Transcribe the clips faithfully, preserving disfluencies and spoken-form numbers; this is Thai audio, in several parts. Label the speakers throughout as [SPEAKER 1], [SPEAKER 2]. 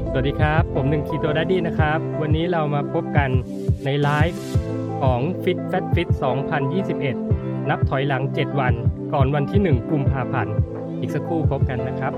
[SPEAKER 1] สวัสดีครับผมหนึ่ง Keto Daddy นะครับวันนี้เรามาพบกันในไลฟ์ของ Fit Fat Fit สองพันยี่สิบเอ็ดนับถอยหลังเจ็ดวันก่อนวันที่หนึ่งกุมภาพันธ์อีกสักครู่พบกันนะครับ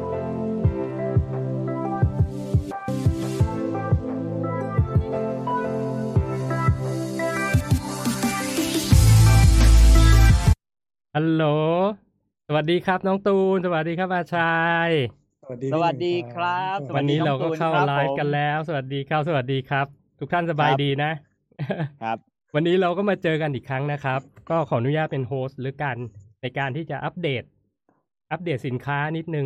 [SPEAKER 1] ฮัลโหลสวัสดีครับน้องตูนสวัสดีครับอาชัย
[SPEAKER 2] สวัสดี
[SPEAKER 3] สวัสดีครับ
[SPEAKER 1] วันนี้เราก็เข้าไลฟ์กันแล้วสวัสดีครับสวัสดีครับทุกท่านสบายดีนะครับ วันนี้เราก็มาเจอกันอีกครั้งนะครับก็ขออนุญาตเป็นโฮสต์หรือกันในการที่จะอัปเดตอัปเดตสินค้านิดนึง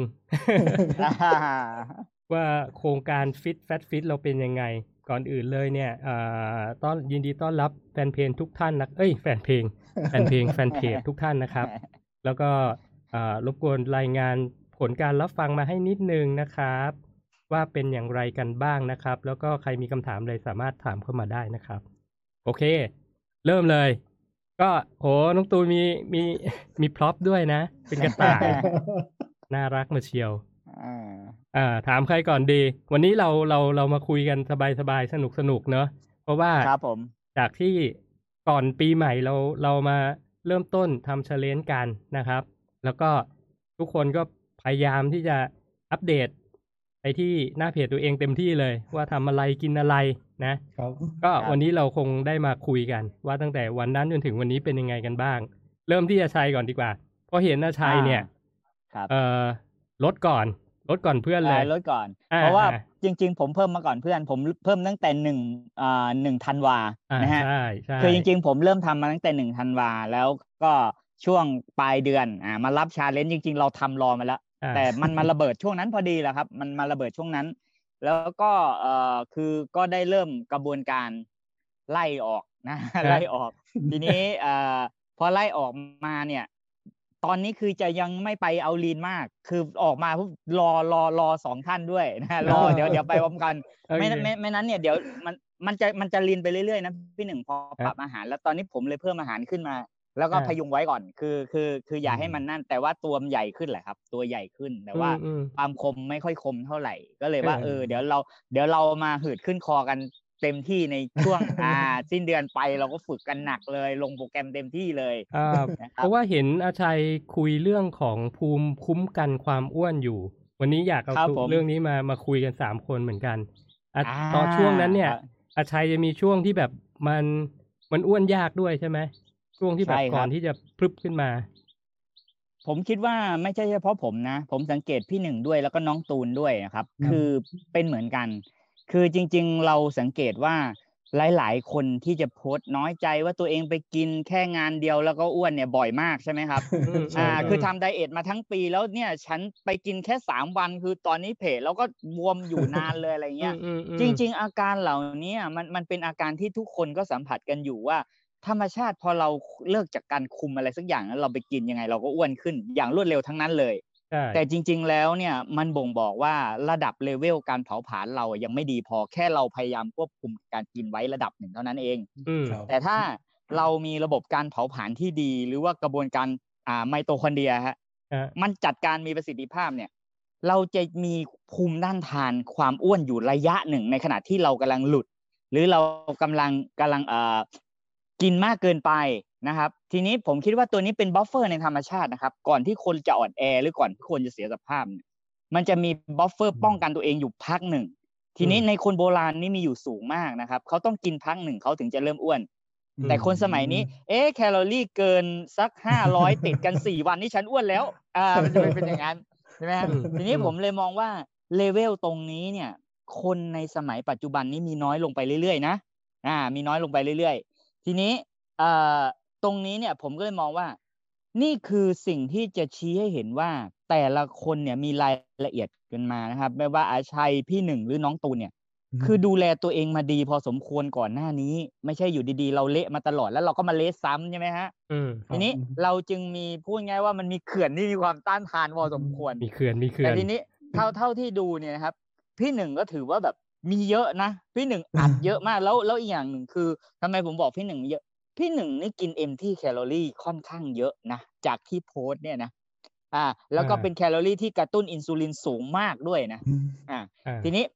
[SPEAKER 1] ว่าโครงการ Fit Fat Fit เราเป็นยังไงก่อนอื่นเลยเนี่ยต้อนยินดีต้อนรับแฟนเพลงทุกท่านนะเอ้ยแฟนเพลงแฟนเพลงแฟนเพจทุกท่านนะครับแล้วก็รบกวนรายงานผลการรับฟังมาให้นิดนึงนะครับว่าเป็นอย่างไรกันบ้างนะครับแล้วก็ใครมีคำถามอะไรสามารถถามเข้ามาได้นะครับโอเคเริ่มเลยก็โหน้องตูนมีมีมีพร็อพด้วยนะเป็นกระต่าย น่ารักมาเชียวอ่าถามใครก่อนดีวันนี้เราเราเรามาคุยกันสบายๆสนุกๆเนอะเพราะว่าครับผมจากที่ก่อนปีใหม่เราเรามาเริ่มต้นทำ challenge กันนะครับแล้วก็ทุกคนก็พยายามที่จะอัปเดตไปที่หน้าเพจตัวเองเต็มที่เลยว่าทำอะไรกินอะไรนะครับก็วันนี้เราคงได้มาคุยกันว่าตั้งแต่วันนั้นจนถึงวันนี้เป็นยังไงกันบ้างเริ่มที่อาชัยก่อนดีกว่าเพราะเห็นอาชัยเนี่ยเอ่อลดก่อนลดก่อนเพื่อนเลย
[SPEAKER 3] ลดก่อนเพราะว่าจริงๆผมเพิ่มมาก่อนเพื่อนผมเพิ่มตั้งแต่หนึ่งอ่าหนึ่งธันวานะฮะคือจริงๆผมเริ่มทำมาตั้งแต่หนึ่งธันวาแล้วก็ช่วงปลายเดือนอ่ามารับชาเลนจ์จริงๆเราทำรอมาแล้วแต่มันมาระเบิดช่วงนั้นพอดีแหละครับมันมาระเบิดช่วงนั้นแล้วก็เอ่อคือก็ได้เริ่มกระบวนการไล่ออกนะไล่ออกทีนี้เอ่อพอไล่ออกมาเนี่ยตอนนี้คือจะยังไม่ไปเอาลีนมากคือออกมาปุ๊บรอรอรอสองท่านด้วยนะรอเดี๋ยวเดี๋ยวไปพร้อมกันไม่ไม่ไม่นั้นเนี่ยเดี๋ยวมันมันจะมันจะลีนไปเรื่อยๆนะพี่หนึ่งพอปรับอาหารแล้วตอนนี้ผมเลยเพิ่มอาหารขึ้นมาแล้วก็พยุงไว้ก่อนคือคือคืออย่าให้มันนั่นแต่ว่าตัวมันใหญ่ขึ้นแหละครับตัวใหญ่ขึ้นแต่ว่าความคมไม่ค่อยคมเท่าไหร่ก็เลยว่าเออเดี๋ยวเราเดี๋ยวเรามาหืดขึ้นคอกันเต็มที่ในช่วงอ่าสิ้นเดือนไปเราก็ฝึกกันหนักเลยลงโปรแกรมเต็มที่เลย
[SPEAKER 1] อ่าเพราะว่าเห็นอาชัยคุยเรื่องของภูมิคุ้มกันความอ้วนอยู่วันนี้อยากเอาเรื่องนี้มามาคุยกันสามคนเหมือนกันอ่ะตอนช่วงนั้นเนี่ยอาชัยจะมีช่วงที่แบบมันมันอ้วนยากด้วยใช่ไหมช่วงที่แบบก่อนที่จะพรึบขึ้นมา
[SPEAKER 3] ผมคิดว่าไม่ใช่เฉพาะผมนะผมสังเกตพี่หนึ่งด้วยแล้วก็น้องตูนด้วยนะครับคือเป็นเหมือนกันคือจริงๆเราสังเกตว่าหลายๆคนที่จะโพสต์น้อยใจว่าตัวเองไปกินแค่งานเดียวแล้วก็อ้วนเนี่ยบ่อยมากใช่ไหมครับอ่าคือทำไดเอทมาทั้งปีแล้วเนี่ยฉันไปกินแค่สามวันคือตอนนี้เพจแล้วก็บวมอยู่นานเลยอะไรเงี้ยจริงๆอาการเหล่านี้มันมันเป็นอาการที่ทุกคนก็สัมผัสกันอยู่ว่าธรรมชาติพอเราเลิกจากการคุมอะไรสักอย่างแล้วเราไปกินยังไงเราก็อ้วนขึ้นอย่างรวดเร็วทั้งนั้นเลยแต่จริงๆแล้วเนี่ยมันบ่งบอกว่าระดับเลเวลการเผาผลาญเรายังไม่ดีพอแค่เราพยายามควบคุมการกินไว้ระดับหนึ่งเท่านั้นเองแต่ถ้าเรามีระบบการเผาผลาญที่ดีหรือว่ากระบวนการอ่าไมโตคอนเดรียฮะมันจัดการมีประสิทธิภาพเนี่ยเราจะมีภูมิต้านทานความอ้วนอยู่ระยะหนึ่งในขณะที่เรากำลังหลุดหรือเรากำลังกำลังเอ่อกินมากเกินไปนะครับทีนี้ผมคิดว่าตัวนี้เป็นบัฟเฟอร์ในธรรมชาตินะครับก่อนที่คนจะอ่อนแอหรือก่อนที่คนจะเสียสภาพมันจะมีบัฟเฟอร์ป้องกันตัวเองอยู่พักหนึ่งทีนี้ในคนโบราณนี่มีอยู่สูงมากนะครับเขาต้องกินพักหนึ่งเขาถึงจะเริ่มอ้วนแต่คนสมัยนี้เอ๊ะแคลอรี่เกินสักห้าร้อยติดกันสี่วันนี่ฉันอ้วนแล้วอ่ามันจะเป็นอย่างนั้นใช่ไหมทีนี้ผมเลยมองว่าเลเวลตรงนี้เนี่ยคนในสมัยปัจจุบันนี้มีน้อยลงไปเรื่อยๆนะอ่ามีน้อยลงไปเรื่อยๆทีนี้เอ่อตรงนี้เนี่ยผมก็เลยมองว่านี่คือสิ่งที่จะชี้ให้เห็นว่าแต่ละคนเนี่ยมีรายละเอียดกันมานะครับไม่ว่าอาชัยพี่หนึ่งหรือน้องตูนเนี่ยคือดูแลตัวเองมาดีพอสมควรก่อนหน้านี้ไม่ใช่อยู่ดีๆเราเละมาตลอดแล้วเราก็มาเละซ้ำใช่ไหมฮะทีนี้เราจึงมีพูดง่ายว่ามันมีเขื่อนที่มีความต้านทานพอสมควร
[SPEAKER 1] มีเขื่อนมีเขื่อน
[SPEAKER 3] แต่ทีนี้เท่าเท่าที่ดูเนี่ยนะครับพี่หนึ่งก็ถือว่าแบบมีเยอะนะพี่หนึ่งอัดเยอะมากแล้วแล้วอีกอย่างหนึ่งคือทำไมผมบอกพี่หนึ่งเยอะพี่หนึ่งนี่กิน empty calorie ค่อนข้างเยอะนะจากที่โพสต์เนี่ยนะอ่าแล้วก็เป็นแคลอรี่ที่กระตุ้นอินซูลินสูงมากด้วยนะอ่าทีนี้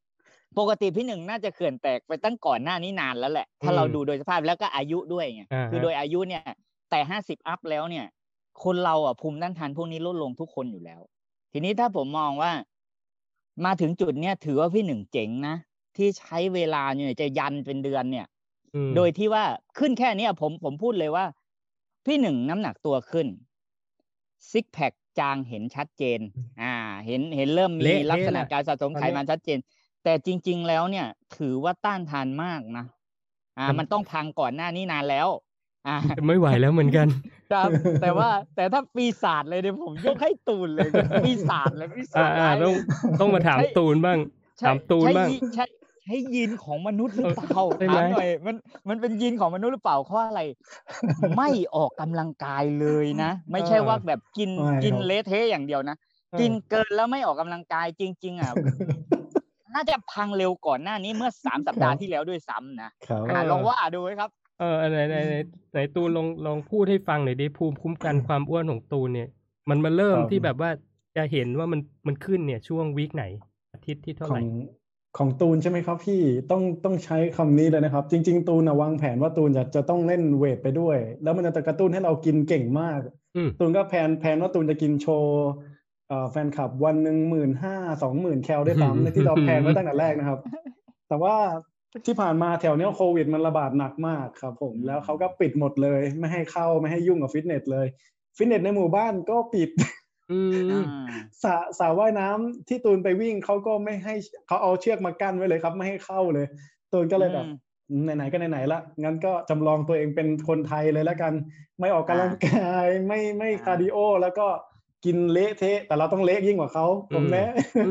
[SPEAKER 3] ปกติพี่หนึ่งน่าจะเขื่อนแตกไปตั้งก่อนหน้านี้นานแล้วแหละถ้าเราดูโดยสภาพแล้วก็อายุด้วยไงคือโดยอายุเนี่ยแต่ห้าสิบอัพแล้วเนี่ยคนเราอ่ะภูมิต้านทานพวกนี้ลดลงทุกคนอยู่แล้วทีนี้ถ้าผมมองว่ามาถึงจุดเนี้ยถือว่าพี่หนึ่งเจ๋งนะที่ใช้เวลาเนี่ยจะยันเป็นเดือนเนี่ยโดยที่ว่าขึ้นแค่นี้ผมผมพูดเลยว่าพี่หนึ่งน้ำหนักตัวขึ้นซิกแพคจางเห็นชัดเจนอ่าเห็นเห็นเริ่มมีลักษณะการสะสมไขมันชัดเจนแต่จริงๆแล้วเนี่ยถือว่าต้านทานมากนะอ่ามันต้องพังก่อนหน้านี้นานแล้วอ่า
[SPEAKER 1] ไม่ไหวแล้วเหมือนกัน
[SPEAKER 3] ครับแต่ว่าแต่ถ้าปีศาจเลยเนี่ยผมยกให้ตูนเลยปีศาจเลยปีศาจ
[SPEAKER 1] อ่าต้องต้องมาถามตูนบ้างถามตูนบ้าง
[SPEAKER 3] ใช่ใช้ยีนของมนุษย์หรือเปล่าถามหน่อยมันมันเป็นยีนของมนุษย์หรือเปล่าเพราะอะไรไม่ออกกำลังกายเลยนะไม่ใช่ว่าแบบกินกินเละเทะอย่างเดียวนะกินเกินแล้วไม่ออกกำลังกายจริงๆอ่ะน่าจะพังเร็วก่อนหน้านี้เมื่อสามสัปดาห์ที่แล้วด้วยซ้ำนะลองว่าดูไหมครับ
[SPEAKER 1] เออไหนไหนไหนตูนลองลองพูดให้ฟังหน่อยดิภูมิคุ้มกันความอ้วนของตูนเนี่ยมันมาเริ่มที่แบบว่าจะเห็นว่ามันมันขึ้นเนี่ยช่วงวีคไหนอาทิตย์ที่เท่าไหร่
[SPEAKER 2] ของตูนใช่ไหมครับพี่ต้องต้องใช้คำนี้เลยนะครับจริงๆตูนนะวางแผนว่าตูนจะจะต้องเล่นเวทไปด้วยแล้วมันจะกระตุ้นให้เรากินเก่งมากตูนก็แผนแผนว่าตูนจะกินโชว์แฟนคลับวันหนึ่งหมื่นห้าสองหมื่นแคลได้ซ้ำในที่เราแผนไว้ตั้งแต่แรกนะครับแต่ว่าที่ผ่านมาแถวนี้โควิดมันระบาดหนักมากครับผมแล้วเขาก็ปิดหมดเลยไม่ให้เข้าไม่ให้ยุ่งกับฟิตเนสเลยฟิตเนสในหมู่บ้านก็ปิดสระสระว่ายน้ำที่ตูนไปวิ่งเขาก็ไม่ให้เขาเอาเชือกมากั้นไว้เลยครับไม่ให้เข้าเลยตูนก็เลยแบบไหนๆก็ไหนๆละงั้นก็จำลองตัวเองเป็นคนไทยเลยแล้วกันไม่ออกกำลังกายไม่ไม่คาร์ดิโอแล้วก็กินเละเทะแต่เราต้องเละยิ่งกว่าเขาผมแน่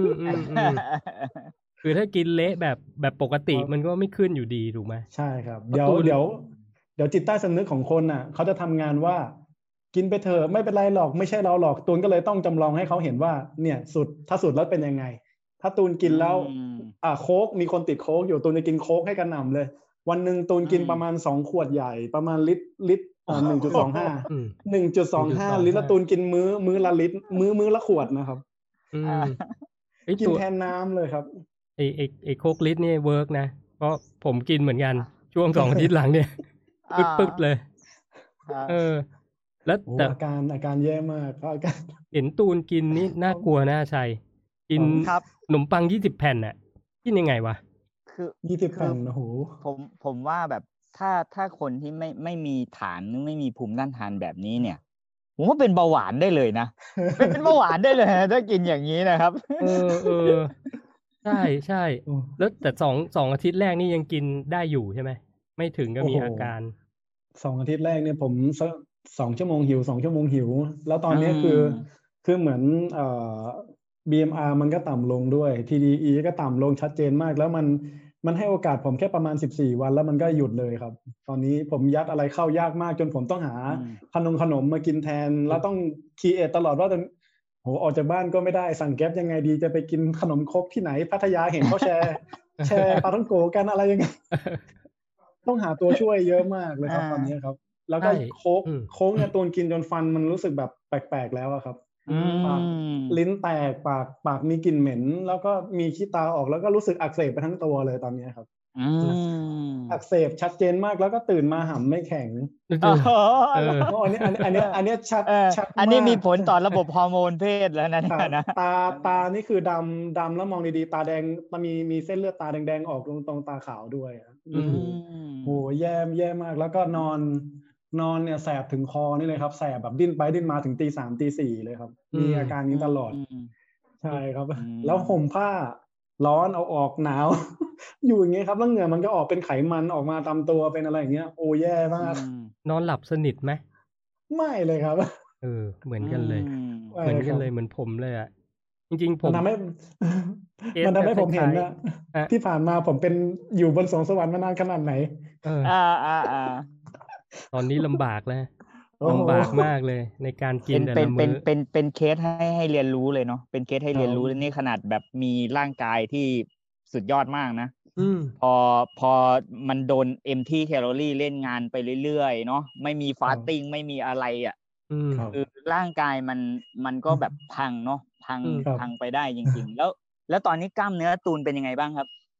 [SPEAKER 1] คือถ้ากินเละแบบแบบปกติมันก็ไม่ขึ้นอยู่ดีถูกไหม
[SPEAKER 2] ใช่ครับเดี๋ยวเดี๋ยวเดี๋ยวจิตใต้สำนึกของคนน่ะเขาจะทำงานว่ากินไปเถอะไม่เป็นไรหรอกไม่ใช่เราหรอกตูนก็เลยต้องจำลองให้เขาเห็นว่าเนี่ยสุดถ้าสุดแล้วเป็นยังไงถ้าตูนกินแล้วอ่าโค้กมีคนติดโค้กอยู่ตูนจะกินโค้กให้กันหน่ำเลยวันหนึ่งตูนกินประมาณสองขวดใหญ่ประมาณลิตรลิตรอ่า หนึ่งจุดสองห้า หนึ่งจุดสองห้า ลิตรแล้วตูนกินมื้อมื้อละลิตรมื้อมื้อละขวดนะครับกินแทนน้ำเลยครับ
[SPEAKER 1] ไอไอไอโค้กลิตรนี่เวิร์กนะเพราะผมกินเหมือนกันช่วงสองอาทิตย์หลังเนี่ยปึ๊ดๆเลยเออแล้วแต่
[SPEAKER 2] อาการอาการแย่มากอาการ
[SPEAKER 1] เห็นตูนกินนี่น่ากลัวนะชัยกินขนมปังยี่สิบแผ่นน่ะกินยังไงวะ
[SPEAKER 3] คือ
[SPEAKER 2] ยี่สิบแผ่นโอ้โห
[SPEAKER 3] ผมผมว่าแบบถ้าถ้าคนที่ไม่ไม่มีฐานไม่มีภูมิต้านทานแบบนี้เนี่ยผมว่าเป็นเบาหวานได้เลยนะเป็นเบาหวานได้เลยถ้ากินอย่างนี้นะครับ
[SPEAKER 1] เออเออใช่ใช่แล้วแต่สองสองอาทิตย์แรกนี่ยังกินได้อยู่ใช่ไหมไม่ถึงก็มีอาการ
[SPEAKER 2] สองอาทิตย์แรกเนี่ยผมสองชั่วโมงหิวสองชั่วโมงหิวแล้วตอนนี้คือคือเหมือนเอ่อ บี เอ็ม อาร์ มันก็ต่ำลงด้วย ที ดี อี ก็ต่ำลงชัดเจนมากแล้วมันมันให้โอกาสผมแค่ประมาณสิบสี่วันแล้วมันก็หยุดเลยครับตอนนี้ผมยัดอะไรเข้ายากมากจนผมต้องหาขนมขนมมากินแทนแล้วต้องคีเอทตลอดว่าจะโหออกจากบ้านก็ไม่ได้สั่งแก๊ปยังไงดีจะไปกินขนมครกที่ไหนพัทยาเห็นเขาแชร์แชร์ปาท่องโกกันอะไรยังไงต้องหาตัวช่วยเยอะมากเลยครับตอนนี้ครับแล้วก็โค้กโค้กเนี่ยตูนกินจนฟันมันรู้สึกแบบแปลกๆแล้วครับปากลิ้นแตกปากปากมีกลิ่นเหม็นแล้วก็มีขี้ตาออกแล้วก็รู้สึกอักเสบไปทั้งตัวเลยตอนนี้ครับอักเสบชัดเจนมากแล้วก็ตื่นมาหำไม่แข็งอ๋ออันนี้อันนี้อันนี้อันนี้ชัดชัด
[SPEAKER 3] อันนี้มีผลต่อระบบฮอร์โมนเพศแล้วนะนะ
[SPEAKER 2] ตาตานี่คือดำดำแล้วมองดีๆตาแดงมันมีมีเส้นเลือดตาแดงๆออกตรงตรงตาขาวด้วยโอ้แย่แย่มากแล้วก็นอนนอนเนี่ยแสบถึงคอนี่เลยครับแสบแบบดิ้นไปดิ้นมาถึงตีสามตีสี่เลยครับมีอาการนี้ตลอดใช่ครับแล้วห่มผ้าร้อนเอาออกหนาวอยู่อย่างเงี้ยครับแล้วเหงื่อมันก็ออกเป็นไขมันออกมาตามตัวเป็นอะไรอย่างเงี้ยโอ้แย่มาก
[SPEAKER 1] นอนหลับสนิทไหม
[SPEAKER 2] ไม่เลยครับ
[SPEAKER 1] เออเหมือนกันเลยเหมือนกันเลยเหมือนผมเลยอ่ะจริงๆผม
[SPEAKER 2] มันทำให้มันทำให้ผมเห็นนะที่ผ่านมาผมเป็นอยู่บนสวงสวรรค์มานานขนาดไหน
[SPEAKER 3] อ่าอ่าอ่า
[SPEAKER 1] ตอนนี้ลำบากแล้วลำบากมากเลยในการกินแต่ละมื้อ
[SPEAKER 3] เป็นเป็นเป็นเคสให้ให้เรียนรู้เลยเนาะเป็นเคสให้เรียนรู้แล้วนี่ขนาดแบบมีร่างกายที่สุดยอดมากนะพอพอมันโดน empty calorie เล่นงานไปเรื่อยๆเนาะไม่มี fasting ไม่มีอะไรอ่ะคือร่างกายมันมันก็แบบพังเนาะพังพังไปได้จริงๆแล้วแล้วตอนนี้กล้ามเนื้อตูนเป็นยังไงบ้างครับ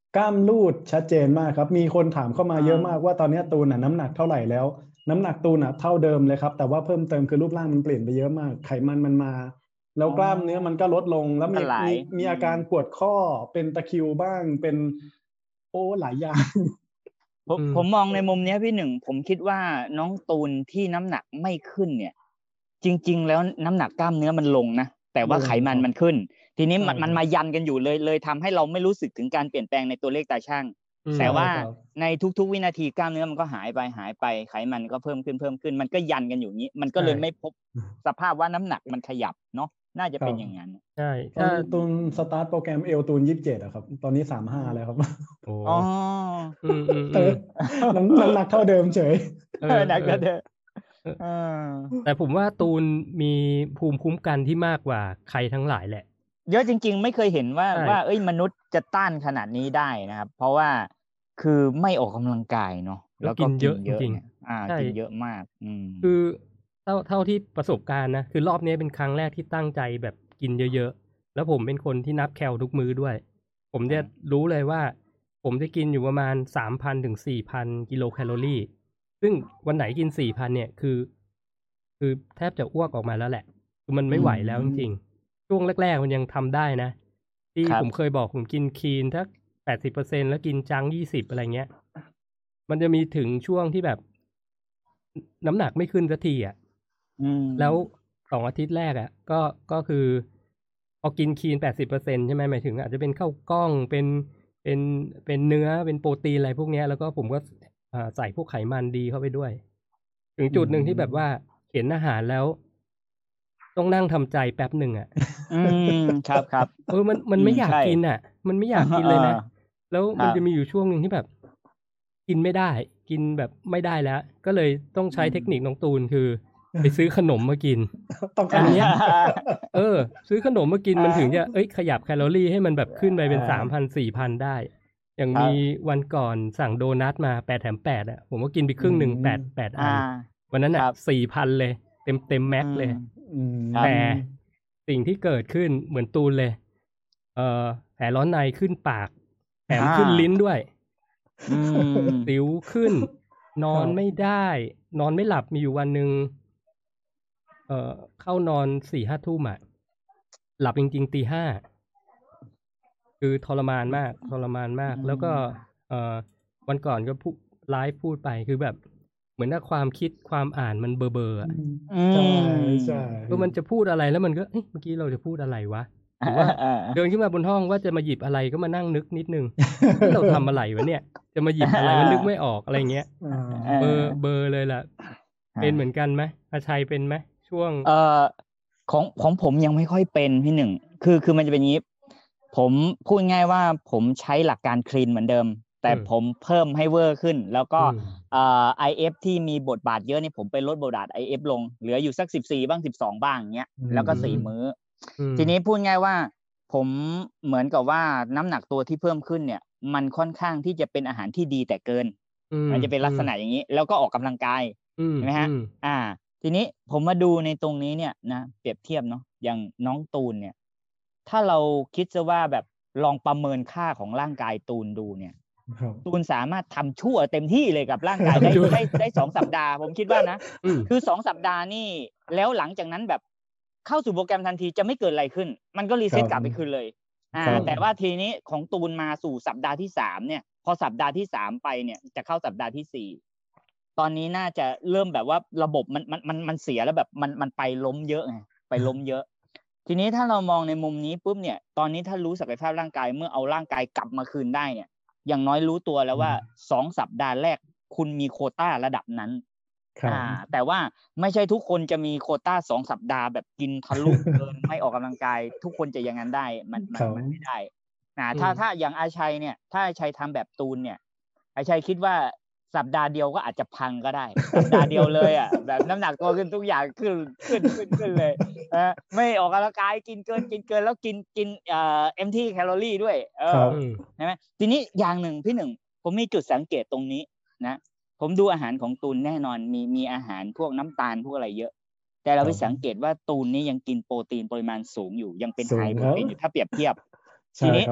[SPEAKER 2] กล้ามรูดชัดเจนมากครับมีคนถามเข้ามา
[SPEAKER 3] อ่า
[SPEAKER 2] เยอะมากว่าตอนเนี้ยตูนน่ะน้ำหนักเท่าไหร่แล้วน้ำหนักตูนน่ะเท่าเดิมเลยครับแต่ว่าเพิ่มเติมคือรูปร่างมันเปลี่ยนไปเยอะมากไขมันมันมา แล้
[SPEAKER 3] อ๋
[SPEAKER 2] ว
[SPEAKER 3] อก
[SPEAKER 2] ล้ามเนื้อมันก็ลดลงแล้ว
[SPEAKER 3] ส
[SPEAKER 2] มี
[SPEAKER 3] ลา
[SPEAKER 2] มี
[SPEAKER 3] ย
[SPEAKER 2] มี
[SPEAKER 3] อื
[SPEAKER 2] อาม การปวดข้อเป็นตะคริวบ้างเป็น โอ้หลายอย่าง
[SPEAKER 3] ผม
[SPEAKER 1] อืม
[SPEAKER 3] ผมมองในมุมเนี้ยพี่หนึ่งผมคิดว่าน้องตูนที่น้ำหนักไม่ขึ้นเนี่ย จริง ๆ แล้วน้ำหนักกล้ามเนื้อมันลงนะแต่ว่า
[SPEAKER 2] ลง
[SPEAKER 3] ไขมั
[SPEAKER 2] คน รับ
[SPEAKER 3] มันขึ้น ทีนี้
[SPEAKER 2] ใช่
[SPEAKER 3] มัน
[SPEAKER 2] ค
[SPEAKER 3] มั
[SPEAKER 2] รั
[SPEAKER 3] น
[SPEAKER 2] บ
[SPEAKER 3] มายันกันอยู่เลยเลยทำให้เราไม่รู้สึกถึงการเปลี่ยนแปลงในตัวเลขตาช่าง
[SPEAKER 1] อืม
[SPEAKER 3] แต่
[SPEAKER 2] ใช่
[SPEAKER 3] ว่า
[SPEAKER 2] ครับ
[SPEAKER 3] ในทุก ๆ วินาทีกล้ามเนื้อมันก็หายไปหายไปไขมันก็เพิ่มขึ้นเพิ่มขึ้น มันก็ยันกันอยู่งี้ มันก็
[SPEAKER 1] ใช่
[SPEAKER 3] เลยไม่พบสภาพว่าน้ำหนักมันขยับเนาะน่าจะ
[SPEAKER 2] ครั
[SPEAKER 3] เป็น
[SPEAKER 2] บ
[SPEAKER 3] อย่างงั้น
[SPEAKER 1] ใช่
[SPEAKER 2] ตอ
[SPEAKER 1] ถ้า
[SPEAKER 2] นตูนสตาร์ตโปรแกรมเอวตูนยี่สิบเจ็ดอะครับตอนนี้สามห้าแล้วครับ
[SPEAKER 1] โอ้
[SPEAKER 3] อ๋อ
[SPEAKER 1] อืมอืม
[SPEAKER 2] แต่
[SPEAKER 1] อืม
[SPEAKER 2] น้ำน้ำหนักเท่าเดิมเฉย
[SPEAKER 1] เอ
[SPEAKER 3] เอ
[SPEAKER 1] อ
[SPEAKER 3] อหนัก
[SPEAKER 1] เอ
[SPEAKER 3] ก็
[SPEAKER 1] อ
[SPEAKER 3] เถอะ
[SPEAKER 1] เออ
[SPEAKER 3] เออ
[SPEAKER 1] แต่ผมว่าตูนมีภูมิคุ้มกันที่มากกว่าใครทั้งหลายแหละ
[SPEAKER 3] เยอะจริง ๆ ไม่เคยเห็นว่า
[SPEAKER 1] ใช่
[SPEAKER 3] ว่า เฮ้ย มนุษย์จะต้านขนาดนี้ได้นะครับ เพราะว่าคือไม่ออกกำลังกายเนาะ
[SPEAKER 1] แล้
[SPEAKER 3] แล้ว ว
[SPEAKER 1] กิ
[SPEAKER 3] ก็
[SPEAKER 1] น
[SPEAKER 3] ก
[SPEAKER 1] เยิ
[SPEAKER 3] น
[SPEAKER 1] อะจ
[SPEAKER 3] เยอะ
[SPEAKER 1] ริง
[SPEAKER 3] เนี่ย อ่า
[SPEAKER 1] ๆ ใช่
[SPEAKER 3] กินเยอะมาก อืม
[SPEAKER 1] คือเท่าเท่าที่ประสบการณ์นะ คือรอบนี้เป็นครั้งแรกที่ตั้งใจแบบกินเยอะๆ แล้วผมเป็นคนที่นับแคลทุกมื้อด้วย ผมจะ
[SPEAKER 3] อ่า
[SPEAKER 1] รู้เลยว่า ผมจะกินอยู่ประมาณ สามพัน ถึง สี่พัน กิโลแคลอรี ซึ่งวันไหนกิน สี่พัน เนี่ย คือ คือแทบจะอ้วกออกมาแล้วแหละ คือมัน
[SPEAKER 3] อื
[SPEAKER 1] ไม่ไหวแล้วจ
[SPEAKER 3] ม
[SPEAKER 1] ริง ๆ ช่วงแรก ๆ มันยังทำได้นะ ที่
[SPEAKER 3] ครั
[SPEAKER 1] ผ
[SPEAKER 3] บ
[SPEAKER 1] มเคยบอกผมกินคลีนสัก แปดสิบเปอร์เซ็นต์ แล้วกินจังก์ ยี่สิบ อะไรเงี้ย มันจะมีถึงช่วงที่แบบ น น้ำหนักไม่ขึ้นสักทีอะ
[SPEAKER 3] อืม
[SPEAKER 1] แล้ว สอง อาทิตย์แรกอะ ก็ ก็คือ พอกินคลีน แปดสิบเปอร์เซ็นต์ ใช่ไหม หมายถึงอาจจะเป็นข้าวกล้อง เป็น เป็น เป็นเนื้อ เป็นโปรตีน อะไรพวกเนี้ย แล้วก็ผมก็ ส อ่า ใส่พวกไขมันดีเข้าไปด้วย ถึง
[SPEAKER 2] อื
[SPEAKER 1] จุดหนึ่งที่แบบ
[SPEAKER 2] ม
[SPEAKER 1] ว่าเห็นอาหารแล้ว ต้องนั่งทำใจแป๊บหนึ่งอะ
[SPEAKER 3] อืม ครับ
[SPEAKER 1] เออ มัน
[SPEAKER 3] ๆ
[SPEAKER 1] มั
[SPEAKER 3] อ
[SPEAKER 1] นืไม่
[SPEAKER 3] ม
[SPEAKER 1] อยา
[SPEAKER 3] ใช
[SPEAKER 1] ก่กินน่ะ มันไม่อยากกิน
[SPEAKER 3] เอ
[SPEAKER 1] เลยนะ
[SPEAKER 3] อ
[SPEAKER 1] แล้ว
[SPEAKER 3] ค
[SPEAKER 1] มั
[SPEAKER 3] ร
[SPEAKER 1] นั
[SPEAKER 3] บ
[SPEAKER 1] จะมีอยู่ช่วงหนึ่งที่แบบ กินไม่ได้ กินแบบไม่ได้แล้ว ก็เลยต้อง
[SPEAKER 3] อ
[SPEAKER 1] ใช้เทืคนิค
[SPEAKER 3] ม
[SPEAKER 1] น้องตูน คือไปซื้อขนมมากิน
[SPEAKER 2] ต้อง
[SPEAKER 1] อั
[SPEAKER 2] ข
[SPEAKER 1] น
[SPEAKER 2] นาด
[SPEAKER 1] เนี้ย
[SPEAKER 2] นั้น
[SPEAKER 1] เออ ซื้อขนมมากิน
[SPEAKER 3] อา
[SPEAKER 1] มันถึงจะ เฮ้ย ขยับแคลอรีให้มันแบบขึ้นไป
[SPEAKER 3] เอ
[SPEAKER 1] เป็น สา
[SPEAKER 3] อ
[SPEAKER 1] มพัน สี่พัน ได้ อย่าง
[SPEAKER 3] คร
[SPEAKER 1] มัี
[SPEAKER 3] บ
[SPEAKER 1] วันก่อนสั่งโดนัตมา แปด แถม แปด อะ ผมก็กินไป
[SPEAKER 2] อื
[SPEAKER 1] ครึ่งหนึ่ง แปด
[SPEAKER 2] ม
[SPEAKER 1] แปด
[SPEAKER 3] อ
[SPEAKER 1] อั
[SPEAKER 3] า
[SPEAKER 1] น วันนั้น
[SPEAKER 3] คร
[SPEAKER 1] น่ะ
[SPEAKER 3] ับ
[SPEAKER 1] สี่พัน เลย เต็ม เต็มแม็
[SPEAKER 3] อืม
[SPEAKER 1] กซ์เลย
[SPEAKER 2] อืม
[SPEAKER 3] ครั
[SPEAKER 1] แต
[SPEAKER 3] บ
[SPEAKER 1] ่สิ่งที่เกิดขึ้นเหมือนตูนเลย เอ่อ แผลร้อนในขึ้นปาก แถม
[SPEAKER 3] อา
[SPEAKER 1] ขึ้นลิ้นด้วย
[SPEAKER 3] อืม
[SPEAKER 1] สิวขึ้น น
[SPEAKER 2] ค
[SPEAKER 1] อ
[SPEAKER 2] รั
[SPEAKER 1] น
[SPEAKER 2] บ
[SPEAKER 1] ไม่ได้ นอนไม่หลับ มีอยู่วันหนึ่ง เอ่อ เข้านอน สี่ห้า ทุ่มอะ หลับจริง ๆ ตีห้า คือทรมานมาก ทรมานมา
[SPEAKER 3] อ
[SPEAKER 1] ก
[SPEAKER 3] ื
[SPEAKER 1] แล้วก็
[SPEAKER 3] ม
[SPEAKER 1] เอ่อ วันก่อนก็พู ไลฟ์พูดไป คือแบบเหมือนกับความคิดความอ่านมันเบลอ ๆ
[SPEAKER 2] อื
[SPEAKER 1] อะ
[SPEAKER 2] ม
[SPEAKER 3] อื
[SPEAKER 2] ใช่
[SPEAKER 3] ม
[SPEAKER 2] ใช่
[SPEAKER 1] เออ มันจะพูดอะไรแล้วมันก็ เอ๊ะ เมื่อกี้เราจะพูดอะไรวะ? หรือว่า
[SPEAKER 3] เออ
[SPEAKER 1] เดินขึ้นมาบนห้องว่าจะมาหยิบอะไร ก็มานั่งนึกนิดหนึ่ง เฮ้ย เราทำอะไรวะเนี่ย จะมาหยิบอะไรมันนึกไม่ออก อะไรอย่างเงี้ย
[SPEAKER 2] อา
[SPEAKER 3] เอ
[SPEAKER 1] เบลอ
[SPEAKER 3] อ
[SPEAKER 1] เบลอเลยล่ะ
[SPEAKER 3] อา
[SPEAKER 1] เป็นเหมือนกันไหม? อาชัยเป็นไหม? ช่วง
[SPEAKER 3] เอ่อ ของ ของผมยังไม่ค่อยเป็นพี่หนึ่ง คือ คือมันจะเป็นงี้ ผมพูดง่ายว่า ผมใช้หลักการคลีนเหมือนเดิม แต
[SPEAKER 1] อื่ม
[SPEAKER 3] ผมเพิ่มให้เวอร์ขึ้น แล้วก็
[SPEAKER 1] อืม
[SPEAKER 3] อ่า ไอ เอฟ ที่มีบทบาทเยอะนี่ผมไปลดบทบาท ไอ เอฟ ลง เหลืออยู่สัก สิบสี่ บ้าง สิบสอง บ้าง อย่างเงี้ย
[SPEAKER 2] อื
[SPEAKER 3] แล้วก็
[SPEAKER 1] อื
[SPEAKER 3] สี่
[SPEAKER 1] ม
[SPEAKER 3] มื้อ
[SPEAKER 1] อืม
[SPEAKER 3] ทีนี้พูดง่ายว่า ผมเหมือนกับว่าน้ำหนักตัวที่เพิ่มขึ้นเนี่ย มันค่อนข้างที่จะเป็นอาหารที่ดีแต่เกิน
[SPEAKER 1] อืม
[SPEAKER 3] มันจะเป็นลักษณะ
[SPEAKER 1] อืม
[SPEAKER 3] อย่างงี้ แล้วก็ออกกำลังกาย
[SPEAKER 1] อืม
[SPEAKER 3] เห็นไหม
[SPEAKER 1] อ
[SPEAKER 3] ครืับ
[SPEAKER 1] ม
[SPEAKER 3] อ่า ทีนี้ผมมาดูในตรงนี้เนี่ยนะ เปรียบเทียบเนาะ อย่างน้องตูนเนี่ย ถ้าเราคิดเสียว่าแบบลองประเมินค่าของร่างกายตูนดูเนี่ย
[SPEAKER 2] ครับ
[SPEAKER 3] ตูนสามารถทำชั่วเต็มที่เลยกับร่างกาย ได้
[SPEAKER 1] ชั่ว
[SPEAKER 3] ได้ ได้ สอง สัปดาห์ ผมคิดว่านะ
[SPEAKER 1] อืม
[SPEAKER 3] คือ สอง สัปดาห์นี่ แล้วหลังจากนั้นแบบเข้าสู่โปรแกรมทันที จะไม่เกิดอะไรขึ้น มันก็
[SPEAKER 2] ครั
[SPEAKER 3] reset
[SPEAKER 2] บ
[SPEAKER 3] กลับไปคืนเลย อ่า
[SPEAKER 2] ครับ
[SPEAKER 3] แต่ว่าทีนี้ของตูนมาสู่สัปดาห์ที่ สาม เนี่ย พอสัปดาห์ที่ สาม ไปเนี่ย จะเข้าสัปดาห์ที่ สี่ ตอนนี้น่าจะเริ่มแบบว่าระบบมัน มัน มัน มันเสียแล้วแบบมัน มันไปล้มเยอะไง ไปล้มเยอะ ทีนี้ถ้าเรามองในมุมนี้ปุ๊บเนี่ย ตอนนี้ถ้ารู้ศักยภาพร่างกาย เมื่อเอาร่างกายกลับมาคืนได้เนี่ย อย่างน้อยรู้ตัวแล้วว่า
[SPEAKER 2] อืม
[SPEAKER 3] สอง สัปดาห์แรกคุณมีโควตาระดับนั้น
[SPEAKER 2] ครั
[SPEAKER 3] อ่า
[SPEAKER 2] บ
[SPEAKER 3] แต่ว่าไม่ใช่ทุกคนจะมีโควตา สอง สัปดาห์แบบกินทะลุ เกิน ไม่ออกกำลังกาย ทุกคนจะอย่างงั้นได้ มัน ม
[SPEAKER 2] คั
[SPEAKER 3] น
[SPEAKER 2] รับ
[SPEAKER 3] มันไม่ได้ อ่า
[SPEAKER 1] อื
[SPEAKER 3] ถ้า
[SPEAKER 1] ม
[SPEAKER 3] ถ้าอย่างอาชัยเนี่ย ถ้าอาชัยทำแบบตูนเนี่ย อาชัยคิดว่าสัปดาห์เดียวก็อาจจะพังก็ได้ สัปดาห์เดียวเลยอะ แบบน้ำหนักตัวขึ้นทุกอย่างขึ้น ขึ้น ขึ้น ขึ้นเลย อ่า ไม่ออกกำลังกาย กินเกิน กินเกิน แล้วกิน กิน อ่า empty แคลอรีด้วย เอ
[SPEAKER 2] ครั
[SPEAKER 3] อ
[SPEAKER 2] บ
[SPEAKER 1] อืม
[SPEAKER 3] ใช่ไหม ทีนี้อย่างหนึ่งพี่หนึ่ง ผมมีจุดสังเกตตรงนี้นะ ผมดูอาหารของตูนแน่นอนมี มีอาหารพวกน้ำตาลพวกอะไรเยอะ แต่เรา
[SPEAKER 2] ค
[SPEAKER 3] ไป
[SPEAKER 2] รับ
[SPEAKER 3] สังเกตว่าตูนนี่ยังกินโปรตีนปริมาณสูงอยู่ ยังเป็น
[SPEAKER 2] สู
[SPEAKER 3] High
[SPEAKER 2] งครับ
[SPEAKER 3] Protein อยู่ ถ้าเปรียบเทียบ
[SPEAKER 2] ใช
[SPEAKER 3] ที่
[SPEAKER 2] ่
[SPEAKER 3] นี้
[SPEAKER 2] ครับ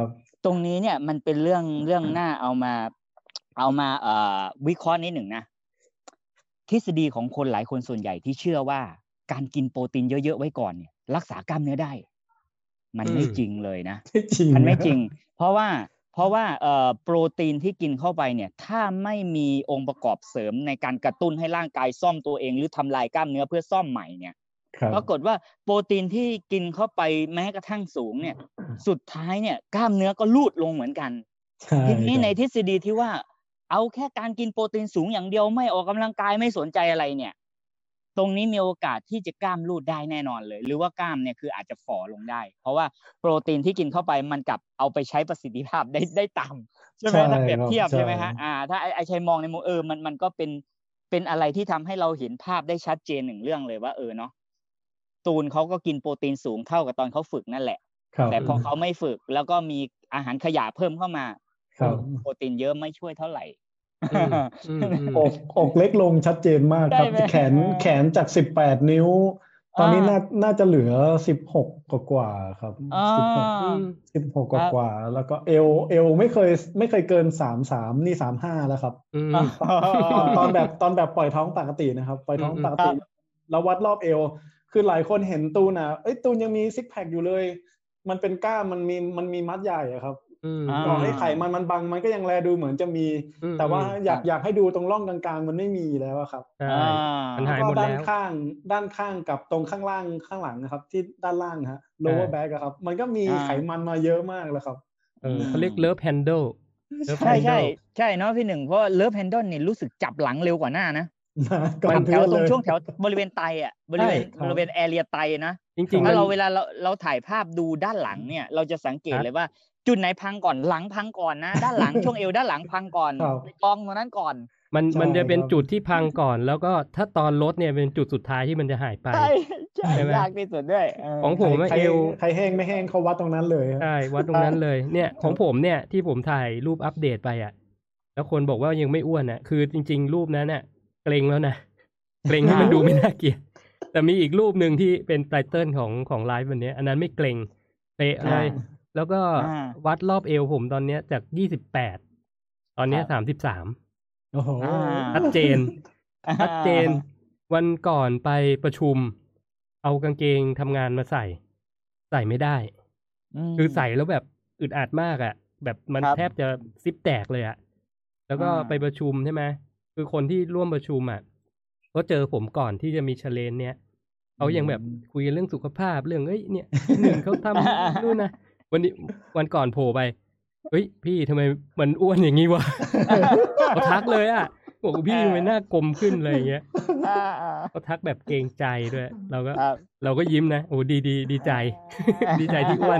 [SPEAKER 3] ตรงนี้เนี่ยมันเป็นเรื่องเรื่องน่าเอามาเอามาเอ่อวิเคราะห์นิดหนึ่งนะทฤษฎีของคนหลายคนส่วนใหญ่ที่เชื่อว่าการกินโปรตีนเยอะๆไว้ก่อนเนี่ยรักษากล้ามเนื้อได้มันไม่จริงเลยนะ
[SPEAKER 2] ไม่จริง
[SPEAKER 3] มันไม่จริง เพราะว่าเพราะว่าเอ่อโปรตีนที่กินเข้าไปเนี่ยถ้าไม่มีองค์ประกอบเสริมในการกระตุ้นให้ร่างกายซ่อมตัวเองหรือทำลายกล้ามเนื้อเพื่อซ่อมใหม่เนี่ยปรากฏว่าโปรตีนที่กินเข้าไปแม้กระทั่งสูงเนี่ยสุดท้ายเนี่ยกล้ามเนื้อก็ลูดลงเหมือนกันทีนี้ในทฤษฎีที่ว่าเอาแค่การกินโปรตีนสูงอย่างเดียวไม่ออกกำลังกายไม่สนใจอะไรเนี่ยตรงนี้มีโอกาสที่จะกล้ามลูดได้แน่นอนเลยหรือว่ากล้ามเนี่ยคืออาจจะฝ่อลงได้เพราะว่าโปรตีนที่กินเข้าไปมันกลับเอาไปใช้ประสิทธิภาพได้ได้ต่ำใช่ไหมถ้าเปรียบเทียบใช่ไหมฮะอ่าถ้าไอ้ไอ้ชัยมองในมุมเออมันมันก็เป็นเป็นอะไรที่ทำให้เราเห็นภาพได้ชัดเจนหนึ่งเรื่องเลยว่าเออเนาะตูนเขาก็กินโปรตีนสูงเท่ากับตอนเขาฝึกนั่นแหละแต่พอเขาไม่ฝึกแล้วก็มีอาหารขยะเพิ่มเข้ามาโปรตีนเยอะไม่ช่วยเท่าไหร่
[SPEAKER 2] อกอกเล็กลงชัดเจนมากครับแขนแขนจากสิบแปดนิ้วตอนนี้น่าน่าจะเหลือสิบหกกว่ากว่าครับสิบหกสิบหกกว่ากว่าแล้วก็เอวเอวไม่เคยไม่เคยเกินสามสามนี่สามห้าแล้วครับตอนตอนแบบตอนแบบปล่อยท้องปกตินะครับปล่อยท้องปกติแล้ววัดรอบเอวคือหลายคนเห็นตูนอ่ะเอ้ยตูนยังมีซิกแพคอยู่เลยมันเป็นกล้ามมันมีมันมีมัดใหญ่อะครับต่อให้ไขมันมันบังมันก็ยังแลดูเหมือนจะมีแต่ว่าอยากอยากให้ดูตรงร่องกลางๆมันไม่มีแล้วครับ
[SPEAKER 1] มันหายหมดแล้ว
[SPEAKER 2] ด้านข้างด้านข้างกับตรงข้างล่างข้างหลังนะครับที่ด้านล่างฮะ lower back ครับมันก็มีไขมันมาเยอะมากแล้วครับ
[SPEAKER 1] เออเขาเรียก love handle
[SPEAKER 3] ใช่ใช่ใช่เนาะพี่หนึ่งเพราะ love handle นี่รู้สึกจับหลังเร็วกว่าหน้านะมันแถวตรงช่วงแถวบริเวณไตอ่ะบริเวณบริเวณแอเรียไตนะจริงๆถ้าเราเวลาเราเราถ่ายภาพดูด้านหลังเนี่ยเราจะสังเกตเลยว่าจุดไหนพังก่อนหลังพังก่อนนะด้านหลังช่วงเอวด้านหลังพังก่อนกองตรงนั้นก่อน
[SPEAKER 1] มันมันจะเป็นจุดที่พังก่อนแล้วก็ถ้าตอนลดเนี่ยเป็นจุดสุดท้ายที่มันจะหายไป
[SPEAKER 3] ใช่ใช่ยากที่สุดด้วย
[SPEAKER 1] ของผมเอว
[SPEAKER 2] ใครแห้งไม่แห้งเขาวัดตรงนั้นเลย
[SPEAKER 1] ใช่วัดตรงนั้นเลยเนี่ยของผมเนี่ยที่ผมถ่ายรูปอัปเดตไปอ่ะแล้วคนบอกว่ายังไม่อ้วนอ่ะคือจริงๆรูปนั้นน่ะเกรงแล้วนะเกรงให้มันดูไม่น่าเกลียดแต่มีอีกรูปหนึ่งที่เป็นไตเติ้ลของของไลฟ์วันนี้อันนั้นไม่เกรงเตะเลยแล้วก็วัดรอบเอวผมตอนเนี้ยจากยี่สิบแปดตอนนี้สามสิบสาม
[SPEAKER 2] โอ้โห
[SPEAKER 1] ชัดเจนชัดเจนวันก่อนไปประชุมเอากางเกงทำงานมาใส่ใส่ไม่ได้คือใส่แล้วแบบอึดอัดมากอ่ะแบบมันแทบจะซิปแตกเลยอ่ะแล้วก็ไปประชุมใช่ไหมคือคนที่ร่วมประชุมอ่ะก็เจอผมก่อนที่จะมีเชลเลนเนี้ยเขายังแบบคุยเรื่องสุขภาพเรื่องเอ้ยเนี่ยหนึ่งเขาทำนู่นนะวันนี้วันก่อนโผล่ไปเฮ้ยพี่ทำไมมันอ้วนอย่างงี้วะเขาทักเลยอ่ะบอกพี่ทำไมหน้ากลมขึ้นอะไรอย่างเงี้ยเขาทักแบบเกรงใจด้วยเราก็เราก็ยิ้มนะโอ้ดีดีดีใจดีใจที่อ้วน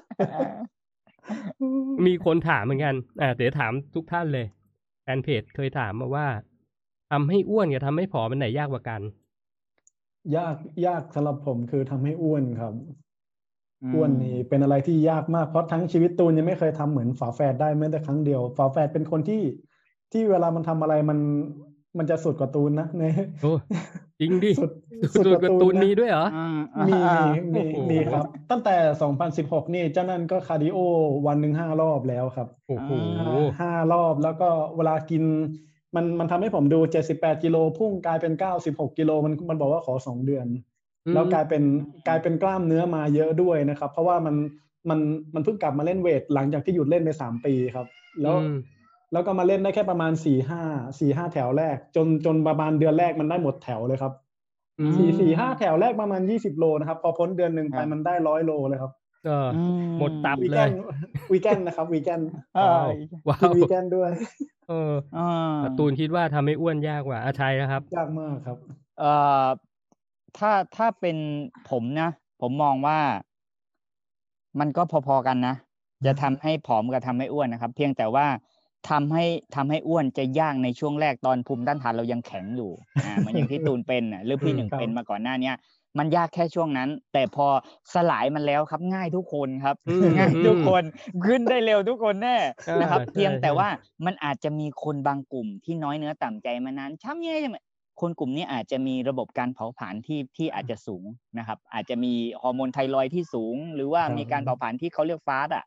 [SPEAKER 1] มีคนถามเหมือนกันอ่าเดี๋ยวถามทุกท่านเลยแฟนเพจเคยถามมาว่าทำให้อ้วนกับทำให้ผอมมันไหนยากกว่ากัน
[SPEAKER 2] ยากยากสำหรับผมคือทำให้อ้วนครับอ้วนนี่เป็นอะไรที่ยากมากเพราะทั้งชีวิตตูนยังไม่เคยทำเหมือนฝาแฝดได้แม้แต่ครั้งเดียวฝาแฝดเป็นคนที่ที่เวลามันทำอะไรมันมันจะสุดกว่าตูนนะเนี่ย
[SPEAKER 1] โอ้จริงดิสุดสุดกว่าตูนมีด้วยเหรอ
[SPEAKER 2] มีมีมีครับตั้งแต่สองพันสิบหกนี่เจ้านั่นก็คาร์ดิโอวันหนึ่งห้ารอบแล้วครับ
[SPEAKER 1] โอ้โห
[SPEAKER 2] ห้ารอบแล้วก็เวลากินมันมันทำให้ผมดูเจ็ดสิบแปดกิโลพุ่งกลายเป็นเก้าสิบหกกิโลมันมันบอกว่าขอสองเดือนแล้วกลายเป็นกลายเป็นกล้ามเนื้อมาเยอะด้วยนะครับเพราะว่ามันมันมันเพิ่งกลับมาเล่นเวทหลังจากที่หยุดเล่นไปสามปีครับแล้วแล้วก็มาเล่นได้แค่ประมาณสี่ห้าสี่ห้าแถวแรกจนจนประมาณเดือนแรกมันได้หมดแถวเลยครับสี่สี่ห้าแถวแรกประมาณยี่สิบโลนะครับพอพ้นเดือนหนึ่งไปมันได้ร้อยโลเลยครับ
[SPEAKER 1] ก็หมดตับเลย
[SPEAKER 2] วีแกนนะครับวีแกน
[SPEAKER 1] ว้าว
[SPEAKER 2] วีแกนด้วย
[SPEAKER 1] เออตูนคิดว่าทำให้อ้วนยากกว่าอาชัยนะครับ
[SPEAKER 2] ยากมากครับ
[SPEAKER 3] เอ่อถ้าถ้าเป็นผมนะผมมองว่ามันก็พอๆกันนะจะทำให้ผอมกับทำให้อ้วนนะครับเพียงแต่ว่าทำให้ทำให้อ้วนจะยากในช่วงแรกตอนภูมิต้านทานเรายังแข็งอยู่อ่าเหมือนอย่างที่ตูนเป็นหรือพี่หนึ่งเป็นมาก่อนหน้านี้มันยากแค่ช่วงนั้นแต่พอสลายมันแล้วครับง่ายทุกคนครับง่ายทุกคนขึ้นได้เร็วทุกคนแน่นะครับเพียงแต่ว่ามันอาจจะมีคนบางกลุ่มที่น้อยเนื้อต่ำใจมานานช้ำยังไงคนกลุ่มนี้อาจจะมีระบบการเผาผลาญที่ที่อาจจะสูงนะครับอาจจะมีฮอร์โมนไทรอยด์ที่สูงหรือว่ามีการเผาผลาญที่เขาเรียกฟาสต์อ่ะ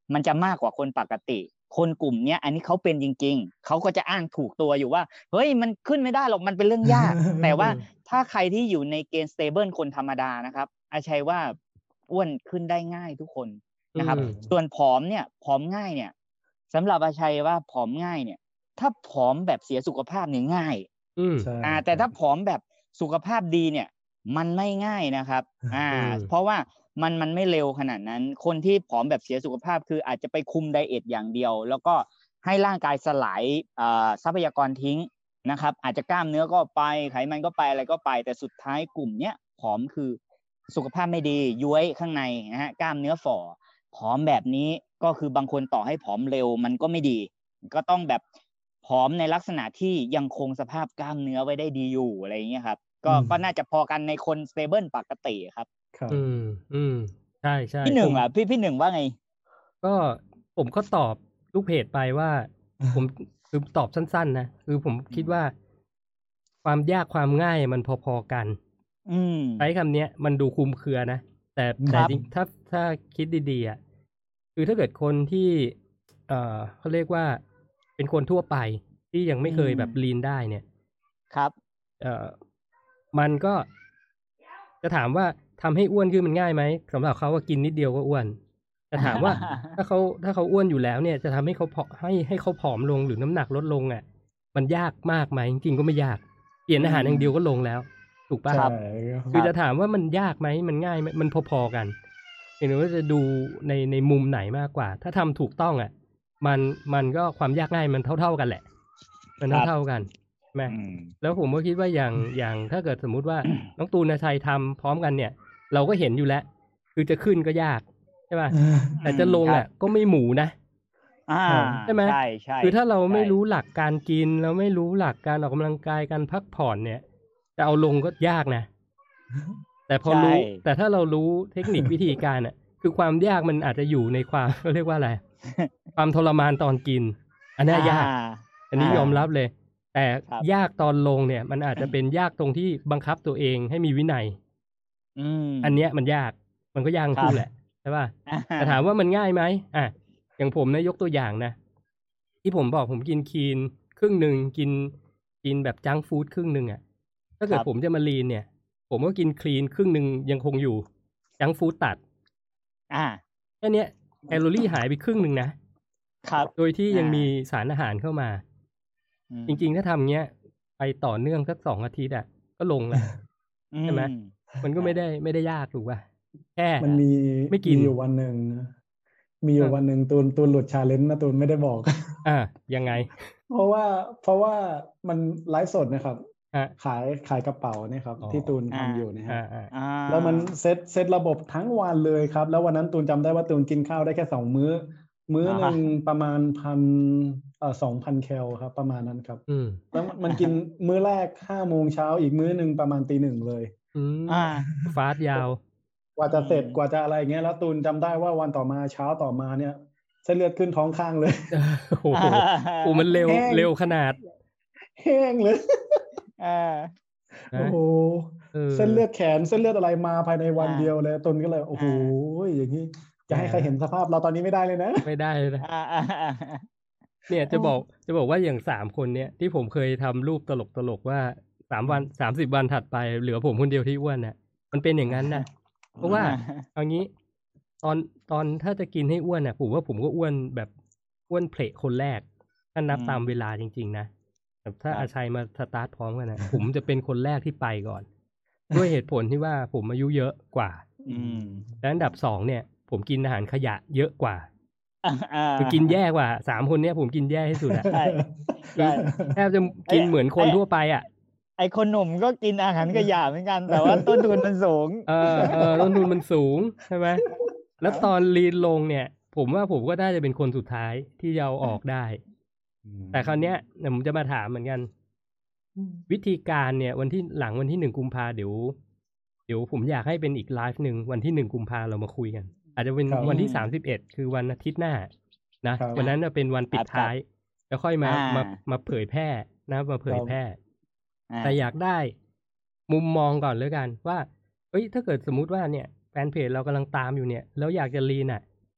[SPEAKER 3] มันจะมากกว่าคนปกติคนกลุ่มเนี้ยอันนี้เขาเป็นจริงๆเขาก็จะอ้างถูกตัวอยู่ว่าเฮ้ยมันขึ้นไม่ได้หรอกมันเป็นเรื่องยาก แต่ว่าถ้าใครที่อยู่ในเกณฑ์ stable คนธรรมดานะครับอาชัยว่าอ้วนขึ้นได้ง่ายทุกคนนะครับส่วนผอมเนี่ยผอมง่ายเนี่ยสำหรับอาชัยว่าผอมง่ายเนี่ยถ้าผอมแบบเสียสุขภาพเนี่ยง่ายอ่าแต่ถ้าผอมแบบสุขภาพดีเนี่ยมันไม่ง่ายนะครับอ่าเพราะว่ามันมันไม่เร็วขนาดนั้นคนที่ผอมแบบเสียสุขภาพคืออาจจะไปคุมไดเอทอย่างเดียวแล้วก็ให้ร่างกายสลายอ่าทรัพยากรทิ้งนะครับอาจจะกล้ามเนื้อก็ไปไขมันก็ไปอะไรก็ไปแต่สุดท้ายกลุ่มเนี้ยผอมคือสุขภาพไม่ดีย้วยข้างในนะฮะกล้ามเนื้อฝ่อผอมแบบนี้ก็คือบางคนต่อให้ผอมเร็วมันก็ไม่ดีก็ต้องแบบผอมในลักษณะที่ยังคงสภาพกล้ามเนื้อไว้ได้ดีอยู่อะไรอย่างเงี้ยครับก็ก็น่าจะพอกันในคนสเตเบิลปกติครับ
[SPEAKER 1] อืมอืมใช่ใช่
[SPEAKER 3] พี่หนึ่งอ่ะพี่พี่หนึ่งว่าไง
[SPEAKER 1] ก็ผมก็ตอบลูกเพจไปว่าผมคือตอบสั้นๆนะคือผมคิดว่าความยากความง่ายมันพอๆกันใช้คำนี้มันดูคลุมเครือนะแต่แต่จริงถ้าถ้าคิดดีๆอ่ะคือถ้าเกิดคนที่เอ่อเขาเรียกว่าเป็นคนทั่วไปที่ยังไม่เคยแบบลีนได้เนี่ย
[SPEAKER 3] ครับ
[SPEAKER 1] เอ่อมันก็จะถามว่าทำให้อ้วนขึ้นมันง่ายไหมสำหรับเขาว่ากินนิดเดียวก็อ้วนแต่ถามว่า ถ้าเขาถ้าเขาอ้วนอยู่แล้วเนี่ยจะทำให้เขาให้ให้เขาผอมลงหรือน้ำหนักลดลงอ่ะมันยากมากไหมจริงๆก็ไม่ยากเปลี่ยนอาหารอย่างเดียวก็ลงแล้วถูกป่ะครับคือจะถามว่ามันยากไหมมันง่ายไหมมันพอๆกันเห็นว่าจะดูในในมุมไหนมากกว่าถ้าทำถูกต้องอ่ะมันมันก็ความยากง่ายมันเท่าๆกันแหละมันเท่าๆกันใช่ไหมแล้วผมก็คิดว่าอย่างอย่างถ้าเกิดสมมุติว่าน้องตูนณชัยทำพร้อมกันเนี่ยเราก็เห็นอยู่แล้วคือจะขึ้นก็ยากใช่ป่ะแต่จะลงอ่ะก็ไม่หมูนะใช่ไหม
[SPEAKER 3] ใช่ใช่
[SPEAKER 1] คือถ้าเราไม่รู้หลักการกินเราไม่รู้หลักการออกกำลังกายการพักผ่อนเนี่ยจะเอาลงก็ยากนะแต่พอรู้แต่ถ้าเรารู้เทคนิควิธีการอ่ะคือความยากมันอาจจะอยู่ในความเขาเรียกว่าอะไรความทรมานตอนกินอันนี้ยากอันนี้ยอมรับเลยแต่ยากตอนลงเนี่ยมันอาจจะเป็นยากตรงที่บังคับตัวเองให้มีวินัยอันเนี้ยมันยากมันก็ยากคู่แหละใช่ป่ะแต่ถามว่ามันง่ายไหมอ่ะอย่างผมนะยกตัวอย่างนะที่ผมบอกผมกินคีนครึ่งหนึ่งกินกินแบบจังฟู้ดครึ่งหนึ่งอ่ะถ้าเกิดผมจะมาลีนเนี่ยผมก็กินคลีนครึ่งหนึ่งยังคงอยู่จังฟู้ดตัด
[SPEAKER 3] อ่า
[SPEAKER 1] แค่นี้แคลอรี่หายไปครึ่งหนึ่งนะครับโดยที่ยังมีสารอาหารเข้ามาจริงๆถ้าทำเงี้ยไปต่อเนื่องสักสองอาทิตย์อ่ะก็ลงแล้วใช่ไหมมันก็ไม่ได้ไม่ได้ยากถูกป่ะแค่
[SPEAKER 2] มันมี
[SPEAKER 1] ไม่กิน
[SPEAKER 2] อยู่วันหนึ่งมีอยู่วันหนึ่งตูนตูนหลุดชาเลนจ์นะตูนไม่ได้บอก
[SPEAKER 1] อ่ายังไง
[SPEAKER 2] เพราะว่าเพราะว่ามันไลฟ์สดนะครับขายขายกระเป๋าเนี่ยครับที่ตูนทำอยู่นะครับแล้วมันเซตเซตระบบทั้งวันเลยครับแล้ววันนั้นตูนจำได้ว่าตูนกินข้าวได้แค่สองมื้อมื้อหนึ่งประมาณพันเอ่อสองพันแคลครับประมาณนั้นครับแล้วมันกินมื้อแรกห้าโมงเช้าอีกมื้อหนึ่งประมาณตีหนึ่งเลย
[SPEAKER 1] อ่าฟาสยาว
[SPEAKER 2] กว่าจะเสร็จกว่าจะอะไรเงี้ยแล้วตูนจำได้ว่าวันต่อมาเช้าต่อมาเนี่ยเส้นเลือดขึ้นท้องข้างเลย
[SPEAKER 1] โอ้โหโอ้มันเร็วเร็วขนาด
[SPEAKER 2] แห้งเลยโอ้โหเส้นเลือดแขนเส้นเลือดอะไรมาภายในวันเดียวเลยตูนก็เลยโอ้โหอย่างนี้จะให้ใครเห็นสภาพเราตอนนี้ไม่ได้เลยนะ
[SPEAKER 1] ไม่ได้เลยนะเนี่ยจะบอกจะบอกว่าอย่างสามคนเนี้ยที่ผมเคยทำรูปตลกตลกว่าสามวันสามสิบวันถัดไปเหลือผมคนเดียวที่อ้วนน่ะมันเป็นอย่างนั้นนะเพราะว่าเอางี้ตอนตอนถ้าจะกินให้อ้วนน่ะผมว่าผมก็อ้วนแบบอ้วนเพลคนแรกถ้านับตามเวลาจริงๆนะแต่ถ้าอาชัยมาสตาร์ทพร้อมกันนะผมจะเป็นคนแรกที่ไปก่อนด้วยเหตุผลที่ว่าผมอายุเยอะกว่าและอันดับสองเนี่ยผมกินอาหารขยะเยอะกว่าคือกินแย่กว่าสามคนเนี้ยผมกินแย่ที่สุดอ่ะแทบจะกินเหมือนคนทั่วไปอ่ะ
[SPEAKER 3] ไอคนหนุ่มก็กินอาหารขยะเหมือนกันแต่ว่าต้นทุนมันสูง
[SPEAKER 1] เออเออต้นทุนมันสูงใช่ไหมแล้วตอนลีนลงเนี่ยผมว่าผมก็น่าจะเป็นคนสุดท้ายที่จะเอาออกได้แต่คราวเนี้ยผมจะมาถามเหมือนกันวิธีการเนี่ยวันที่หลังวันที่หนึ่งกุมภาเดี๋ยวเดี๋ยวผมอยากให้เป็นอีกไลฟ์หนึ่งวันที่หนึ่งกุมภาเรามาคุยกันอาจจะเป็นวันที่สามสิบเอ็ดคือวันอาทิตย์หน้านะวันนั้นจะเป็นวันปิดท้ายแล้วค่อยมามามาเผยแพร่นะมาเผยแพร่แต่อยากได้มุมมองก่อนเลยกันว่าเอ้ยถ้าเกิดสมมุติว่าเนี่ยแฟนเพจเรากำลังตามอยู่เนี่ยแล้วอยากจะลีนอ่ะ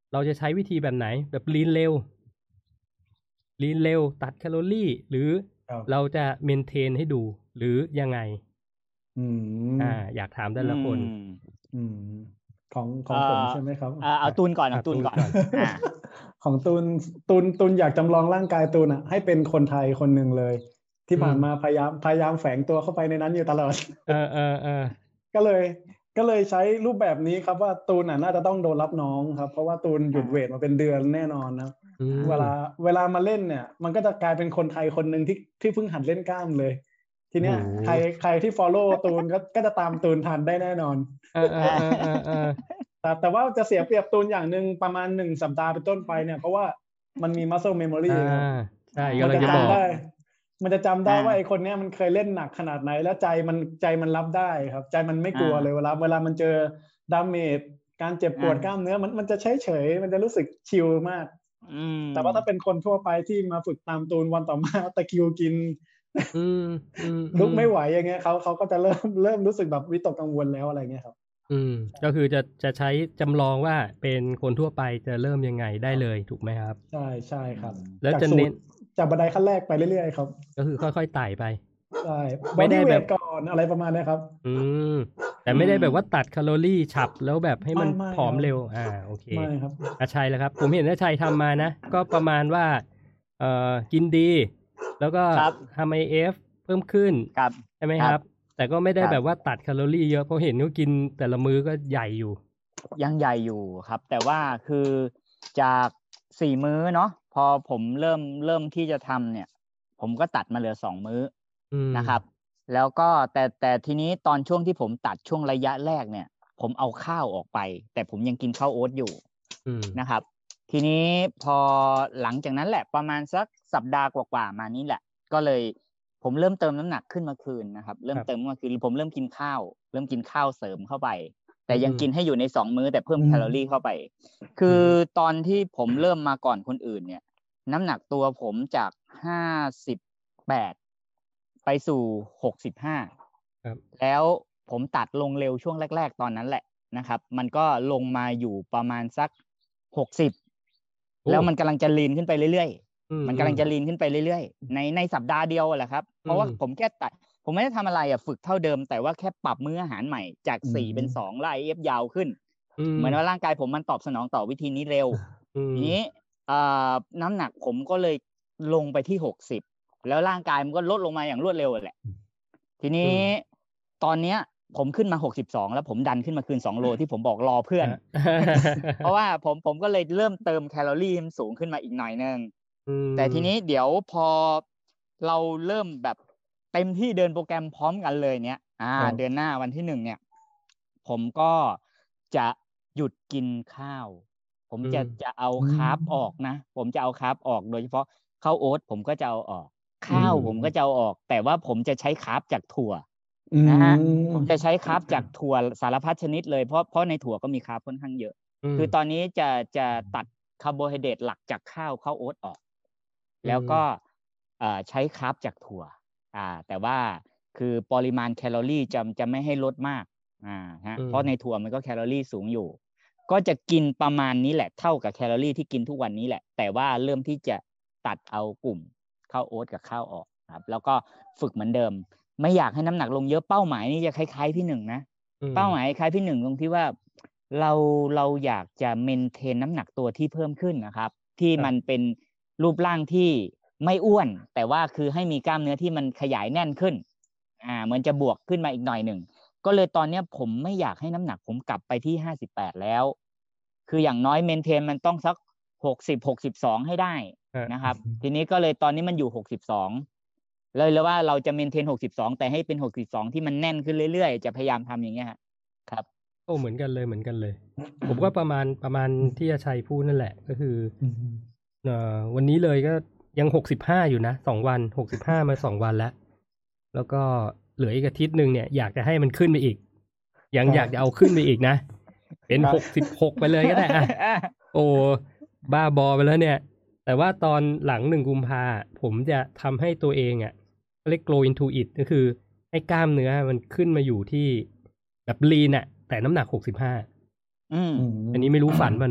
[SPEAKER 1] เราจะใช้วิธีแบบไหนแบบลีนเร็วลีนเร็วตัดแคลอรี่หรือ
[SPEAKER 2] ครับ
[SPEAKER 1] เราจะเมนเทนให้ดูหรือยังไง
[SPEAKER 2] อืม
[SPEAKER 1] อ่าอยากถามแต่ละคน
[SPEAKER 3] อืม
[SPEAKER 2] อืมของของ
[SPEAKER 3] เอ่อ
[SPEAKER 2] ผมใช่ไหมครับ
[SPEAKER 3] เอ่อเอาตูนก่อนเอาตูนก่อน
[SPEAKER 1] อ่ะตูนก่อน
[SPEAKER 3] อ่า
[SPEAKER 2] ของตูนตูนตูนอยากจำลองร่างกายตูนอ่ะให้เป็นคนไทยคนหนึ่งเลย ที่ผ่านมาพยายามพยายามแฝงตัวเข้าไปในนั้นอยู่ตลอด
[SPEAKER 1] เออเออเออ
[SPEAKER 2] ก็เลยก็เลยใช้รูปแบบนี้ครับว่าตูนอ่ะน่าจะต้องโดนรับน้องครับ เพราะว่าตูนหยุด
[SPEAKER 3] อ่า
[SPEAKER 2] เวทมาเป็นเดือนแน่นอนนะครับ
[SPEAKER 1] อืม
[SPEAKER 2] เวลาเวลามาเล่นเนี่ย มันก็จะกลายเป็นคนไทยคนหนึ่งที่ที่เพิ่งหัดเล่นกล้ามเลย ทีเนี้ย
[SPEAKER 1] โอ้โห
[SPEAKER 2] ใครใครที่ follow ตูนก็ก็จะตามตูนทันได้แน่นอน
[SPEAKER 1] เออเออเออเออเออ
[SPEAKER 2] แต่แต่ว่าจะเสียเปรียบตูนอย่างหนึ่งประมาณหนึ่งสัปดาห์เป็นต้นไปเนี่ยเพราะว่ามันมี muscle memory
[SPEAKER 1] อ่า
[SPEAKER 2] ครับ
[SPEAKER 1] ใช่
[SPEAKER 2] มัน
[SPEAKER 1] กำลั
[SPEAKER 2] จะ
[SPEAKER 1] งจะบอก
[SPEAKER 2] จำได้ มันจะจำได้
[SPEAKER 3] อ่า
[SPEAKER 2] ว่าไอ้คนเนี้ยมันเคยเล่นหนักขนาดไหน แล้วใจมันใจมันรับได้ครับ ใจมันไม่กลัว
[SPEAKER 3] อ่า
[SPEAKER 2] เลยเวลาเวลามันเจอดาเมจการเจ็บปวด
[SPEAKER 3] อ่าก
[SPEAKER 2] ล้ามเนื้อมันมันจะเฉยเฉยๆมันจะรู้สึกชิลมาก
[SPEAKER 3] อืม
[SPEAKER 2] แต่ว่าถ้าเป็นคนทั่วไปที่มาฝึกตามตูนวันต่อมา ตะคริวกิน
[SPEAKER 1] อืมอืม
[SPEAKER 2] ลุกไม่ไหวอย่างเงี้ยเขาเขาก็จะเริ่มเริ่มรู้สึกแบบวิตกกังวลแล้วอะไรเงี้ยครับ
[SPEAKER 1] อืมก็คือจะจะใช้จำลองว่าเป็นคนทั่วไปจะเริ่มยังไงได้เลยถูกไหมครับ
[SPEAKER 2] ใช่ใช่ครับ
[SPEAKER 1] แล้ว
[SPEAKER 2] จาก
[SPEAKER 1] จะ
[SPEAKER 2] สู
[SPEAKER 1] เน้
[SPEAKER 2] ต
[SPEAKER 1] น
[SPEAKER 2] รจากบันไดขั้นแรกไปเรื่อยๆครับ
[SPEAKER 1] ก็คือค่อยๆไต่ไป
[SPEAKER 2] ใช่
[SPEAKER 1] ไม่ได้
[SPEAKER 2] body
[SPEAKER 1] แบบ
[SPEAKER 2] weight ก่อนอะไรประมาณเนี้ยครับ
[SPEAKER 1] อืมแต่ไม่ได้แบบว่าตัดแคลอรี่ฉับแล้วแบบให้มัน
[SPEAKER 2] ไม่ไม่
[SPEAKER 1] ผอม
[SPEAKER 2] ครับ
[SPEAKER 1] เร็ว อ่าโอเค
[SPEAKER 2] ไม่ครับ
[SPEAKER 1] อาชัยแล้วครับ ผมเห็นอาชัยทำมานะ ก็ประมาณว่าเอ่อกินดี แล้วก็
[SPEAKER 3] ครับ
[SPEAKER 1] ทำไอเอฟเพิ่มขึ้น
[SPEAKER 3] ครับ
[SPEAKER 1] ใช่ไหม
[SPEAKER 3] ค
[SPEAKER 1] ค
[SPEAKER 3] รั
[SPEAKER 1] รับ บ แต่ก็ไม่ได้
[SPEAKER 3] ครับ
[SPEAKER 1] แบบว่าตัดแคลอรี่เยอะเพราะเห็นเขากินแต่ละมื้อก็ใหญ่อยู่
[SPEAKER 3] ยังใหญ่อยู่ครับ แต่ว่าคือจากสี่มื้อเนาะพอผมเริ่มเริ่มที่จะทำเนี่ย ผมก็ตัดมาเหลือสองมื้อ
[SPEAKER 1] อืม
[SPEAKER 3] นะครับ แล้วก็แต่แต่ทีนี้ตอนช่วงที่ผมตัดช่วงระยะแรกเนี่ย ผมเอาข้าวออกไป แต่ผมยังกินข้าวโอ๊ตอยู่
[SPEAKER 1] อืม
[SPEAKER 3] นะครับ ทีนี้พอหลังจากนั้นแหละประมาณสักสัปดาห์กว่าๆมานี้แหละ ก็เลยผมเริ่มเติมน้ำหนักขึ้นมาคืนนะครับ เริ่
[SPEAKER 1] ค
[SPEAKER 3] ม
[SPEAKER 1] รับ
[SPEAKER 3] เติมขึ้นมาคืนผมเริ่มกินข้าว เริ่มกินข้าวเสริมเข้าไป แต่ยัง
[SPEAKER 1] อืม
[SPEAKER 3] กินให้อยู่ในสองมื้อแต่เพิ่ม
[SPEAKER 2] อืม
[SPEAKER 3] แคลอรี่เข้าไป คือตอนที่ผมเริ่มมาก่อนคนอื่นเนี่ย น้ำหนักตัวผมจากห้าสิบแปดไปสู่หกสิบห้า
[SPEAKER 1] ครับ
[SPEAKER 3] แล้วผมตัดลงเร็วช่วงแรก ๆ ตอนนั้นแหละนะครับ มันก็ลงมาอยู่ประมาณสักหกสิบ
[SPEAKER 1] โอ้
[SPEAKER 3] แล้วมันกำลังจะลีนขึ้นไปเรื่อย
[SPEAKER 1] อืม
[SPEAKER 3] ๆ มันกำลังจะลีนขึ้นไปเรื่อยๆ ในในสัปดาห์เดียวแหละครับ เพราะว่า
[SPEAKER 1] อืม
[SPEAKER 3] ผมแค่ตัด ผมไม่ได้ทำอะไรอ่ะฝึกเท่าเดิม แต่ว่าแค่ปรับมื้ออาหารใหม่จาก
[SPEAKER 2] อืม
[SPEAKER 3] สี่เป็นสองแล้ว ไอ เอฟ ยาวขึ้น
[SPEAKER 1] อืม
[SPEAKER 3] เหมือนว่าร่างกายผมมันตอบสนองต่อวิธีนี้เร็ว
[SPEAKER 1] อืม
[SPEAKER 3] ทีนี้เอ่อน้ำหนักผมก็เลยลงไปที่หกสิบ แล้วร่างกายมันก็ลดลงมาอย่างรวดเร็วแหละ ทีนี้
[SPEAKER 1] อืม
[SPEAKER 3] ตอนเนี้ยผมขึ้นมาหกสิบสองแล้วผมดันขึ้นมาคืนสองโลที่ผมบอกรอเพื่อน
[SPEAKER 1] อ่ะ
[SPEAKER 3] เพราะว่าผมผมก็เลยเริ่มเติมแคลอรี่ให้มันสูงขึ้นมาอีกหน่อยนึง
[SPEAKER 1] อืม
[SPEAKER 3] แต่ทีนี้เดี๋ยวพอเราเริ่มแบบเต็มที่เดินโปรแกรมพร้อมกันเลยเนี้ยอ่า
[SPEAKER 2] ครับ
[SPEAKER 3] เดือนหน้าวันที่หนึ่งเนี่ย ผมก็จะหยุดกินข้าว ผมจะ
[SPEAKER 1] อืม
[SPEAKER 3] จะเอา
[SPEAKER 2] อืม
[SPEAKER 3] คาร์บออกนะ ผมจะเอาคาร์บออกโดยเฉพาะข้าวโอ๊ตผมก็จะเอาออก ข้าว
[SPEAKER 2] อืม
[SPEAKER 3] ผมก็จะเอาออก แต่ว่าผมจะใช้คาร์บจากถั่ว
[SPEAKER 2] อื
[SPEAKER 3] นะฮะ
[SPEAKER 2] ม
[SPEAKER 3] ผมจะใช้คาร์บจากถั่วสารพัดชนิดเลย เพราะเพราะในถั่วก็มีคาร์บค่อนข้างเยอะ
[SPEAKER 1] ม
[SPEAKER 3] คือตอนนี้จะจะตัดคาร์โบไฮเดรตหลักจากข้าวข้าวโอ๊ตออก แล้วก็เอ่อใช้คาร์บจากถั่ว อ่า แต่ว่าคือปริมาณแคลอรี่จะจะไม่ให้ลดมาก อ่าฮะ
[SPEAKER 1] อืม
[SPEAKER 3] เพราะในถั่วมันก็แคลอรี่สูงอยู่ ก็จะกินประมาณนี้แหละ เท่ากับแคลอรี่ที่กินทุกวันนี้แหละ แต่ว่าเริ่มที่จะตัดเอากลุ่มข้าวโอ๊ตกับข้าวออกครับ แล้วก็ฝึกเหมือนเดิม ไม่อยากให้น้ำหนักลงเยอะเป้าหมายนี่จะคล้ายๆพี่หนึ่งนะ
[SPEAKER 1] อืม
[SPEAKER 3] เป้าหมายคล้ายพี่หนึ่งตรงที่ว่าเราเราอยากจะเมนเทนน้ำหนักตัวที่เพิ่มขึ้นนะครับ ที่
[SPEAKER 1] ครับ
[SPEAKER 3] มันเป็นรูปร่างที่ไม่อ้วน แต่ว่าคือให้มีกล้ามเนื้อที่มันขยายแน่นขึ้น อ่าเหมือนจะบวกขึ้นมาอีกหน่อยหนึ่ง ก็เลยตอนเนี้ยผมไม่อยากให้น้ำหนักผมกลับไปที่ห้าสิบแปดแล้ว คืออย่างน้อยเมนเทนมันต้องสักหกสิบ หกสิบสองให้ได้
[SPEAKER 1] ฮะ
[SPEAKER 3] นะครับ ทีนี้ก็เลยตอนนี้มันอยู่หกสิบสอง เลยเลยว่าเราจะเมนเทนหกสิบสองแต่ให้เป็นหกสิบสองที่มันแน่นขึ้นเรื่อยๆ จะพยายามทำอย่างเงี้ยฮะครับ
[SPEAKER 1] โอ้เหมือนกันเลยเหมือนกันเลย ผมก็ประมาณประมาณที่อาชัยพูดนั่นแหละ ก็คือ
[SPEAKER 2] อืม
[SPEAKER 1] เอ่อวันนี้เลยก็ยังหกสิบห้าอยู่นะสองวันหกสิบห้ามาสองวันแล้ว แล้วก็เหลืออีกอาทิตย์หนึ่งเนี่ยอยากจะให้มันขึ้นไปอีก ยัง
[SPEAKER 2] ครับ
[SPEAKER 1] อยากจะเอาขึ้นไปอีกนะ เป็น
[SPEAKER 2] ครับ
[SPEAKER 1] หกสิบหกไปเลยก็ได้อะโอ้บ้าบอไปแล้วเนี่ย แต่ว่าตอนหลังหนึ่งกุมภาผมจะทำให้ตัวเองอ่ะเรียก grow into it ก็คือให้กล้ามเนื้อมันขึ้นมาอยู่ที่แบบลีนอ่ะแต่น้ำหนักหกสิบห้า
[SPEAKER 3] อืม
[SPEAKER 2] อืม
[SPEAKER 1] อันนี้ไม่รู้ฝันป่ะนะ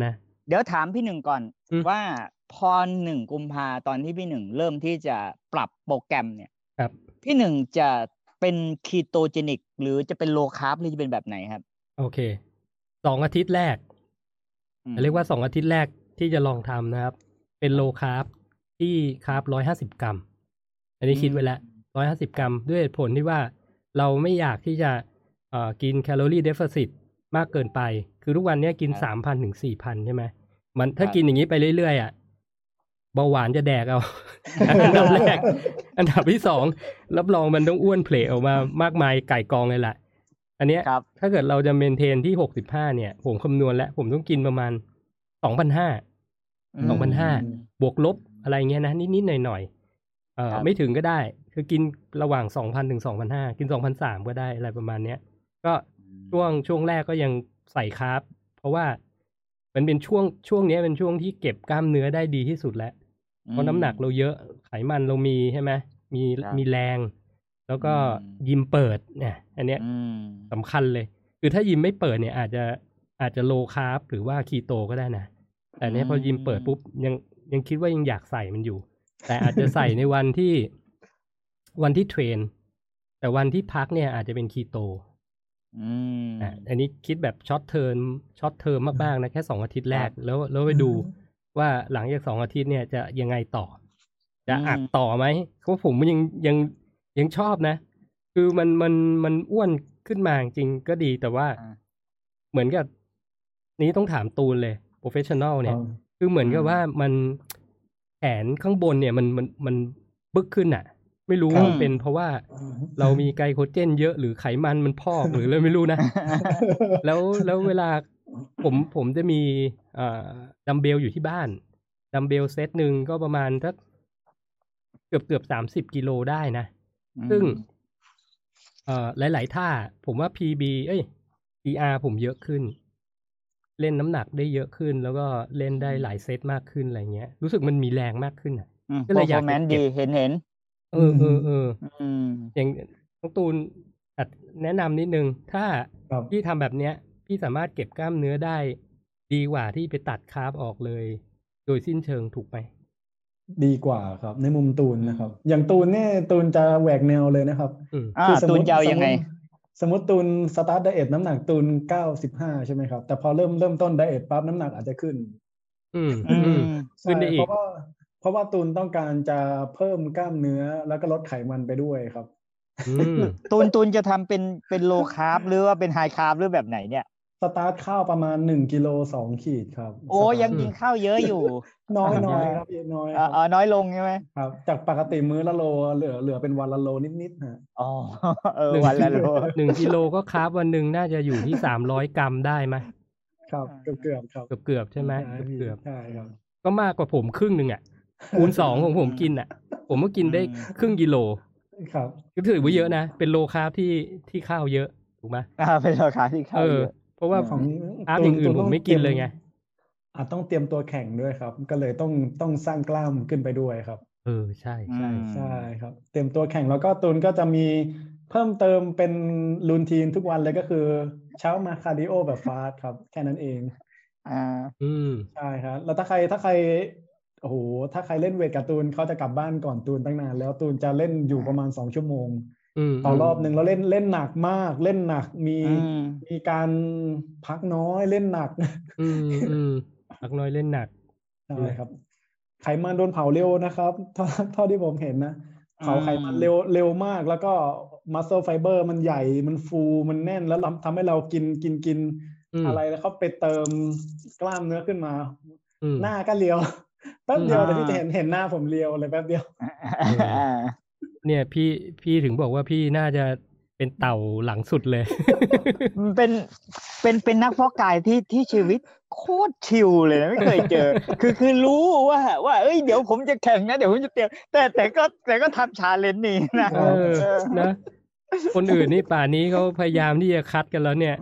[SPEAKER 3] เดี๋ยวถามพี่หนึ่งก่อน
[SPEAKER 1] อืม
[SPEAKER 3] ว่าพอหนึ่งกุมภาตอนที่พี่หนึ่งเริ่มที่จะปรับโปรแกรมเนี่ย
[SPEAKER 1] ครับ
[SPEAKER 3] พี่หนึ่งจะเป็นคีโตเจนิกหรือจะเป็นโลคาร์บหรือจะเป็นแบบไหนครับ
[SPEAKER 1] โอเคสองอาทิตย์แรก
[SPEAKER 3] อืม
[SPEAKER 1] เรียกว่าสองอาทิตย์แรกที่จะลองทำนะครับ เป็นโลคาร์บที่คาร์บร้อยห้าสิบกรัม อันนี้คิดไว้แล้วร้อยห้าสิบกรัม ด้วยเหตุผลที่ว่าเราไม่อยากที่จะเอ่อกินแคลอรี่เดฟเฟซิตมากเกินไป คือทุกวันเนี้ยกิน สามพัน ถึง สี่พัน ใช่ไหมมันถ้ากินอย่างนี้ไปเรื่อยๆอ่ะเบาหวานจะแดกเอา อันดับแรก อันดับที่สองรับรองมันต้องอ้วนเพลออกมามากมายไก่กองเลยแหละอันเนี้ย
[SPEAKER 3] ครับ
[SPEAKER 1] ถ้าเกิดเราจะเมนเทนที่หกสิบห้าเนี่ย ผมคำนวณแล้ว ผมต้องกินประมาณ สองพันห้าร้อย
[SPEAKER 3] อืม
[SPEAKER 1] สองพันห้าร้อย บวกลบอะไรเงี้ยนะนิดๆหน่อยๆเอ่อ
[SPEAKER 3] ครับ
[SPEAKER 1] ไม่ถึงก็ได้ คือกินระหว่าง สองพัน ถึง สองพันห้าร้อย กิน สองพันสามร้อย ก็ได้อะไรประมาณเนี้ย ก็ช่วงช่วงแรกก็ยังใส่คาร์บเพราะว่ามันเป็นช่วงช่วงเนี้ยเป็นช่วงที่เก็บกล้ามเนื้อได้ดีที่สุดแล้ว เพราะน้ำหนักเราเยอะไขมันเรามีใช่ไหมมี
[SPEAKER 3] ครับ
[SPEAKER 1] มีแรง แล้วก็
[SPEAKER 3] อืม
[SPEAKER 1] ยิมเปิดเนี่ย อันเนี้ย
[SPEAKER 3] อืม
[SPEAKER 1] สำคัญเลย คือถ้ายิมไม่เปิดเนี่ยอาจจะอาจจะโลคาร์บหรือว่าคีโตก็ได้นะ แต่เนี้ยพอยิมเปิดปุ๊บยังยังคิดว่ายังอยากใส่มันอยู่ แต่อาจจะใส่ในวันที่วันที่เทรน แต่วันที่พักเนี่ยอาจจะเป็นคีโต
[SPEAKER 3] อืม
[SPEAKER 1] อ่ะอันนี้คิดแบบช็อตเทอมช็อตเทอมมากๆนะแค่สองอาทิตย์แรก
[SPEAKER 3] ครับ
[SPEAKER 1] แล้วแล้วไปดูว่าหลังจากสองอาทิตย์เนี่ยจะยังไงต่อ จะ
[SPEAKER 3] อืม
[SPEAKER 1] อัดต่อไหมเพราะผมยังยังยังชอบนะ คือมันมันมันอ้วนขึ้นมาจริงๆก็ดีแต่ว่า
[SPEAKER 3] อ่า
[SPEAKER 1] เหมือนกับนี้ต้องถามตูนเลยโปรเฟชชั่นอลเนี่ย
[SPEAKER 2] ครับ
[SPEAKER 1] คือเหมือนกับ
[SPEAKER 3] อืม
[SPEAKER 1] ว่ามันแขนข้างบนเนี่ยมันมันมันบึกขึ้นอ่ะ ไม่รู้
[SPEAKER 3] ครับ
[SPEAKER 1] ว่ามันเป็นเพราะว่าเรามีไกลโคเจนเยอะหรือไขมันมันพอกหรืออะไรไม่รู้นะ แล้วแล้วเวลาผมผมจะมีเอ่อดัมเบลอยู่ที่บ้าน ดัมเบลเซตหนึ่งก็ประมาณสักเกือบเกือบสามสิบกิโลได้นะ ซึ่ง เอ่อหลาย ๆ ท่า ผมว่า พี บี เอ้ย พี อาร์ ผมเยอะขึ้น เล่นน้ำหนักได้เยอะขึ้น แล้วก็เล่นได้หลายเซตมากขึ้นอะไรเงี้ย รู้สึกมันมีแรงมากขึ้นอ่ะ
[SPEAKER 3] อืม
[SPEAKER 1] ก็เลยอยากจะ
[SPEAKER 3] performance
[SPEAKER 1] เก็บ
[SPEAKER 3] ดีเห็นเห็น
[SPEAKER 1] เออเออเออ
[SPEAKER 3] อืม
[SPEAKER 1] อย่างน้องตูนอาจแนะนำนิดนึง ถ้า
[SPEAKER 2] ครับ
[SPEAKER 1] พี่ทำแบบเนี้ย พี่สามารถเก็บกล้ามเนื้อได้ดีกว่าที่ไปตัดคาร์บออกเลย โดยสิ้นเชิงถูกไหม
[SPEAKER 2] ดีกว่าครับ ในมุมตูนนะครับ อย่างตูนเนี่ยตูนจะแหวกแนวเลยนะครับ
[SPEAKER 1] อืม
[SPEAKER 3] อ่า
[SPEAKER 2] คือสม
[SPEAKER 3] ตู
[SPEAKER 2] ม
[SPEAKER 3] น
[SPEAKER 2] ติ
[SPEAKER 3] จะเอา
[SPEAKER 2] สม
[SPEAKER 3] ยัง
[SPEAKER 2] ม
[SPEAKER 3] ไง
[SPEAKER 2] ติสมมติตูนสตาร์ทไดเอทน้ำหนักตูนเก้าสิบห้าใช่ไหมครับ แต่พอเริ่มเริ่มต้นไดเอทปั๊บน้ำหนักอาจจะขึ้น
[SPEAKER 1] อืม
[SPEAKER 3] อื
[SPEAKER 1] อืม
[SPEAKER 3] ม
[SPEAKER 1] ขึ้นได้
[SPEAKER 2] ใช่
[SPEAKER 1] อี
[SPEAKER 2] เพ
[SPEAKER 1] ก
[SPEAKER 2] ราะว่าเพราะว่าตูนต้องการจะเพิ่มกล้ามเนื้อแล้วก็ลดไขมันไปด้วยครับ
[SPEAKER 1] อืม
[SPEAKER 3] ตูนตูนจะทำเป็นเป็นโลคาร์บหรือว่าเป็นไฮคาร์บหรือแบบไหนเนี่ย
[SPEAKER 2] สตาร์ทข้าวประมาณหนึ่งกิโลสองขีดครับ
[SPEAKER 3] โอ้
[SPEAKER 2] สตาร์ท
[SPEAKER 3] ยังกินข้าวเยอะอยู่
[SPEAKER 2] น้อยน้อย
[SPEAKER 3] อ่า
[SPEAKER 2] ครับพี่น้อย
[SPEAKER 3] อ่า
[SPEAKER 2] ครับ
[SPEAKER 3] อ่าน้อยลงใช่ไหม
[SPEAKER 2] ครับ จากปกติมื้อละโลเหลือเหลือเป็นวันละโลนิดๆฮะ
[SPEAKER 3] อ๋อ เออ
[SPEAKER 1] หนึ่ง
[SPEAKER 3] วันละโล
[SPEAKER 1] หนึ่งกิโลก็คาร์บวันหนึ่งน่าจะอยู่ที่สามร้อยกรัมได้ไหม
[SPEAKER 2] ครับเกือบเกือบๆครับ
[SPEAKER 1] เกือบเกือบๆใช่ไหม
[SPEAKER 2] ใช่
[SPEAKER 1] เกือบ
[SPEAKER 2] พี่
[SPEAKER 1] เกือบ
[SPEAKER 2] ใช่ครับ
[SPEAKER 1] ๆก็มากกว่าผมครึ่งหนึ่งอ่ะ คูณสองของผมกินอ่ะ ผมก็กินได้
[SPEAKER 3] อืม
[SPEAKER 1] ครึ่งกิโล
[SPEAKER 2] ครับ
[SPEAKER 1] ก็ถือว่าเยอะนะ เป็นโลคาร์บที่ที่ข้าวเยอะถูกไหม
[SPEAKER 3] อ่าเป็นโลคาร์บที่
[SPEAKER 1] เอ
[SPEAKER 3] ข้าว
[SPEAKER 1] อ
[SPEAKER 3] เยอะ
[SPEAKER 1] เพราะว่า
[SPEAKER 2] ของ
[SPEAKER 1] คาร์บ
[SPEAKER 2] ตู
[SPEAKER 1] อน ย่างอื่น
[SPEAKER 2] ตู
[SPEAKER 1] ผม
[SPEAKER 2] ต้อง
[SPEAKER 1] ไม่กิน
[SPEAKER 2] ตรี
[SPEAKER 1] เลยไง
[SPEAKER 2] อาจต้องเตรียมตัวแข่งด้วยครับ ก็เลยต้องต้องสร้างกล้ามขึ้นไปด้วยครับ
[SPEAKER 1] เออใช่ใช่
[SPEAKER 3] อืม
[SPEAKER 2] ใช่ครับ เตรียมตัวแข่งแล้วก็ตูนก็จะมีเพิ่มเติมเป็นรูทีนทุกวันเลยก็คือ เช้ามาคาร์ดิโอแบบฟาสต์ครับ แค่นั้นเอง
[SPEAKER 3] อ่า
[SPEAKER 1] อืม
[SPEAKER 2] ใช่ครับ แล้วถ้าใครถ้าใครโอ้โหถ้าใครเล่นเวทกับตูนเขาจะกลับบ้านก่อนตูนตั้งนานแล้วตูนจะเล่นอยู่ประมาณสองชั่วโมง
[SPEAKER 1] อืม
[SPEAKER 2] ต่อรอบหนึ่งแล้วเล่นเล่นหนักมาก เล่นหนักมี
[SPEAKER 3] อืม
[SPEAKER 2] มีการพักน้อยเล่นหนัก
[SPEAKER 1] อืมอืมพักน้อยเล่นหนัก
[SPEAKER 2] ใช่ครับ ไขมันโดนเผาเร็วนะครับเท่าเท่าที่ผมเห็นนะเผาไขมัน
[SPEAKER 3] อืม
[SPEAKER 2] เร็วเร็วมาก แล้วก็มัสเซ l ไฟเบอร์มันใหญ่มันฟูมันแน่นแล้วทำให้เรากินกินกิน
[SPEAKER 1] อืม
[SPEAKER 2] อะไรแล้วเขาไปเติมกล้ามเนื้อขึ้นมา
[SPEAKER 1] อืม
[SPEAKER 2] หน้าก็เรียว แป๊บเดียว
[SPEAKER 3] อืม
[SPEAKER 2] แต่พี่จะเห็นเห็นหน้าผมเรียวเลยแป๊บเดียว
[SPEAKER 3] อ่า
[SPEAKER 1] เนี่ยพี่พี่ถึงบอกว่าพี่น่าจะเป็นเต่าหลังสุดเลย
[SPEAKER 3] มันเป็นเป็นเป็นนักเพาะกายที่ที่ชีวิตโคตรชิลเลยนะไม่เคยเจอ คือคือรู้ว่าว่าเอ้ยเดี๋ยวผมจะแข่งนะเดี๋ยวผมจะเตรียมแต่แต่ก็แต่ก็ทำชาเลนจ์นี้นะ
[SPEAKER 1] เออ
[SPEAKER 3] เออ
[SPEAKER 1] นะ คนอื่นนี่ป่านนี้เขาพยายามที่จะคัดกันแล้วเนี่ย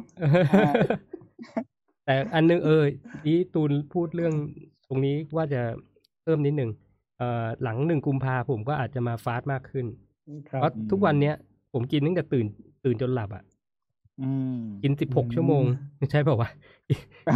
[SPEAKER 1] แต่อันนึงเออที่ตูนพูดเรื่องตรงนี้ว่าจะเพิ่มนิดหนึ่งเอ่อหลังหนึ่งกุมภาผมก็อาจจะมาฟาสต์มากขึ้น
[SPEAKER 2] ครับ
[SPEAKER 1] เพราะทุกวันเนี้ยผมกินตั้งแต่ตื่นตื่นจนหลับอ่ะ
[SPEAKER 3] อืม
[SPEAKER 1] กินสิบหกชั่วโมงไม่ใช่เปล่าวะ คือ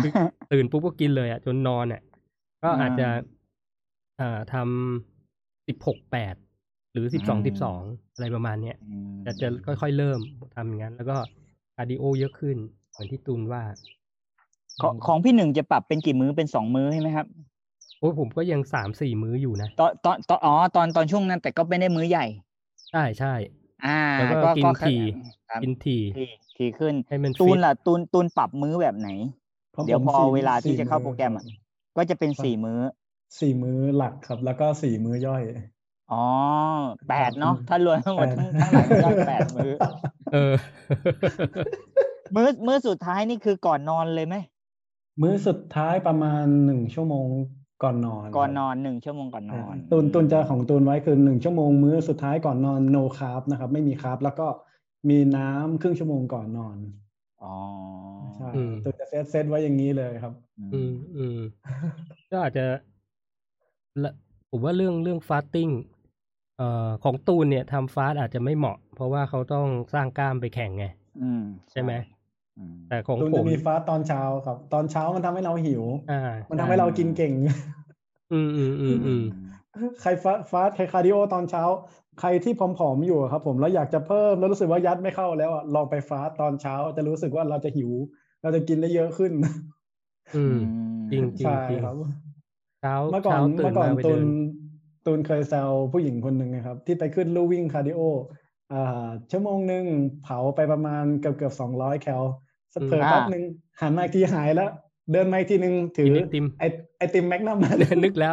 [SPEAKER 1] ตื่นปุ๊บก็กินเลยอ่ะจนนอนอ่ะก็อาจจะ
[SPEAKER 3] อ่า
[SPEAKER 1] อ่าทำสิบหกแปดหรือสิบสองสิบสองอะไรประมาณเนี้ย
[SPEAKER 3] อืม
[SPEAKER 1] จะจะค่อยๆเริ่มทำอย่างนั้น แล้วก็คาร์ดิโอเยอะขึ้นเหมือนที่ตูนว่า
[SPEAKER 3] ของของพี่หนึ่งจะปรับเป็นกี่มื้อเป็นสองมื้อใช่ไหมครับ
[SPEAKER 1] โอ้ยผมก็ยังสามสี่มื้ออยู่นะ
[SPEAKER 3] ตอนตอนตอนอ๋อตอนตอนช่วงนั้นแต่ก็ไม่ได้มื้อใหญ่
[SPEAKER 1] ใช่ใช่
[SPEAKER 3] อ่า
[SPEAKER 1] แล้วก็
[SPEAKER 3] ก็
[SPEAKER 1] กิน
[SPEAKER 3] ก็
[SPEAKER 1] ที
[SPEAKER 3] ครับ
[SPEAKER 1] กินที
[SPEAKER 3] ทีทีขึ้น
[SPEAKER 1] ให้มัน
[SPEAKER 3] ตู
[SPEAKER 1] ฟิ
[SPEAKER 3] น
[SPEAKER 1] ต
[SPEAKER 3] ล่ะตูนตูนปรับมื้อแบบไหน
[SPEAKER 2] ของ
[SPEAKER 3] เดี๋ยว
[SPEAKER 2] ผม
[SPEAKER 3] พอ
[SPEAKER 2] สี่
[SPEAKER 3] เวลาที่
[SPEAKER 2] สี่
[SPEAKER 3] จะเข้า
[SPEAKER 2] มื้อ
[SPEAKER 3] โปรแกรม
[SPEAKER 2] ครั
[SPEAKER 3] อะ
[SPEAKER 2] บ
[SPEAKER 3] ก็จะเป็น
[SPEAKER 2] ครับ
[SPEAKER 3] สี่มื้อ
[SPEAKER 2] สี่มื้อหลักครับ แล้วก็สี่มื้อย่อย
[SPEAKER 3] อ๋อแป
[SPEAKER 2] ครั
[SPEAKER 3] ด
[SPEAKER 2] บ
[SPEAKER 3] เนาะถ้ารวมทั้งหมด
[SPEAKER 2] แปด
[SPEAKER 3] ทั้งทั้งหลายก็แปดมื้อ
[SPEAKER 1] เออ
[SPEAKER 3] มื้อมื้อสุดท้ายนี่คือก่อนนอนเลยไหม
[SPEAKER 2] มื้อสุดท้ายประมาณหนึ่งชั่วโมงก่อนนอน
[SPEAKER 3] ก่อน
[SPEAKER 2] ครับ
[SPEAKER 3] นอนหนึ่งชั่วโมงก่อนน
[SPEAKER 2] อ่า
[SPEAKER 3] อน
[SPEAKER 2] ตูนตูนจะ
[SPEAKER 3] อืม
[SPEAKER 2] ของตูนไว้คือหนึ่งชั่วโมงมื้อสุดท้ายก่อนนอน no carb นะครับ ไม่มีคาร์บแล้วก็มีน้ำครึ่งชั่วโมงก่อนนอน
[SPEAKER 3] อ๋อ
[SPEAKER 2] ใช่
[SPEAKER 1] อืม
[SPEAKER 2] ตูนจะเซตเซตไว้อย่างนี้เลยครับ
[SPEAKER 1] อืมอืมก็อาจจะละผมว่าเรื่องเรื่องฟาสติ้งเอ่อของตูนเนี่ยทำฟาสอาจจะไม่เหมาะ เพราะว่าเขาต้องสร้างกล้ามไปแข่งไง
[SPEAKER 3] อืม
[SPEAKER 1] ใช่ไหม
[SPEAKER 3] อืม
[SPEAKER 1] แต่ของ
[SPEAKER 2] ตูน
[SPEAKER 1] ผ
[SPEAKER 2] จะ
[SPEAKER 1] ม
[SPEAKER 2] มีฟาสต์ตอนเช้าครับ ตอนเช้ามันทำให้เราหิว
[SPEAKER 1] อ่า
[SPEAKER 2] มันทำให้เรากินเก่ง
[SPEAKER 1] อืมอืมอืมอืม
[SPEAKER 2] ใครฟาสฟาสใครคาร์ดิโอตอนเช้า ใครที่ผอมๆอยู่อะครับผมแล้วอยากจะเพิ่มแล้วรู้สึกว่ายัดไม่เข้าแล้วอะลองไปฟาสตอนเช้าจะรู้สึกว่าเราจะหิว เราจะกินได้เยอะขึ้น
[SPEAKER 1] อืม จริงจริง
[SPEAKER 2] ใช่
[SPEAKER 1] จริง
[SPEAKER 2] ครับ
[SPEAKER 1] เช้า
[SPEAKER 2] เมื่อก่อน
[SPEAKER 1] เช้าตื่
[SPEAKER 2] เมื่
[SPEAKER 1] น
[SPEAKER 2] อก่อ
[SPEAKER 1] มาน ไป
[SPEAKER 2] ตู
[SPEAKER 1] เดิ
[SPEAKER 2] น
[SPEAKER 1] น
[SPEAKER 2] ตูนเคยแซวผู้หญิงคนหนึ่งนะครับ ที่ไปขึ้นลู่วิ่งคาร์ดิโออ่าชั่วโมงหนึ่งเผาไปประมาณเกือบเกือบสองร้อยแคลสัก
[SPEAKER 1] อืม
[SPEAKER 2] เผลอ
[SPEAKER 3] อ่า
[SPEAKER 2] แป๊บหนึ่งหันมาอีกทีหายแล้ว เดินมาอีกทีหนึ่งถื
[SPEAKER 1] กิน
[SPEAKER 2] อ
[SPEAKER 1] ไอติม
[SPEAKER 2] ไอไอติมแมกนัมมา
[SPEAKER 1] นึกแล้ว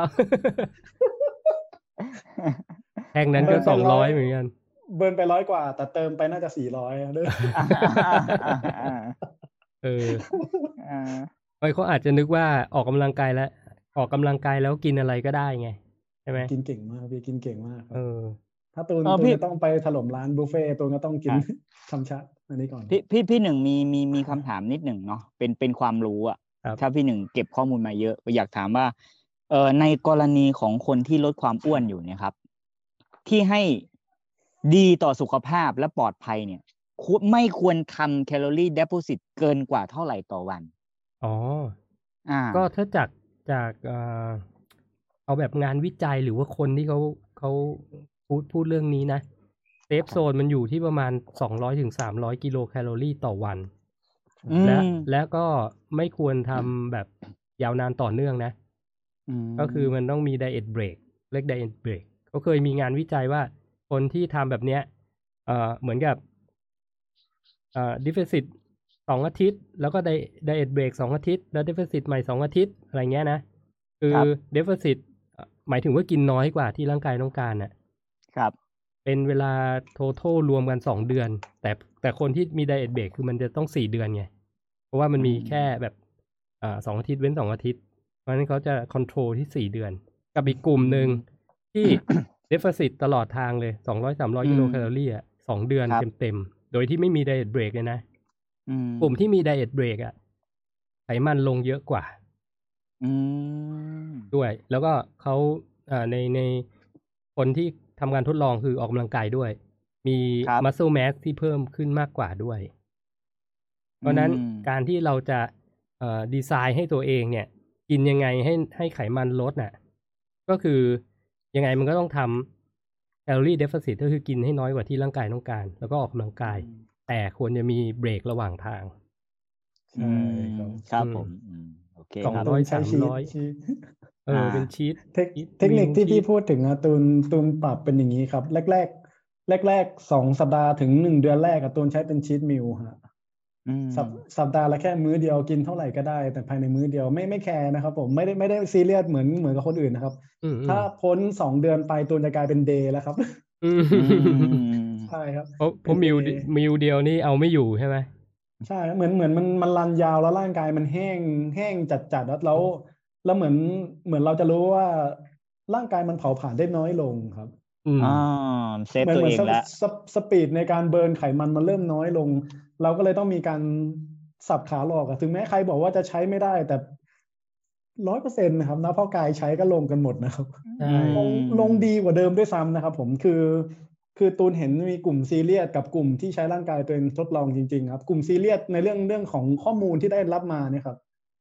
[SPEAKER 1] แท่งนั้น
[SPEAKER 2] เบิ
[SPEAKER 1] ก็
[SPEAKER 2] ร์นไป
[SPEAKER 1] สอง
[SPEAKER 2] ร้
[SPEAKER 1] ร้
[SPEAKER 2] อ
[SPEAKER 1] อย ยเหมือนกัน
[SPEAKER 2] เบิร์นไปร้อยกว่า แต่เติมไปน่าจะสี่ร้อยด้วย
[SPEAKER 3] อ่าอ่าอ่า
[SPEAKER 1] เออ
[SPEAKER 3] อ่า
[SPEAKER 1] เอ้ยเขาอาจจะนึกว่าออกกำลังกายแล้ว ออกกำลังกายแล้วกินอะไรก็ได้ไง ใช่ไหม
[SPEAKER 2] กินเก่งมากพี่กินเก่งมากครั
[SPEAKER 1] เอบ อ
[SPEAKER 2] ถ้าตูน
[SPEAKER 3] เออ
[SPEAKER 2] ตูน
[SPEAKER 3] พี่
[SPEAKER 2] จะต้องไปถล่มร้านบุฟเฟ่ต์ตูนก็ต้องกิน
[SPEAKER 3] อ่ะ
[SPEAKER 2] ทำชะอันนี้ก่อน
[SPEAKER 3] พี่พี่พี่หนึ่งมีมีมีคำถามนิดหนึ่งเนาะเป็นเป็นความรู้อ่ะ
[SPEAKER 1] ครับ
[SPEAKER 3] ถ้าพี่หนึ่งเก็บข้อมูลมาเยอะอยากถามว่าเอ่อในกรณีของคนที่ลดความอ้วนอยู่เนี่ยครับ ที่ให้ดีต่อสุขภาพและปลอดภัยเนี่ยควรไม่ควรทำแคลอรี่เดโพซิตเกินกว่าเท่าไหร่ต่อวัน
[SPEAKER 1] อ๋อ
[SPEAKER 3] อ่า
[SPEAKER 1] ก็ถ้าจากจากเอ่อเอาแบบงานวิจัยหรือว่าคนที่เขาเขาพูดพูดเรื่องนี้นะเซฟโซนมันอยู่ที่ประมาณสองร้อยถึงสามร้อยกิโลแคลอรี่ต่อวัน
[SPEAKER 3] อืม
[SPEAKER 1] และและก็ไม่ควรทำแบบยาวนานต่อเนื่องนะ
[SPEAKER 3] ม
[SPEAKER 1] ก็คือมันต้องมีไดเอทเบรกเรียกไดเอทเบรกเขาเคยมีงานวิจัยว่าคนที่ทำแบบเนี้ยเอ่อเหมือนกับเอ่อดิฟเฟซิตสองอาทิตย์ แล้วก็ไดไดเอทเบรกสองอาทิตย์ แล้วดิฟเฟซิตใหม่สองอาทิตย์อะไรเงี้ยนะ คือ
[SPEAKER 3] ครับ
[SPEAKER 1] ดิฟเฟซิตหมายถึงว่ากินน้อยกว่าที่ร่างกายต้องการน่ะ
[SPEAKER 3] ครับ
[SPEAKER 1] เป็นเวลา total รวมกันสองเดือน แต่แต่คนที่มีไดเอทเบรกคือมันจะต้องสี่เดือนไง เพราะว่ามันมี
[SPEAKER 3] อืม
[SPEAKER 1] แค่แบบอ่าสองอาทิตย์เว้นสองอาทิตย์ เพราะฉะนั้นเขาจะ control ที่สี่เดือน กับอีกกลุ่มหนึ่งที่ deficit ตลอดทางเลยสองร้อยสามร้อย
[SPEAKER 3] อืม
[SPEAKER 1] กิโลแคลอรี่อ่ะสองเดือน
[SPEAKER 3] ครับ
[SPEAKER 1] เต็มๆ โดยที่ไม่มีไดเอทเบรกเลยนะ
[SPEAKER 3] อืม
[SPEAKER 1] กลุ่มที่มีไดเอทเบรกอ่ะไขมันลงเยอะกว่า
[SPEAKER 3] อืม
[SPEAKER 1] ด้วย แล้วก็เขาอ่าในในคนที่ทำการทดลองคือออกกำลังกายด้วย มี
[SPEAKER 3] ครับ
[SPEAKER 1] muscle mass ที่เพิ่มขึ้นมากกว่าด้วย เพราะฉะนั้น
[SPEAKER 3] อืม
[SPEAKER 1] การที่เราจะเอ่อดีไซน์ให้ตัวเองเนี่ย กินยังไงให้ให้ไขมันลดน่ะ ก็คือยังไงมันก็ต้องทำแคลอรี่เดฟ i ซิตก็คือกินให้น้อยกว่าที่ร่างกายต้องการ แล้วก็ออกกำลังกาย แต่ควรจะมีเบรกระหว่างทาง
[SPEAKER 2] ใช่ครับ
[SPEAKER 3] ครับ
[SPEAKER 1] อืม
[SPEAKER 3] ผมอืมโอเค
[SPEAKER 1] สอง
[SPEAKER 3] ครับ
[SPEAKER 1] ร้อย
[SPEAKER 2] ใช้ชีท
[SPEAKER 1] สามร้อย
[SPEAKER 2] ชีท
[SPEAKER 1] เออ
[SPEAKER 3] อ่า
[SPEAKER 1] เป็นชีต
[SPEAKER 2] เทค
[SPEAKER 1] ชีท
[SPEAKER 2] เทคนิค
[SPEAKER 1] มิล
[SPEAKER 2] ที่
[SPEAKER 1] ชี
[SPEAKER 2] พี่
[SPEAKER 1] ท
[SPEAKER 2] พูดถึงอะตูนตูนปรับเป็นอย่างนี้ครับ แรกแรกแรกแรกๆสองสัปดาห์ถึงหนึ่งเดือนแรกอะตูนใช้เป็นชีทมิลฮะ
[SPEAKER 3] อืม
[SPEAKER 2] สัปสัปดาห์ละแค่มื้อเดียวกินเท่าไหร่ก็ได้ แต่ภายในมื้อเดียวไม่ไม่แคร์นะครับผมไม่ได้ไม่ได้ซีเรียสเหมือนเหมือนกับคนอื่นนะครับ
[SPEAKER 1] อืมอืม
[SPEAKER 2] ถ้าพ้นสองเดือนไปตูนจะกลายเป็นเดย์แล้วครับ
[SPEAKER 1] อืม
[SPEAKER 3] อืม
[SPEAKER 2] ใช่ครับ
[SPEAKER 1] เพราะเพราะ
[SPEAKER 2] เป็น
[SPEAKER 1] มิล
[SPEAKER 2] day
[SPEAKER 1] มิลเดียวนี่เอาไม่อยู่ใช่ไหม
[SPEAKER 2] ใช่เหมือนเหมือนมันมันรันยาวแล้วร่างกายมันแห้งแห้งจัดจัดแล้วแล้วแล้วเหมือนเหมือนเราจะรู้ว่าร่างกายมันเผาผลาญได้น้อยลงครับ
[SPEAKER 1] อืม
[SPEAKER 3] อ่าเซฟ
[SPEAKER 2] เหมือน
[SPEAKER 3] ตัว
[SPEAKER 2] เหมื
[SPEAKER 3] เอ
[SPEAKER 2] อน
[SPEAKER 3] งแล้ว
[SPEAKER 2] สปสปีดในการเบิร์นไขมันมันเริ่มน้อยลง เราก็เลยต้องมีการสับขาหลอกอะถึงแม้ใครบอกว่าจะใช้ไม่ได้แต่ร้อยเปอร์เซ็นต์นะครับนะเพราะกายใช้ก็ลงกันหมดนะครับ
[SPEAKER 1] ใช่
[SPEAKER 2] ลงลงดีกว่าเดิมด้วยซ้ำนะครับผมคือคือตูนเห็นมีกลุ่มซีเรียสกับกลุ่มที่ใช้ร่างกายตัวเองทดลองจริงๆครับกลุ่มซีเรียสในเรื่องเรื่องของข้อมูลที่ได้รับมาเนี่ยครับ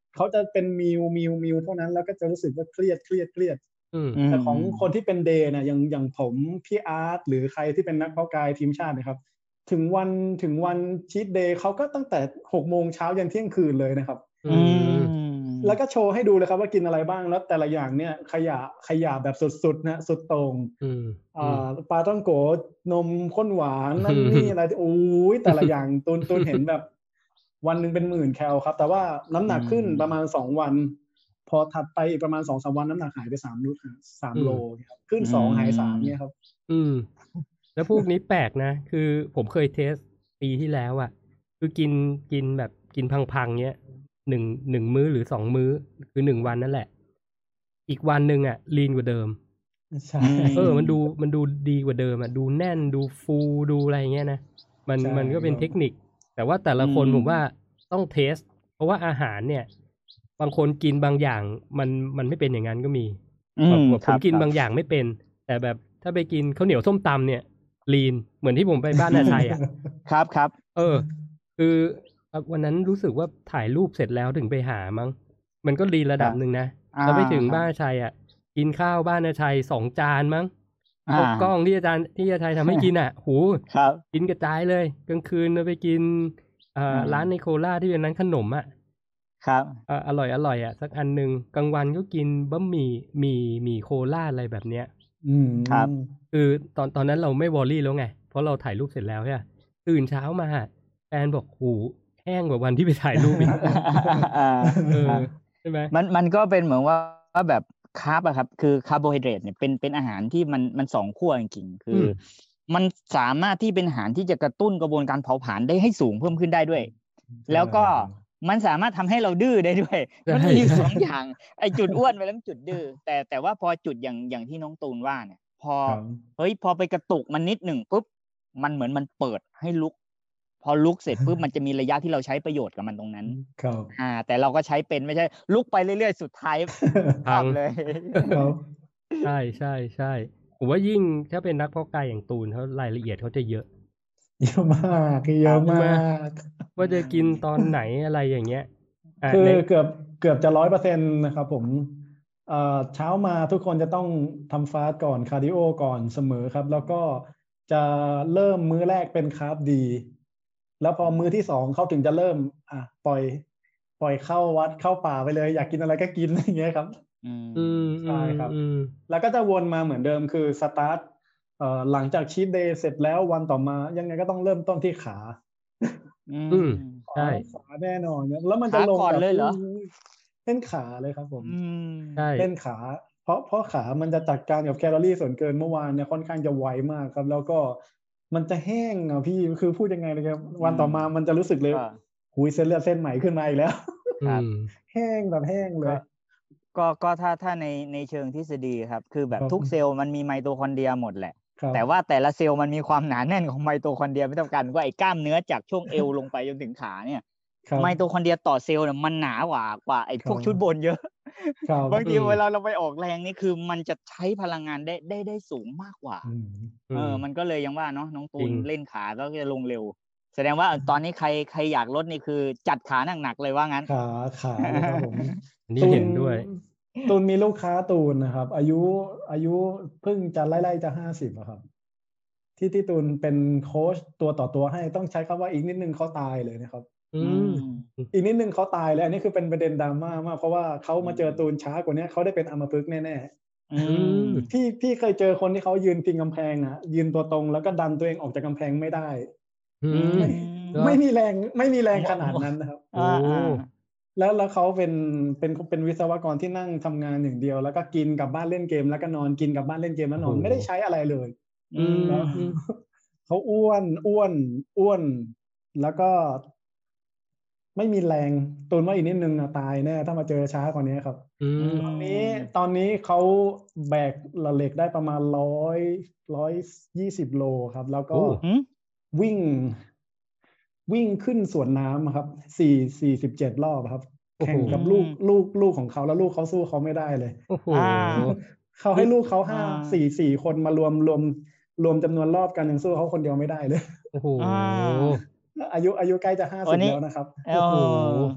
[SPEAKER 2] เขาจะเป็นมิวมิวมิวเท่านั้นแล้วก็จะรู้สึกว่าเครียดเครียดเครียด
[SPEAKER 1] อืม
[SPEAKER 2] แต่ของคนที่เป็นเดย์เนี่ยอย่างอย่างผมพี่อาร์ตหรือใครที่เป็นนักเพาะกายทีมชาตินะครับถึงวันถึงวันชีทเดย์เขาก็ตั้งแต่หกโมงเช้ายันเที่ยงคืนเลยนะครับ
[SPEAKER 1] อืม
[SPEAKER 2] แล้วก็โชว์ให้ดูเลยครับว่ากินอะไรบ้างแล้วแต่ละอย่างเนี่ยขยะขยะแบบสุดๆนะสุดโต่ง
[SPEAKER 1] อืม
[SPEAKER 2] อ่าปลาต้องโกนมข้นหวานนั่นนี่อะไรโอ้ยแต่ละอย่างตูนตูนเห็นแบบวันหนึ่งเป็นหมื่นแคลครับแต่ว่าน้ำหนักขึ้นประมาณสองวันพอถัดไปอีกประมาณสองสามวันน้ำหนักหายไปสามโลสามโลครับขึ้นสองหายสามเนี่ยครับ
[SPEAKER 1] อืม แล้วพวกนี้แปลกนะ คือผมเคยเทสปีที่แล้วอ่ะ คือกินกินแบบกินพังๆเนี้ยหนึ่งหนึ่งมื้อหรือสองมื้อคือหนึ่งวันนั่นแหละ อีกวันหนึ่งอ่ะลีนกว่าเดิม
[SPEAKER 2] ใช่
[SPEAKER 1] เออ มันดูมันดูดีกว่าเดิมอ่ะ ดูแน่นดูฟูดูอะไรเงี้ยนะ มัน
[SPEAKER 2] ใช่
[SPEAKER 1] มันก็เป็น
[SPEAKER 2] ครับ
[SPEAKER 1] เทคนิค แต่ว่าแต่ละคน
[SPEAKER 3] อืม
[SPEAKER 1] ผมว่าต้องเทส เพราะว่าอาหารเนี่ย บางคนกินบางอย่างมันมันไม่เป็นอย่างนั้นก็มี
[SPEAKER 3] อื
[SPEAKER 1] แบบ
[SPEAKER 3] ม
[SPEAKER 1] แบบ
[SPEAKER 3] ค
[SPEAKER 1] ผ
[SPEAKER 3] รั
[SPEAKER 1] ม
[SPEAKER 3] บ
[SPEAKER 1] กิน
[SPEAKER 3] ครับ
[SPEAKER 1] บางอย่างไม่เป็น แต่แบบถ้าไปกินข้าวเหนียวส้มตำเนี่ยลีนเหมือนที่ผมไปบ้านอาชัยอ่ะ
[SPEAKER 3] ครับครับ
[SPEAKER 1] เออ คือวันนั้นรู้สึกว่าถ่ายรูปเสร็จแล้วถึงไปหามั้ง มันก็ลีนระดับหนึ่งนะ
[SPEAKER 3] อ่า
[SPEAKER 1] เราไปถึง
[SPEAKER 3] ครับ
[SPEAKER 1] บ้านอาชัยอ่ะ กินข้าวบ้านอาชัยสองจานมั้ง
[SPEAKER 3] อ่า
[SPEAKER 1] ข้าวกล้องที่อาจารย์ที่อาชัยทำให้กินอ่ะโห
[SPEAKER 3] ครับ
[SPEAKER 1] กินกระจายเลยกลางคืนเราไปกินเอ่อ
[SPEAKER 3] อ่า
[SPEAKER 1] ร้านในโคราชที่เป็นร้านขนมอ่ะ
[SPEAKER 3] ครับ
[SPEAKER 1] เอ่ออร่อยอร่อยอ่ะสักอันหนึ่งกลางวันก็กินบะหมี่หมี่หมี่โคราชอะไรแบบเนี้ย
[SPEAKER 2] อืม
[SPEAKER 3] ครับ
[SPEAKER 1] คือตอนตอนนั้นเราไม่วอรี่แล้วไง เพราะเราถ่ายรูปเสร็จแล้วใช่ปะตื่นเช้ามาแฟนบอกหูแห้งกว่าวันที่ไปถ่ายรูปอีก
[SPEAKER 3] อ่า
[SPEAKER 1] เอ
[SPEAKER 3] ค
[SPEAKER 1] อ
[SPEAKER 3] รับ
[SPEAKER 1] ใช่ไหม
[SPEAKER 3] มันมันก็เป็นเหมือนว่าว่าแบบคาร์บอะครับคือคาร์โบไฮเดรตเนี่ยเป็นเป็นอาหารที่มันมันสองขั้วจริงๆคืออ
[SPEAKER 1] ม
[SPEAKER 3] มันสามารถที่เป็นอาหารที่จะกระตุ้นกระบวนการเผาผลาญได้ให้สูงเพิ่มขึ้นได้ด้วย แล้วก็มันสามารถทำให้เราดื้อได้ด้วย
[SPEAKER 1] ใช่
[SPEAKER 3] มันมีอยู่
[SPEAKER 1] ใช่
[SPEAKER 3] สองอย่างไอ้จุดอ้วนไปแล้วจุดดื้อแต่แต่ว่าพอจุดอย่างอย่างที่น้องตูนว่าเนี่ย พอ
[SPEAKER 2] ครับ
[SPEAKER 3] เฮ้ยพอไปกระตุกมันนิดหนึ่งปุ๊บมันเหมือนมันเปิดให้ลุก พอลุกเสร็จปุ๊บมันจะมีระยะที่เราใช้ประโยชน์กับมันตรงนั้น
[SPEAKER 2] ครับ
[SPEAKER 3] อ่า แต่เราก็ใช้เป็นไม่ใช่ลุกไปเรื่อยๆสุดท้าย
[SPEAKER 1] พั
[SPEAKER 3] พั
[SPEAKER 1] ง
[SPEAKER 3] งเลย
[SPEAKER 2] ครับ
[SPEAKER 1] ใช่ใช่ใช่ผมว่ายิ่งถ้าเป็นนักเพาะกายอย่างตูนเขารายละเอียดเขาจะเยอะ
[SPEAKER 2] เยอะมากเยอะ
[SPEAKER 1] ใช่ไหม
[SPEAKER 2] มาก
[SPEAKER 1] ว่าจะกินตอนไหนอะไรอย่างเงี้ยอ่ะ
[SPEAKER 2] คือ
[SPEAKER 1] ใน
[SPEAKER 2] เกือบเกือบจะร้อยเปอร์เซ็นต์นะครับผมเอ่อเช้ามาทุกคนจะต้องทำฟาสต์ก่อนคาร์ดิโอก่อนเสมอครับ แล้วก็จะเริ่มมื้อแรกเป็นคาร์บดี แล้วพอมื้อที่สองเขาถึงจะเริ่มอ่ะปล่อย ปล่อยเข้าวัดเข้าป่าไปเลย อยากกินอะไรก็กิน อย่างเงี้ยครับ
[SPEAKER 3] อืม
[SPEAKER 1] อืม
[SPEAKER 2] ใช่ครับ
[SPEAKER 1] อืม
[SPEAKER 2] แล้วก็จะวนมาเหมือนเดิมคือสตาร์ทเอ่อหลังจากชีทเดย์เสร็จแล้ววันต่อมายังไงก็ต้องเริ่มต้นที่ขา
[SPEAKER 3] อื
[SPEAKER 1] อืม
[SPEAKER 3] ม
[SPEAKER 1] ใช่
[SPEAKER 2] ขาแน่นอนครับแล้วมันจะ
[SPEAKER 3] ขา
[SPEAKER 2] ลง
[SPEAKER 3] ก่อน
[SPEAKER 2] แบบ
[SPEAKER 3] เลยเหรอ
[SPEAKER 2] เล่นขาเลยครับผม
[SPEAKER 3] อืม
[SPEAKER 1] ใช่
[SPEAKER 2] เล่นขา เพราะเพราะขามันจะจัดการกับแคลอรี่ส่วนเกินเมื่อวานเนี่ยค่อนข้างจะไวมากครับ แล้วก็มันจะแห้งอ่ะพี่คือพูดยังไงเลยครับวันต่อมามันจะรู้สึกเลย
[SPEAKER 3] ก็
[SPEAKER 2] หุยเส้นเลือดเส้นใหม่ขึ้นมาอีกแล้ว
[SPEAKER 1] อืม
[SPEAKER 2] แห้งแบบแห้งเล
[SPEAKER 3] ก็
[SPEAKER 2] ย
[SPEAKER 3] ก็ก็ถ้าถ้าในในเชิงทฤษฎีครับ คือแบบ
[SPEAKER 2] ครับ
[SPEAKER 3] ทุกเซลล์มันมีไมโตคอนเดรียหมดแหละ
[SPEAKER 2] ครับ
[SPEAKER 3] แต่ว่าแต่ละเซลล์มันมีความหนาแน่นของไมโตคอนเดรียไม่เท่ากันว่าไอ้กล้ามเนื้อจากช่วงเอวลงไปจนถึงขาเนี่ย
[SPEAKER 2] ครับ
[SPEAKER 3] ไมโตคอนเดรียต่อเซลล์เนี่ยมันหนากว่ากว่าไอ้พวก
[SPEAKER 2] ครับ
[SPEAKER 3] ชุดบนเยอะ
[SPEAKER 2] ครับ
[SPEAKER 3] บางที
[SPEAKER 1] อืม
[SPEAKER 3] เวลาเราไปออกแรงนี่คือมันจะใช้พลังงานได้ได้ได้สูงมากกว่า
[SPEAKER 2] อืม
[SPEAKER 3] เออ มันก็เลยยังว่าเนาะน้องตู
[SPEAKER 1] จริ
[SPEAKER 3] น
[SPEAKER 1] ง
[SPEAKER 3] เล่นขาก็จะลงเร็ว แสดงว่าตอนนี้ใครใครอยากลดนี่คือจัดขาหนักๆเลยว่างั้น
[SPEAKER 2] ขาขาเลยครับผม
[SPEAKER 1] อันนี้เห็นด้วย
[SPEAKER 2] ตูนมีลูกค้าตูนนะครับ อายุอายุเพิ่งจะไล่ๆจะห้าสิบอะครับ ที่ที่ตูนเป็นโค้ชตัวต่อตัวให้ต้องใช้คำว่าอีกนิดนึงเขาตายเลยนะครับ
[SPEAKER 1] อื
[SPEAKER 3] อื
[SPEAKER 1] ม
[SPEAKER 3] ม
[SPEAKER 2] อีกนิดนึงเขาตายเลยอันนี้คือเป็นประเด็นดราม่ามากเพราะว่าเขามาเจอตูนช้ากว่านี้เขาได้เป็นอัมพฤกษ์แน่
[SPEAKER 3] อื
[SPEAKER 1] อื
[SPEAKER 3] ม
[SPEAKER 1] ม
[SPEAKER 2] ๆพี่พี่เคยเจอคนที่เขายืนพิงกำแพงอะยืนตัวตรงแล้วก็ดันตัวเองออกจากกำแพงไม่ได้
[SPEAKER 1] อื
[SPEAKER 3] อื
[SPEAKER 1] ม
[SPEAKER 3] ม
[SPEAKER 2] ไม่
[SPEAKER 1] เหรอ
[SPEAKER 2] ไม่มีแรงไม่มีแรงขนาดนั้นนะครับ
[SPEAKER 1] โอ้
[SPEAKER 3] อ่าอ่า
[SPEAKER 2] แล้วแล้วเขาเป็นเป็นเป็นวิศวกรที่นั่งทำงานอย่างเดียว แล้วก็กินกลับบ้านเล่นเกมแล้วก็นอนกินกลับบ้านเล่นเกมแล้วนอน
[SPEAKER 1] โอ้โห
[SPEAKER 2] ไม่ได้ใช้อะไรเลย
[SPEAKER 3] อืม
[SPEAKER 2] แล้ว
[SPEAKER 1] อืม
[SPEAKER 2] เขาอ้วนอ้วนอ้วน แล้วก็ ไม่มีแรงตูนว่าอีกนิดนึงอะตายแน่ถ้ามาเจอช้ากว่านี้ครับ
[SPEAKER 1] อืม
[SPEAKER 2] ตอนนี้ตอนนี้เขาแบกเหล็กได้ประมาณร้อยร้อยยี่สิบโลครับ แล้วก็
[SPEAKER 1] โอ้
[SPEAKER 3] หืม
[SPEAKER 2] วิ่ง วิ่งขึ้นสวนน้ำครับสี่สี่สิบเจ็ดรอบครับ
[SPEAKER 1] โอ้โห
[SPEAKER 2] แข่งกับลูกลูกลูกของเขาแล้วลูกเขาสู้เขาไม่ได้เลย
[SPEAKER 1] โอ้โห
[SPEAKER 3] อ่า
[SPEAKER 2] เขาให้ลูกเขาห้า
[SPEAKER 3] อ่า
[SPEAKER 2] สี่สี่คนมารวมรวมรวมจำนวนรอบกันยังสู้เขาคนเดียวไม่ได้เลย
[SPEAKER 1] โอ้โห
[SPEAKER 3] อ่า
[SPEAKER 2] อายุอายุใกล้จะห้า
[SPEAKER 3] วั
[SPEAKER 2] สิบ
[SPEAKER 3] นนี้
[SPEAKER 2] แล้วนะครับ
[SPEAKER 3] โอ้
[SPEAKER 1] โอ้โห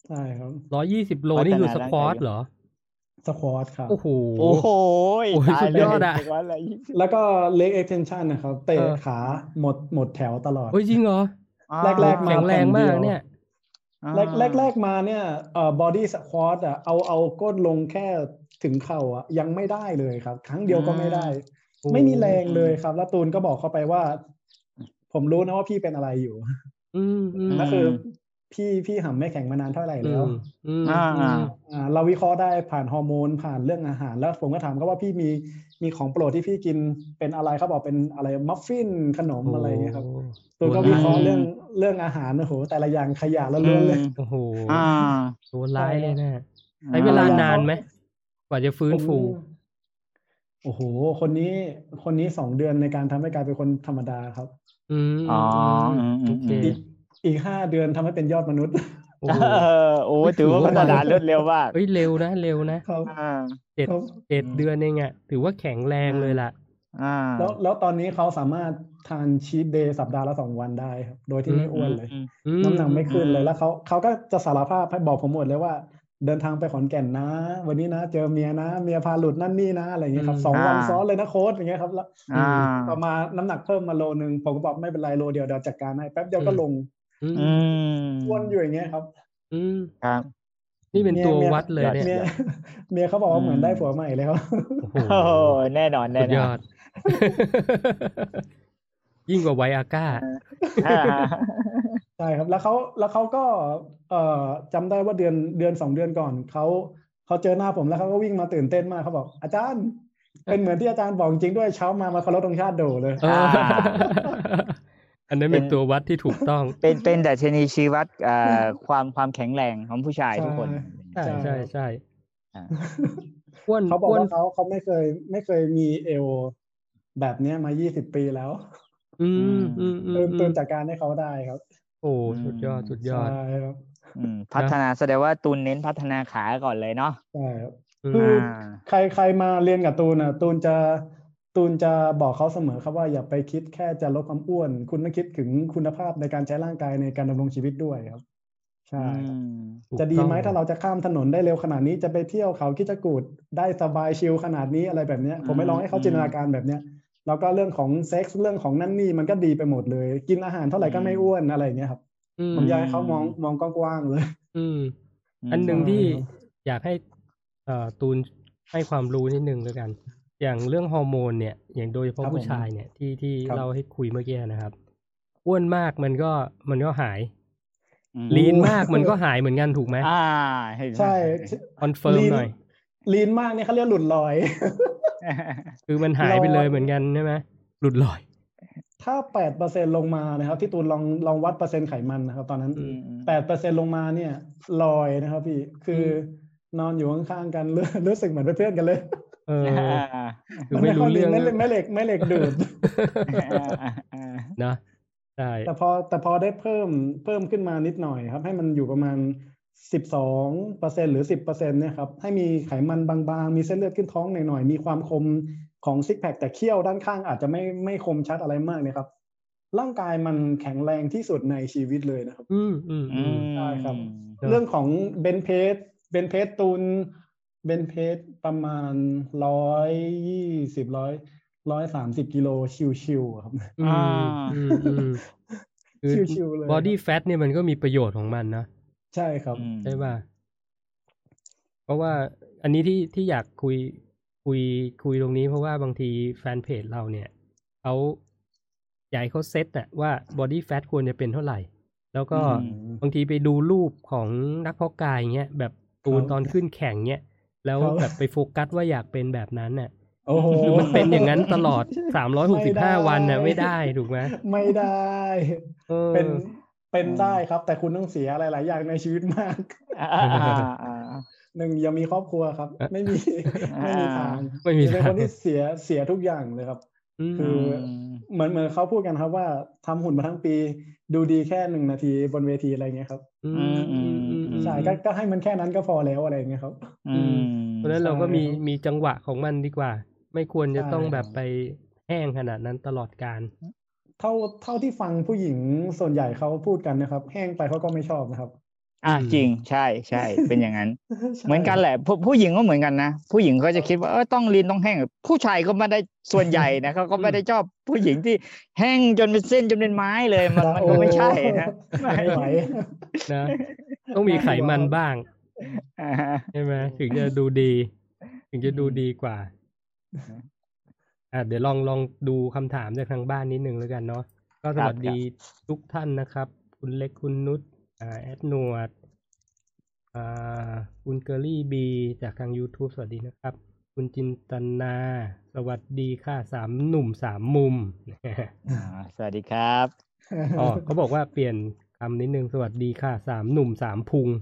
[SPEAKER 2] ใช่ครับ
[SPEAKER 1] ร้อยยี่สิบโล
[SPEAKER 3] พั
[SPEAKER 1] นี่
[SPEAKER 3] ฒ
[SPEAKER 1] คือ
[SPEAKER 3] นา
[SPEAKER 1] ส
[SPEAKER 3] ร่าง
[SPEAKER 1] ควอก
[SPEAKER 3] าย
[SPEAKER 1] ต
[SPEAKER 3] อยู่
[SPEAKER 1] เหรอ
[SPEAKER 2] สควอตครับ
[SPEAKER 1] โอ้โฮ
[SPEAKER 3] โอ้โฮ
[SPEAKER 1] โอ้โฮ
[SPEAKER 3] ตา
[SPEAKER 1] สุ
[SPEAKER 3] ย
[SPEAKER 1] ด
[SPEAKER 3] เลย
[SPEAKER 1] อดอะ
[SPEAKER 3] สควอต ร้อยยี่สิบ
[SPEAKER 2] แล้วก็ leg extension น่ะครับ เตะ
[SPEAKER 1] เออ
[SPEAKER 2] ขาหมด หมดแถวตลอด
[SPEAKER 1] เฮ้ย จริงเหรอ?
[SPEAKER 3] อา
[SPEAKER 2] แร
[SPEAKER 1] โอ้
[SPEAKER 2] ก ๆ
[SPEAKER 1] แข
[SPEAKER 2] มา
[SPEAKER 1] ็ง
[SPEAKER 2] แ
[SPEAKER 1] แร
[SPEAKER 2] ผ่น
[SPEAKER 1] ง
[SPEAKER 2] เด
[SPEAKER 1] มี
[SPEAKER 2] ย
[SPEAKER 1] าก
[SPEAKER 2] ว
[SPEAKER 1] เนี่ย
[SPEAKER 3] อา
[SPEAKER 2] แรก แรก ๆ มาเนี่ย เอ่อ บอดีสควอตอะ เอา เอาก้นลงแค่ถึงเข่าอะ ยังไม่ได้เลยครับ ครั้งเดียวก็ไม่ได้
[SPEAKER 1] โอ้
[SPEAKER 2] ไม่มีแรง
[SPEAKER 3] อื
[SPEAKER 2] เลย
[SPEAKER 3] ม
[SPEAKER 2] ครับ แล้วตูนก็บอกเขาไปว่า ผมรู้นะว่าพี่เป็นอะไรอยู่
[SPEAKER 1] อืม
[SPEAKER 3] อื
[SPEAKER 2] แล้วคือ
[SPEAKER 3] ม
[SPEAKER 2] พี่ พี่หำไม่แข็งมานานเท่าไร
[SPEAKER 1] อื
[SPEAKER 2] แล้ว
[SPEAKER 1] ม อืม
[SPEAKER 3] อา
[SPEAKER 1] อืม
[SPEAKER 2] อ่า เราวิเคราะห์ได้ผ่านฮอร์โมน ผ่านเรื่องอาหาร แล้วผมก็ถามเขาว่า "พี่มี มีของโปรดที่พี่กินเป็นอะไร?" เขาบอกเป็นอะไร มัฟฟิน ขนม
[SPEAKER 1] โอ้
[SPEAKER 2] อะไรอย่างเงี้ยครับ ตู
[SPEAKER 1] ตั
[SPEAKER 2] น
[SPEAKER 1] ว
[SPEAKER 2] ก็
[SPEAKER 1] ร
[SPEAKER 2] วิ
[SPEAKER 1] ้า
[SPEAKER 2] เคราะห์เรื่อง
[SPEAKER 3] อืม
[SPEAKER 2] เรื่องอาหาร โอ้โฮ แต่ละอย่างขยะ
[SPEAKER 3] อื
[SPEAKER 2] ล้วน ๆ เลย
[SPEAKER 1] โอ้โฮ
[SPEAKER 3] อา
[SPEAKER 1] ตัว
[SPEAKER 2] ใช
[SPEAKER 1] ร้าย่
[SPEAKER 2] ค
[SPEAKER 1] เล
[SPEAKER 2] รับ
[SPEAKER 1] ยนะ
[SPEAKER 3] อ
[SPEAKER 1] ใช้เวลา
[SPEAKER 2] ภรรยา
[SPEAKER 1] นา
[SPEAKER 2] เขา
[SPEAKER 1] นไหม? กว่าจะฟื้
[SPEAKER 2] ผ
[SPEAKER 1] น
[SPEAKER 2] ผม
[SPEAKER 1] ฟู?
[SPEAKER 2] โอ้โฮ คนนี้ คนนี้ สอง เดือนในการทำให้กลายเป็นคนธรรมดาครับ
[SPEAKER 1] อืม
[SPEAKER 3] อ๋อ
[SPEAKER 1] ๆ
[SPEAKER 3] อื
[SPEAKER 1] ๆ โอเค
[SPEAKER 3] ม
[SPEAKER 2] อีก
[SPEAKER 3] ๆ ๆ
[SPEAKER 2] อีก ห้า เดือนทำให้เป็นยอดมนุษย์
[SPEAKER 1] โอ้โฮ
[SPEAKER 3] เออ โอ้
[SPEAKER 1] เฮ้ย
[SPEAKER 3] ถื
[SPEAKER 1] ถื
[SPEAKER 3] อ
[SPEAKER 1] อ
[SPEAKER 3] ว่า
[SPEAKER 1] ว่
[SPEAKER 3] พั
[SPEAKER 1] า
[SPEAKER 3] ฒ
[SPEAKER 1] ไว
[SPEAKER 3] นารวดเร็วมาก
[SPEAKER 1] เฮ้ย เร็วนะ เร็วนะ
[SPEAKER 2] ครับ
[SPEAKER 3] อา
[SPEAKER 1] เจ็ด
[SPEAKER 2] ครับ
[SPEAKER 1] เจ็ด
[SPEAKER 3] อืม
[SPEAKER 1] เดือนเองอะ ถือว่าแข็งแร
[SPEAKER 3] อื
[SPEAKER 1] งเล
[SPEAKER 3] ม
[SPEAKER 1] ยล่ะ
[SPEAKER 3] อา
[SPEAKER 2] แล้ว แล้วตอนนี้เขาสามารถทานชีตเดย์สัปดาห์ละ สอง วันได้ครับ โดยท
[SPEAKER 1] อื
[SPEAKER 2] ี่ไม่
[SPEAKER 1] ม
[SPEAKER 2] อ้วนเลย
[SPEAKER 3] อืม
[SPEAKER 1] อื
[SPEAKER 2] น้ำหนักไม่
[SPEAKER 1] ม
[SPEAKER 2] ขึ้นเลย
[SPEAKER 3] อืม
[SPEAKER 2] แล้วเขา เขาก็จะสารภาพให้ บอกผมหมดเลยว่า "เดินทางไปขอนแก่นนะ วันนี้นะเจอเมียนะ เมียพาหลุดนั่นนี่นะ" อะไรอย่าง
[SPEAKER 1] อื
[SPEAKER 2] เงี้ยครับ
[SPEAKER 1] ม
[SPEAKER 2] สอง
[SPEAKER 3] อ
[SPEAKER 2] วันซ้อ
[SPEAKER 3] า
[SPEAKER 2] นเลยนะโคช อย่างเงี้ยครับ แล้ว
[SPEAKER 3] อ อ
[SPEAKER 1] อืม
[SPEAKER 2] ต่อ
[SPEAKER 3] า
[SPEAKER 2] มาน้ำหนักเพิ่มมาโลหนึ่ง ผมก็บอก "ไม่เป็นไร โลเดียวเดี๋ยวจัดการให้" แป๊บเดียว
[SPEAKER 1] อืม
[SPEAKER 2] ก็ลง
[SPEAKER 1] อื
[SPEAKER 3] อื
[SPEAKER 1] ม
[SPEAKER 2] วนอยู่
[SPEAKER 3] ม
[SPEAKER 2] อย่างเงี้ยครับ
[SPEAKER 1] อืม
[SPEAKER 3] ครับ
[SPEAKER 1] นี่เป็น
[SPEAKER 2] เมีย
[SPEAKER 1] ตัว
[SPEAKER 2] เมีย
[SPEAKER 1] ว
[SPEAKER 2] ข
[SPEAKER 1] ัดเลยเนี่
[SPEAKER 3] สุด
[SPEAKER 2] เมีย
[SPEAKER 3] ยอด
[SPEAKER 2] เมียเขาบอก
[SPEAKER 3] อื
[SPEAKER 2] ว่า เหมือนได้ผัว
[SPEAKER 3] ม
[SPEAKER 2] ใหม่เลยครับ
[SPEAKER 1] โอ้โฮ
[SPEAKER 3] โอ้โฮ แน่นอน
[SPEAKER 1] สุดยอ
[SPEAKER 3] ๆ
[SPEAKER 1] ด ยิ่งกว่า Viagra
[SPEAKER 3] เออ อา
[SPEAKER 2] ใช่ครับ แล้วเขา แล้วเขาก็ เอ่อ จำได้ว่าเดือน เดือน สอง เดือนก่อน เขา เขาเจอหน้าผม แล้วเขาก็วิ่งมาตื่นเต้นมาก เขาบอก "อาจารย์ เป็นเหมือนที่อาจารย์บอกจริง ๆ ด้วย เช้ามา มาเคารพธงชาติโด่เลย"
[SPEAKER 1] เอ
[SPEAKER 3] อา
[SPEAKER 1] อ อันนั้น
[SPEAKER 3] เป
[SPEAKER 1] เป็็น
[SPEAKER 3] น
[SPEAKER 1] ตัววัดที่ถูกต้อง
[SPEAKER 3] เป็น เป็นดัชนีชี้วัด อ่า ความ ความแข็งแรงของผู้ชาย
[SPEAKER 2] ใช่
[SPEAKER 3] ทุกคน
[SPEAKER 1] ใช่
[SPEAKER 2] ใช่ครับ
[SPEAKER 1] ใช่
[SPEAKER 3] อา
[SPEAKER 1] ๆ อ้วน
[SPEAKER 2] เขาบอ
[SPEAKER 1] อ้
[SPEAKER 2] ก
[SPEAKER 1] วน
[SPEAKER 2] ว่าเขา เขาไม่เคย ไม่เคยมีเอวแบบเนี้ยมา ยี่สิบ ปีแล้ว
[SPEAKER 1] อื
[SPEAKER 3] อื
[SPEAKER 1] ม
[SPEAKER 3] ม
[SPEAKER 1] อื
[SPEAKER 2] ตูน ตูน
[SPEAKER 1] อ ๆ ๆ
[SPEAKER 2] จัดการให้เขาได้ครับ
[SPEAKER 1] โอ้โฮ
[SPEAKER 3] อื
[SPEAKER 1] สุดยอด สุด
[SPEAKER 3] ม
[SPEAKER 1] ย
[SPEAKER 2] ใช่
[SPEAKER 1] อด
[SPEAKER 2] ครับ
[SPEAKER 3] อืม พั
[SPEAKER 1] นะ
[SPEAKER 3] ฒนา แสดงว่าตูนเน้นพัฒนาขาก่อนเลยเนาะ
[SPEAKER 2] ใช่ครับ
[SPEAKER 1] อื
[SPEAKER 2] คือ
[SPEAKER 1] ม
[SPEAKER 3] อา
[SPEAKER 2] ใคร ใครมาเรียนกับตูนน่ะ ตูนจะ ตูนจะบอกเขาเสมอครับว่า อย่าไปคิดแค่จะลดความอ้วน คุณต้องคิดถึงคุณภาพในการใช้ร่างกายในการดำรงชีวิตด้วยครับ ใช
[SPEAKER 3] อื่
[SPEAKER 2] ครับ
[SPEAKER 3] ม
[SPEAKER 1] ถู
[SPEAKER 2] จะ
[SPEAKER 1] ก
[SPEAKER 2] ดี
[SPEAKER 1] ต้อง
[SPEAKER 2] ไหม ถ้าเราจะข้ามถนนได้เร็วขนาดนี้ จะไปเที่ยวเขาคิดจกูฏได้สบายชิลขนาดนี้ อะไรแบบเนี้ย
[SPEAKER 3] อื
[SPEAKER 2] ผมไม่ลองให้เขาจินตนาม การแบบเนี้ย แล้วก็เรื่องของเซ็กส์ เรื่องของนั่นนี่ มันก็ดีไปหมดเลย กินอาหารเท่าไรก็ไม่อ้วน อะไรอย่างเงี้ยครับ
[SPEAKER 1] อื
[SPEAKER 2] ผมอยากให้เขามอง
[SPEAKER 3] อืม
[SPEAKER 2] มองกว้าง ๆ เลย
[SPEAKER 1] อืม
[SPEAKER 3] อื
[SPEAKER 1] อันหนึ่ง
[SPEAKER 2] ใช่
[SPEAKER 1] ที่
[SPEAKER 2] ครับ
[SPEAKER 1] อยากให้ เอ่อ ตูนให้ความรู้นิดหนึ่งแล้วกัน อย่างเรื่องฮอร์โมนเนี่ย อย่างโดยเฉพา
[SPEAKER 2] ค
[SPEAKER 1] ะ
[SPEAKER 2] รับ
[SPEAKER 1] ผู
[SPEAKER 2] ผ้ม
[SPEAKER 1] ชายเนี่ย ที่ ที่
[SPEAKER 2] ครับ
[SPEAKER 1] เล่าให้คุยเมื่อกี้อะนะครับ อ้วนมากมันก็ มันก็หาย
[SPEAKER 3] อืม
[SPEAKER 1] ลีน
[SPEAKER 2] โอ้
[SPEAKER 1] มากมันก็หายเหมือนกันถูกไหม?
[SPEAKER 3] อา เห็น
[SPEAKER 2] ใช่ ช
[SPEAKER 1] คอนเฟิร์ม
[SPEAKER 2] ลีน
[SPEAKER 1] หน่อย
[SPEAKER 2] ลีนมากเนี่ยเขาเรียกหลุดลอย
[SPEAKER 1] คือมันหายไปเลยเหมือนกันใช่ไหม? หลุด ลอย
[SPEAKER 2] ถ้า แปดเปอร์เซ็นต์ ลงมานะครับ ที่ตูนลอง ลองวัดเปอร์เซ็นต์ไขมันนะครับ ตอนนั้น
[SPEAKER 1] อืม
[SPEAKER 2] แปดเปอร์เซ็นต์ ลงมาเนี่ยลอยนะครับพี่ คื
[SPEAKER 1] อื
[SPEAKER 2] อ
[SPEAKER 1] ม
[SPEAKER 2] นอนอยู่ข้าง ๆ กัน รู้ รู้สึกเหมือนเป็นเพื่อนกันเลย
[SPEAKER 1] เออ คื
[SPEAKER 2] มั
[SPEAKER 1] อน ไม่
[SPEAKER 2] ไม่
[SPEAKER 1] ร
[SPEAKER 2] คู่อย
[SPEAKER 1] เ
[SPEAKER 2] ล
[SPEAKER 1] รีื่
[SPEAKER 2] น
[SPEAKER 1] อง
[SPEAKER 2] แม่
[SPEAKER 1] นะ
[SPEAKER 2] เหล็ก แม่เหล็ก แม่เหล็กดูด
[SPEAKER 3] อา ๆ ๆ
[SPEAKER 1] เนาะ ใช่
[SPEAKER 2] แต่พอ แต่พอได้เพิ่ม เพิ่มขึ้นมานิดหน่อยครับ ให้มันอยู่ประมาณ สิบสองเปอร์เซ็นต์ หรือ สิบเปอร์เซ็นต์ เนี่ยครับ ให้มีไขมันบาง ๆ มีเส้นเลือดขึ้นท้องหน่อย ๆ มีความคมของซิกแพ็ก แต่เขี้ยวด้านข้างอาจจะไม่ ไม่คมชัดอะไรมากเนี่ยครับ ร่างกายมันแข็งแรงที่สุดในชีวิตเลยนะครับ
[SPEAKER 1] อืม
[SPEAKER 3] อื
[SPEAKER 1] ๆ ๆ
[SPEAKER 2] ใช่ครับ
[SPEAKER 3] ม
[SPEAKER 1] เนาะ
[SPEAKER 2] เรื่องของเบนช์เพรส เบนช์เพรส ตูน เบนช์เพรสประมาณ หนึ่งร้อยยี่สิบ ร้อย หนึ่งร้อยสามสิบ กิโลชิล ๆ อะครับ
[SPEAKER 1] อื
[SPEAKER 3] อา
[SPEAKER 1] ม อืม ๆ คือ
[SPEAKER 2] ชิล ๆ เลย
[SPEAKER 1] บอด
[SPEAKER 2] คีรับ
[SPEAKER 1] แฟตเนี่ยมันก็มีประโยชน์ของมันนะ
[SPEAKER 2] ใช่ครับ
[SPEAKER 3] อืม
[SPEAKER 1] ใช่เปล่า? เพราะว่าอันนี้ที่ ที่อยากคุย คุย คุยตรงนี้ เพราะว่าบางทีแฟนเพจเราเนี่ย เขาอยากให้เขาเซตอะว่า บอดีแฟตควรจะเป็นเท่าไร แล้วก็
[SPEAKER 3] อืม
[SPEAKER 1] บางทีไปดูรูปของนักเพาะกาย อย่างเงี้ย แบบต
[SPEAKER 2] คูรั
[SPEAKER 1] น
[SPEAKER 2] บ
[SPEAKER 1] ตอนขึ้นแข่ง เงี้ย แล้ว
[SPEAKER 2] ครับ
[SPEAKER 1] แบบไปโฟกัสว่าอยากเป็นแบบนั้นน่ะ
[SPEAKER 2] โอ้โฮ
[SPEAKER 1] คือมันเป็นอย่างนั้นตลอด สามร้อยห
[SPEAKER 2] ไม
[SPEAKER 1] ก่สิบ
[SPEAKER 2] ได
[SPEAKER 1] ห้า
[SPEAKER 2] ้
[SPEAKER 1] วันน่ะ ไม่ได้ถูกไหม?
[SPEAKER 2] ไม่ได้
[SPEAKER 1] เอ
[SPEAKER 2] เป็น
[SPEAKER 1] อ
[SPEAKER 2] เป็น
[SPEAKER 3] อืม
[SPEAKER 2] ได้ครับ แต่คุณต้องเสียหลาย ๆ อย่างในชีวิต มาก
[SPEAKER 3] อา ๆ ๆ ๆ
[SPEAKER 2] หนึ่ง อย่ามีครอบครัวครับ
[SPEAKER 1] อะ
[SPEAKER 2] ไม่ มี ไม่มีทาง
[SPEAKER 1] ไม่มี
[SPEAKER 2] จะเป็น
[SPEAKER 1] ทา
[SPEAKER 2] ค
[SPEAKER 1] ง
[SPEAKER 2] นที่เสีย เสียทุกอย่างเลยครับ
[SPEAKER 1] อืม
[SPEAKER 2] คือ
[SPEAKER 3] ม
[SPEAKER 2] เหมือน เหมือนเขาพูดกันครับว่า ทำหุ่นมาทั้งปี ดูดีแค่ หนึ่ง นาทีบนเวที อะไรอย่างเงี้ยครับ
[SPEAKER 1] อื
[SPEAKER 3] อื
[SPEAKER 1] ม
[SPEAKER 3] ม
[SPEAKER 2] ใช่
[SPEAKER 1] ๆ
[SPEAKER 2] ก็
[SPEAKER 1] ๆ ๆ
[SPEAKER 2] ก็ให้มันแค่นั้นก็พอแล้ว อะไรอย่างเงี้ยครับ
[SPEAKER 3] อื
[SPEAKER 1] อืม เพราะฉะนั้น
[SPEAKER 2] ใช่
[SPEAKER 1] เราก็มี
[SPEAKER 2] ครับ
[SPEAKER 1] มีจังหวะของมันดีกว่า ไม่ควร
[SPEAKER 2] ใช
[SPEAKER 1] จะ
[SPEAKER 2] ่
[SPEAKER 1] ต้องแ
[SPEAKER 2] คร
[SPEAKER 1] บับไป
[SPEAKER 2] บ
[SPEAKER 1] แห้งขนาดนั้นตลอดกาล
[SPEAKER 2] เท่า เท่าที่ฟังผู้หญิงส่วนใหญ่เขาพูดกันนะครับ แห้งไปเขาก็ไม่ชอบนะครับ
[SPEAKER 3] อ่า
[SPEAKER 1] อืม
[SPEAKER 3] จริงใช่ใช่เป็นอย่างนั้น
[SPEAKER 2] ใช่
[SPEAKER 3] เหมือนกันแหละผู้ผู้หญิงก็เหมือนกันนะผู้หญิงก็จะคิดว่าเออต้องลีนต้องแห้งผู้ชายก็ไม่ได้ส่วนใหญ่นะเขาก็ไม่ได้ชอบผู้หญิงที่แห้งจนเป็นเส้นจนเป็นไม้เลยมันมันก็ไม่ใช่นะ
[SPEAKER 2] ไม่ไหว
[SPEAKER 1] นะ ต้องมีไขมันบ้าง
[SPEAKER 3] อ่า
[SPEAKER 1] ใช่ไหมถึงจะดูดี ถึงจะดูดีกว่า อ่ะเดี๋ยวลองลองดูคำถามจากทางบ้านนิดนึงแล้วกันเนาะก็สวัสดีทุกท่านนะครับ คุณเล็กคุณนุชอ่าแอดนวดอ่าคุณเกอรี่บีจากทาง YouTube สวัสดีนะครับ คุณจินตนา สวัสดีค่ะสามหนุ่มสามมุม
[SPEAKER 3] อ่าสวัสดีครับ
[SPEAKER 1] อ๋อเขาบอกว่าเปลี่ยนคำนิดนึงสวัสดีค่ะสามหนุ่มสามพุง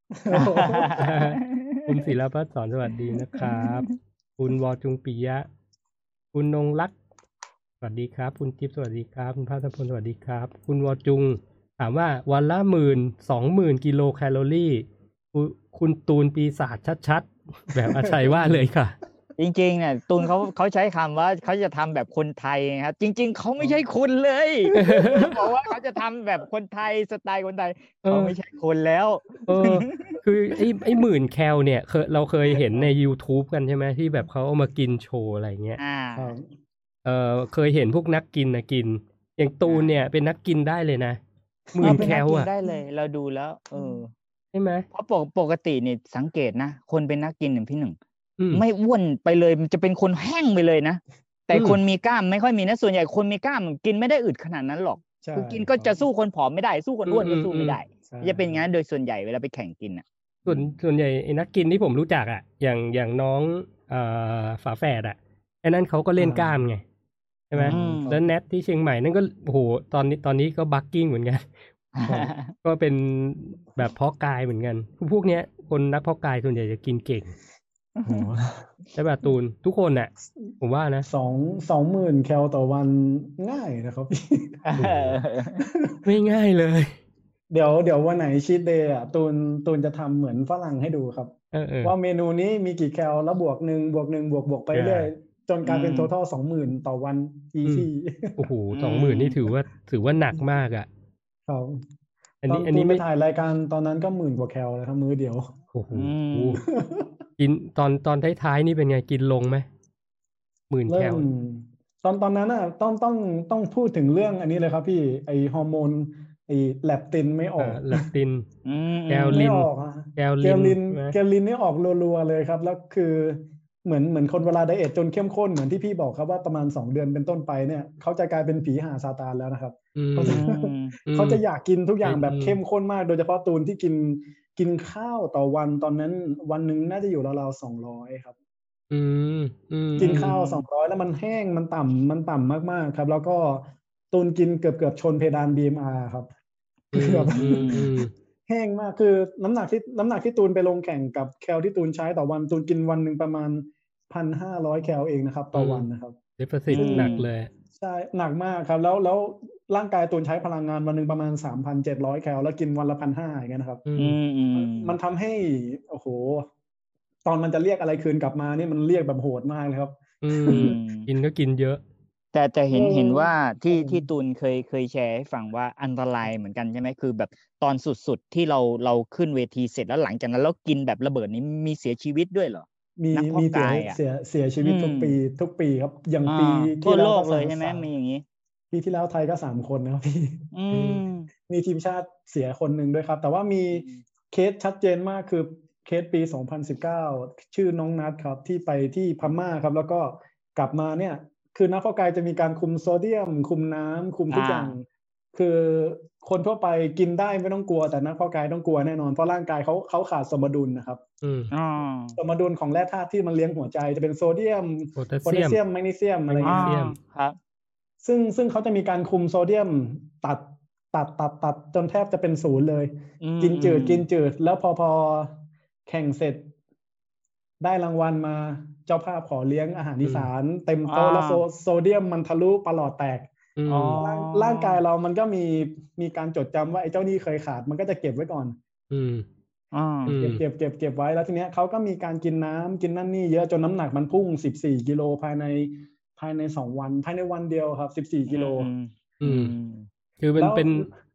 [SPEAKER 1] คุณศิลปัฒน์สอนสวัสดีนะครับ คุณวอจุงปิยะ คุณนงลักษณ์สวัสดีครับ คุณจิ๊บสวัสดีครับ คุณภาสพลสวัสดีครับ คุณวอจุง ถามว่าวันละหมื่นสองหมื่นกิโลแคลอรี่ คุณคุณตูนปีศาจชัดๆ แบบอาชัยว่าเลยค่ะ
[SPEAKER 3] จริงๆเนี่ยตูนเขาเขาใช้คำว่าเขาจะทำแบบคนไทยครับจริง ๆเขาไม่ใช่คนเลยเขาบอกว่าเขาจะทำแบบคนไทยสไตล์คนไทย
[SPEAKER 1] เออ
[SPEAKER 3] เขาไม่ใช่คนแล้ว
[SPEAKER 1] เออ คือไอ้ไอ้หมื่นแคลเนี่ยเคยเราเคยเห็นใน YouTube กันใช่ไหมที่แบบเขาเอามากินโชว์อะไรเงี้ย
[SPEAKER 3] อ่า
[SPEAKER 2] ครับ
[SPEAKER 1] เออเคยเห็นพวกนักกินนะกิน อย่างตูนเนี่ยเป็นนักกินได้เลยนะหมื่
[SPEAKER 3] เรา
[SPEAKER 1] น
[SPEAKER 3] เป็น
[SPEAKER 1] แค
[SPEAKER 3] นัก
[SPEAKER 1] ล
[SPEAKER 3] กิน
[SPEAKER 1] อ่ะ
[SPEAKER 3] ได้เลย เราดูแล้ว เออ
[SPEAKER 1] ใช่ไหม
[SPEAKER 3] เพราะปกปกติเนี่ยสังเกตนะ คนเป็นนักกินอย่างพี่หนึ่ง
[SPEAKER 1] อืม
[SPEAKER 3] ไม่อ้วนไปเลยมันจะเป็นคนแห้งไปเลยนะ แต่
[SPEAKER 1] อืม
[SPEAKER 3] คนมีกล้ามไม่ค่อยมีนะส่วนใหญ่คนมีกล้ามกินไม่ได้อึดขนาดนั้นหรอก
[SPEAKER 2] ใช่
[SPEAKER 3] คือกินก็จะสู้คนผอมไม่ได้สู้คนอ้วนก็สู้ไม่ได้
[SPEAKER 2] ใช่
[SPEAKER 3] จะเป็นอย่างนั้นโดยส่วนใหญ่เวลาไปแข่งกินอ่ะ
[SPEAKER 1] ส่วนส่วนใหญ่ไอ้นักกินที่ผมรู้จักอ่ะ อย่างอย่างน้องเอ่อฝาแฝดอ่ะไอ้นั่นเขาก็เล่นกล้ามไงใช่ไหม
[SPEAKER 3] อืม
[SPEAKER 1] แล้วแนทที่เชียงใหม่นั่นก็โอ้โหตอนนี้ตอนนี้ก็บักกิ้งเหมือนกัน ก็เป็นแบบเพาะกายเหมือนกัน พวกเนี้ยคนนักเพาะกายส่วนใหญ่จะกินเก่ง
[SPEAKER 2] โอ้โห
[SPEAKER 1] ใช่ป่ะตูนทุกคนน่ะ ผมว่านะ
[SPEAKER 2] สองสองหมื่นแคลต่อวันง่ายนะครับพี่
[SPEAKER 1] ไม่ง่ายเลย
[SPEAKER 2] เดี๋ยวเดี๋ยววันไหนชีทเดย์อ่ะตูนตูนจะทำเหมือนฝรั่งให้ดูครับ
[SPEAKER 1] เออเออ
[SPEAKER 2] ว่าเมนูนี้มีกี่แคลแล้วบวกหนึ่งบวกหนึ่งบวกบวกไป
[SPEAKER 1] อ่า
[SPEAKER 2] เรื่อยจนกลายเป็น
[SPEAKER 3] อืม
[SPEAKER 2] total สองหมื่นต่อวัน easy
[SPEAKER 1] โอ้โห
[SPEAKER 3] อืม
[SPEAKER 1] สองหมื่นนี่ถือว่าถือว่าหนักมากอ่ะ
[SPEAKER 2] ครับ
[SPEAKER 1] อัน
[SPEAKER 2] ตอ
[SPEAKER 1] นี้
[SPEAKER 2] น
[SPEAKER 1] อัน
[SPEAKER 2] ตู
[SPEAKER 1] นี้
[SPEAKER 2] นไป
[SPEAKER 1] ไม่
[SPEAKER 2] ถ่ายรายการตอนนั้นก็หมื่นกว่าแคลเลยครับมื้อเดียว
[SPEAKER 1] โอ้โห
[SPEAKER 3] อืม
[SPEAKER 1] กินตอนตอนท้ายๆนี่เป็นไงกินลงไหมหมื่นแค
[SPEAKER 2] เริ่
[SPEAKER 1] ล
[SPEAKER 2] มตอนตอนนั้นอ่ะต้องต้องต้องพูดถึงเรื่องอันนี้เลยครับพี่ไอฮอร์โมนไอแลปตินไม่อ
[SPEAKER 1] เอ่
[SPEAKER 2] อ
[SPEAKER 1] อก แลคติน
[SPEAKER 3] อืม
[SPEAKER 1] แกล
[SPEAKER 2] ไม่
[SPEAKER 1] ลิน
[SPEAKER 2] ออกอะ
[SPEAKER 1] แกล
[SPEAKER 2] แก
[SPEAKER 1] ลิน
[SPEAKER 2] ลิน
[SPEAKER 1] ใช่ไหม
[SPEAKER 2] แกลินนี่ออกรัวๆเลยครับ แล้วคือเหมือนเหมือนคนเวลาไดเอทจนเข้มข้นเหมือนที่พี่บอกครับว่าประมาณสองเดือนเป็นต้นไปเนี่ยเขาจะกลายเป็นผีหาซาตานแล้วนะครับ
[SPEAKER 1] อืม
[SPEAKER 2] เขาจะ
[SPEAKER 3] อืม
[SPEAKER 2] เขาจะอยากกินทุกอย่างแบบ
[SPEAKER 1] อืม
[SPEAKER 2] เข้มข้นมาก โดยเฉพาะตูนที่กินกินข้าวต่อวันตอนนั้นวันหนึ่งน่าจะอยู่ราวๆสองร้อยครับ
[SPEAKER 1] อืมอืม
[SPEAKER 2] กินข้าว
[SPEAKER 3] อืม
[SPEAKER 2] สองร้อยแล้วมันแห้งมันต่ำมันต่ำมากๆครับ แล้วก็ตูนกินเกือบเกือบชนเพดาน บี เอ็ม อาร์ ครับ
[SPEAKER 1] อืม
[SPEAKER 2] คือแบบ
[SPEAKER 1] อืมอืม
[SPEAKER 2] แห้งมากคือน้ำหนักที่น้ำหนักที่ตูนไปลงแข่งกับแคลที่ตูนใช้ต่อวันตูนกินวันหนึ่งประมาณพันห้าร้อยแคลเองนะครับ ต่อวันนะครับ
[SPEAKER 1] เดฟซิต
[SPEAKER 3] อืม
[SPEAKER 1] หนักเลย
[SPEAKER 2] ใช่หนักมากครับ แล้วแล้วร่างกายตูนใช้พลังงานวันหนึ่งประมาณสามพันเจ็ดร้อยแคลแล้วกินวันละพันห้าอย่างเงี้ยนะครับ
[SPEAKER 1] อื
[SPEAKER 3] อื
[SPEAKER 1] ม
[SPEAKER 3] มอืม
[SPEAKER 2] มันทำให้โอ้โห ตอนมันจะเรียกอะไรคืนกลับมานี่มันเรียกแบบโหดมากเลยครับ
[SPEAKER 1] อื
[SPEAKER 3] อื
[SPEAKER 1] ม
[SPEAKER 3] ม
[SPEAKER 1] กินก็กินเยอะ
[SPEAKER 3] แต่แต่เห็น
[SPEAKER 2] เออ
[SPEAKER 3] เห็นว่าที่
[SPEAKER 2] ครับผม
[SPEAKER 3] ที่ตูนเคยเคยแชร์ให้ฟังว่าอันตรายเหมือนกันใช่ไหมคือแบบตอนสุดๆที่เราเราขึ้นเวทีเสร็จแล้วหลังจากนั้นแล้วกินแบบระเบิดนี้มีเสียชีวิตด้วยเหรอ
[SPEAKER 2] มี
[SPEAKER 3] นักเพาะ
[SPEAKER 2] มีเสีย
[SPEAKER 3] กายอะ
[SPEAKER 2] เสียเสียชีวิต
[SPEAKER 3] อืม
[SPEAKER 2] ทุกปี ทุกปีครับ อย่าง
[SPEAKER 3] อ่า
[SPEAKER 2] ปี
[SPEAKER 3] ทั่ว
[SPEAKER 2] ที่แล้
[SPEAKER 3] โล
[SPEAKER 2] ว
[SPEAKER 3] ก
[SPEAKER 2] ก็
[SPEAKER 3] เล
[SPEAKER 2] สาย ม
[SPEAKER 3] ใช่ไหม
[SPEAKER 2] สาม
[SPEAKER 3] มีอย่างนี้
[SPEAKER 2] ปีที่แล้วไทยก็สามคนนะครับพี่
[SPEAKER 3] อื
[SPEAKER 1] อื
[SPEAKER 3] ม
[SPEAKER 2] มีทีมชาติเสียคนหนึ่งด้วยครับ แต่ว่ามี
[SPEAKER 3] อืม
[SPEAKER 2] เคสชัดเจนมากคือเคสปี สองพันสิบเก้า ชื่อน้องนัทครับ ที่ไปที่พม่าครับ แล้วก็กลับมาเนี่ย คือนักเพาะกายจะมีการคุมโซเดียม คุมน้ำคุมทุก
[SPEAKER 3] อ่า
[SPEAKER 2] อย่าง คือคนทั่วไปกินได้ไม่ต้องกลัว แต่นักเพาะกายต้องกลัวแน่นอน เพราะร่างกายเขาเขาขาดสมดุลนะครับ
[SPEAKER 1] อืม
[SPEAKER 3] อ๋อ
[SPEAKER 2] สมดุลของแร่ธาตุที่มันเลี้ยงหัวใจจะเป็นโซเดียม
[SPEAKER 1] โพแทส
[SPEAKER 2] โพแท
[SPEAKER 1] เซีย
[SPEAKER 2] ส
[SPEAKER 1] ม
[SPEAKER 2] เซียม แมกนีเซียมอะไรอย่าง
[SPEAKER 3] อ๋อ
[SPEAKER 2] เงี้ยครับ
[SPEAKER 1] เซียม
[SPEAKER 3] ครับ
[SPEAKER 2] ซึ่งซึ่งเขาจะมีการคุมโซเดียมตัดตัดตัดตัดจนแทบจะเป็นศูนย์เลย
[SPEAKER 3] อืม
[SPEAKER 2] กินจืด
[SPEAKER 3] อืม
[SPEAKER 2] กินจืด แล้วพอพอแข่งเสร็จ ได้รางวัลมาเจ้าภาพขอเลี้ยงอาหารอีสานเต็มโต๊ะ
[SPEAKER 3] อ่า
[SPEAKER 2] แล้วโซโซเดียมมันทะลุปลอดแตก
[SPEAKER 1] อืม
[SPEAKER 3] อ๋อ
[SPEAKER 2] ร่างร่างกายเรามันก็มีมีการจดจำว่าไอ้เจ้านี่เคยขาด มันก็จะเก็บไว้ก่อน
[SPEAKER 1] อืม
[SPEAKER 3] อ่า
[SPEAKER 1] อืม
[SPEAKER 2] เก็บเก็บเก็บเก็บไว้แล้วทีเนี้ยเขาก็มีการกินน้ำกินนั่นนี่เยอะจนน้ำหนักมันพุ่งสิบสี่กิโลภายในภายในสองวัน ภายในวันเดียวครับสิบสี่กิโล
[SPEAKER 3] อืม
[SPEAKER 1] อื
[SPEAKER 3] อื
[SPEAKER 1] ม
[SPEAKER 3] ม
[SPEAKER 1] คือมัน
[SPEAKER 2] แล้ว
[SPEAKER 1] เป็น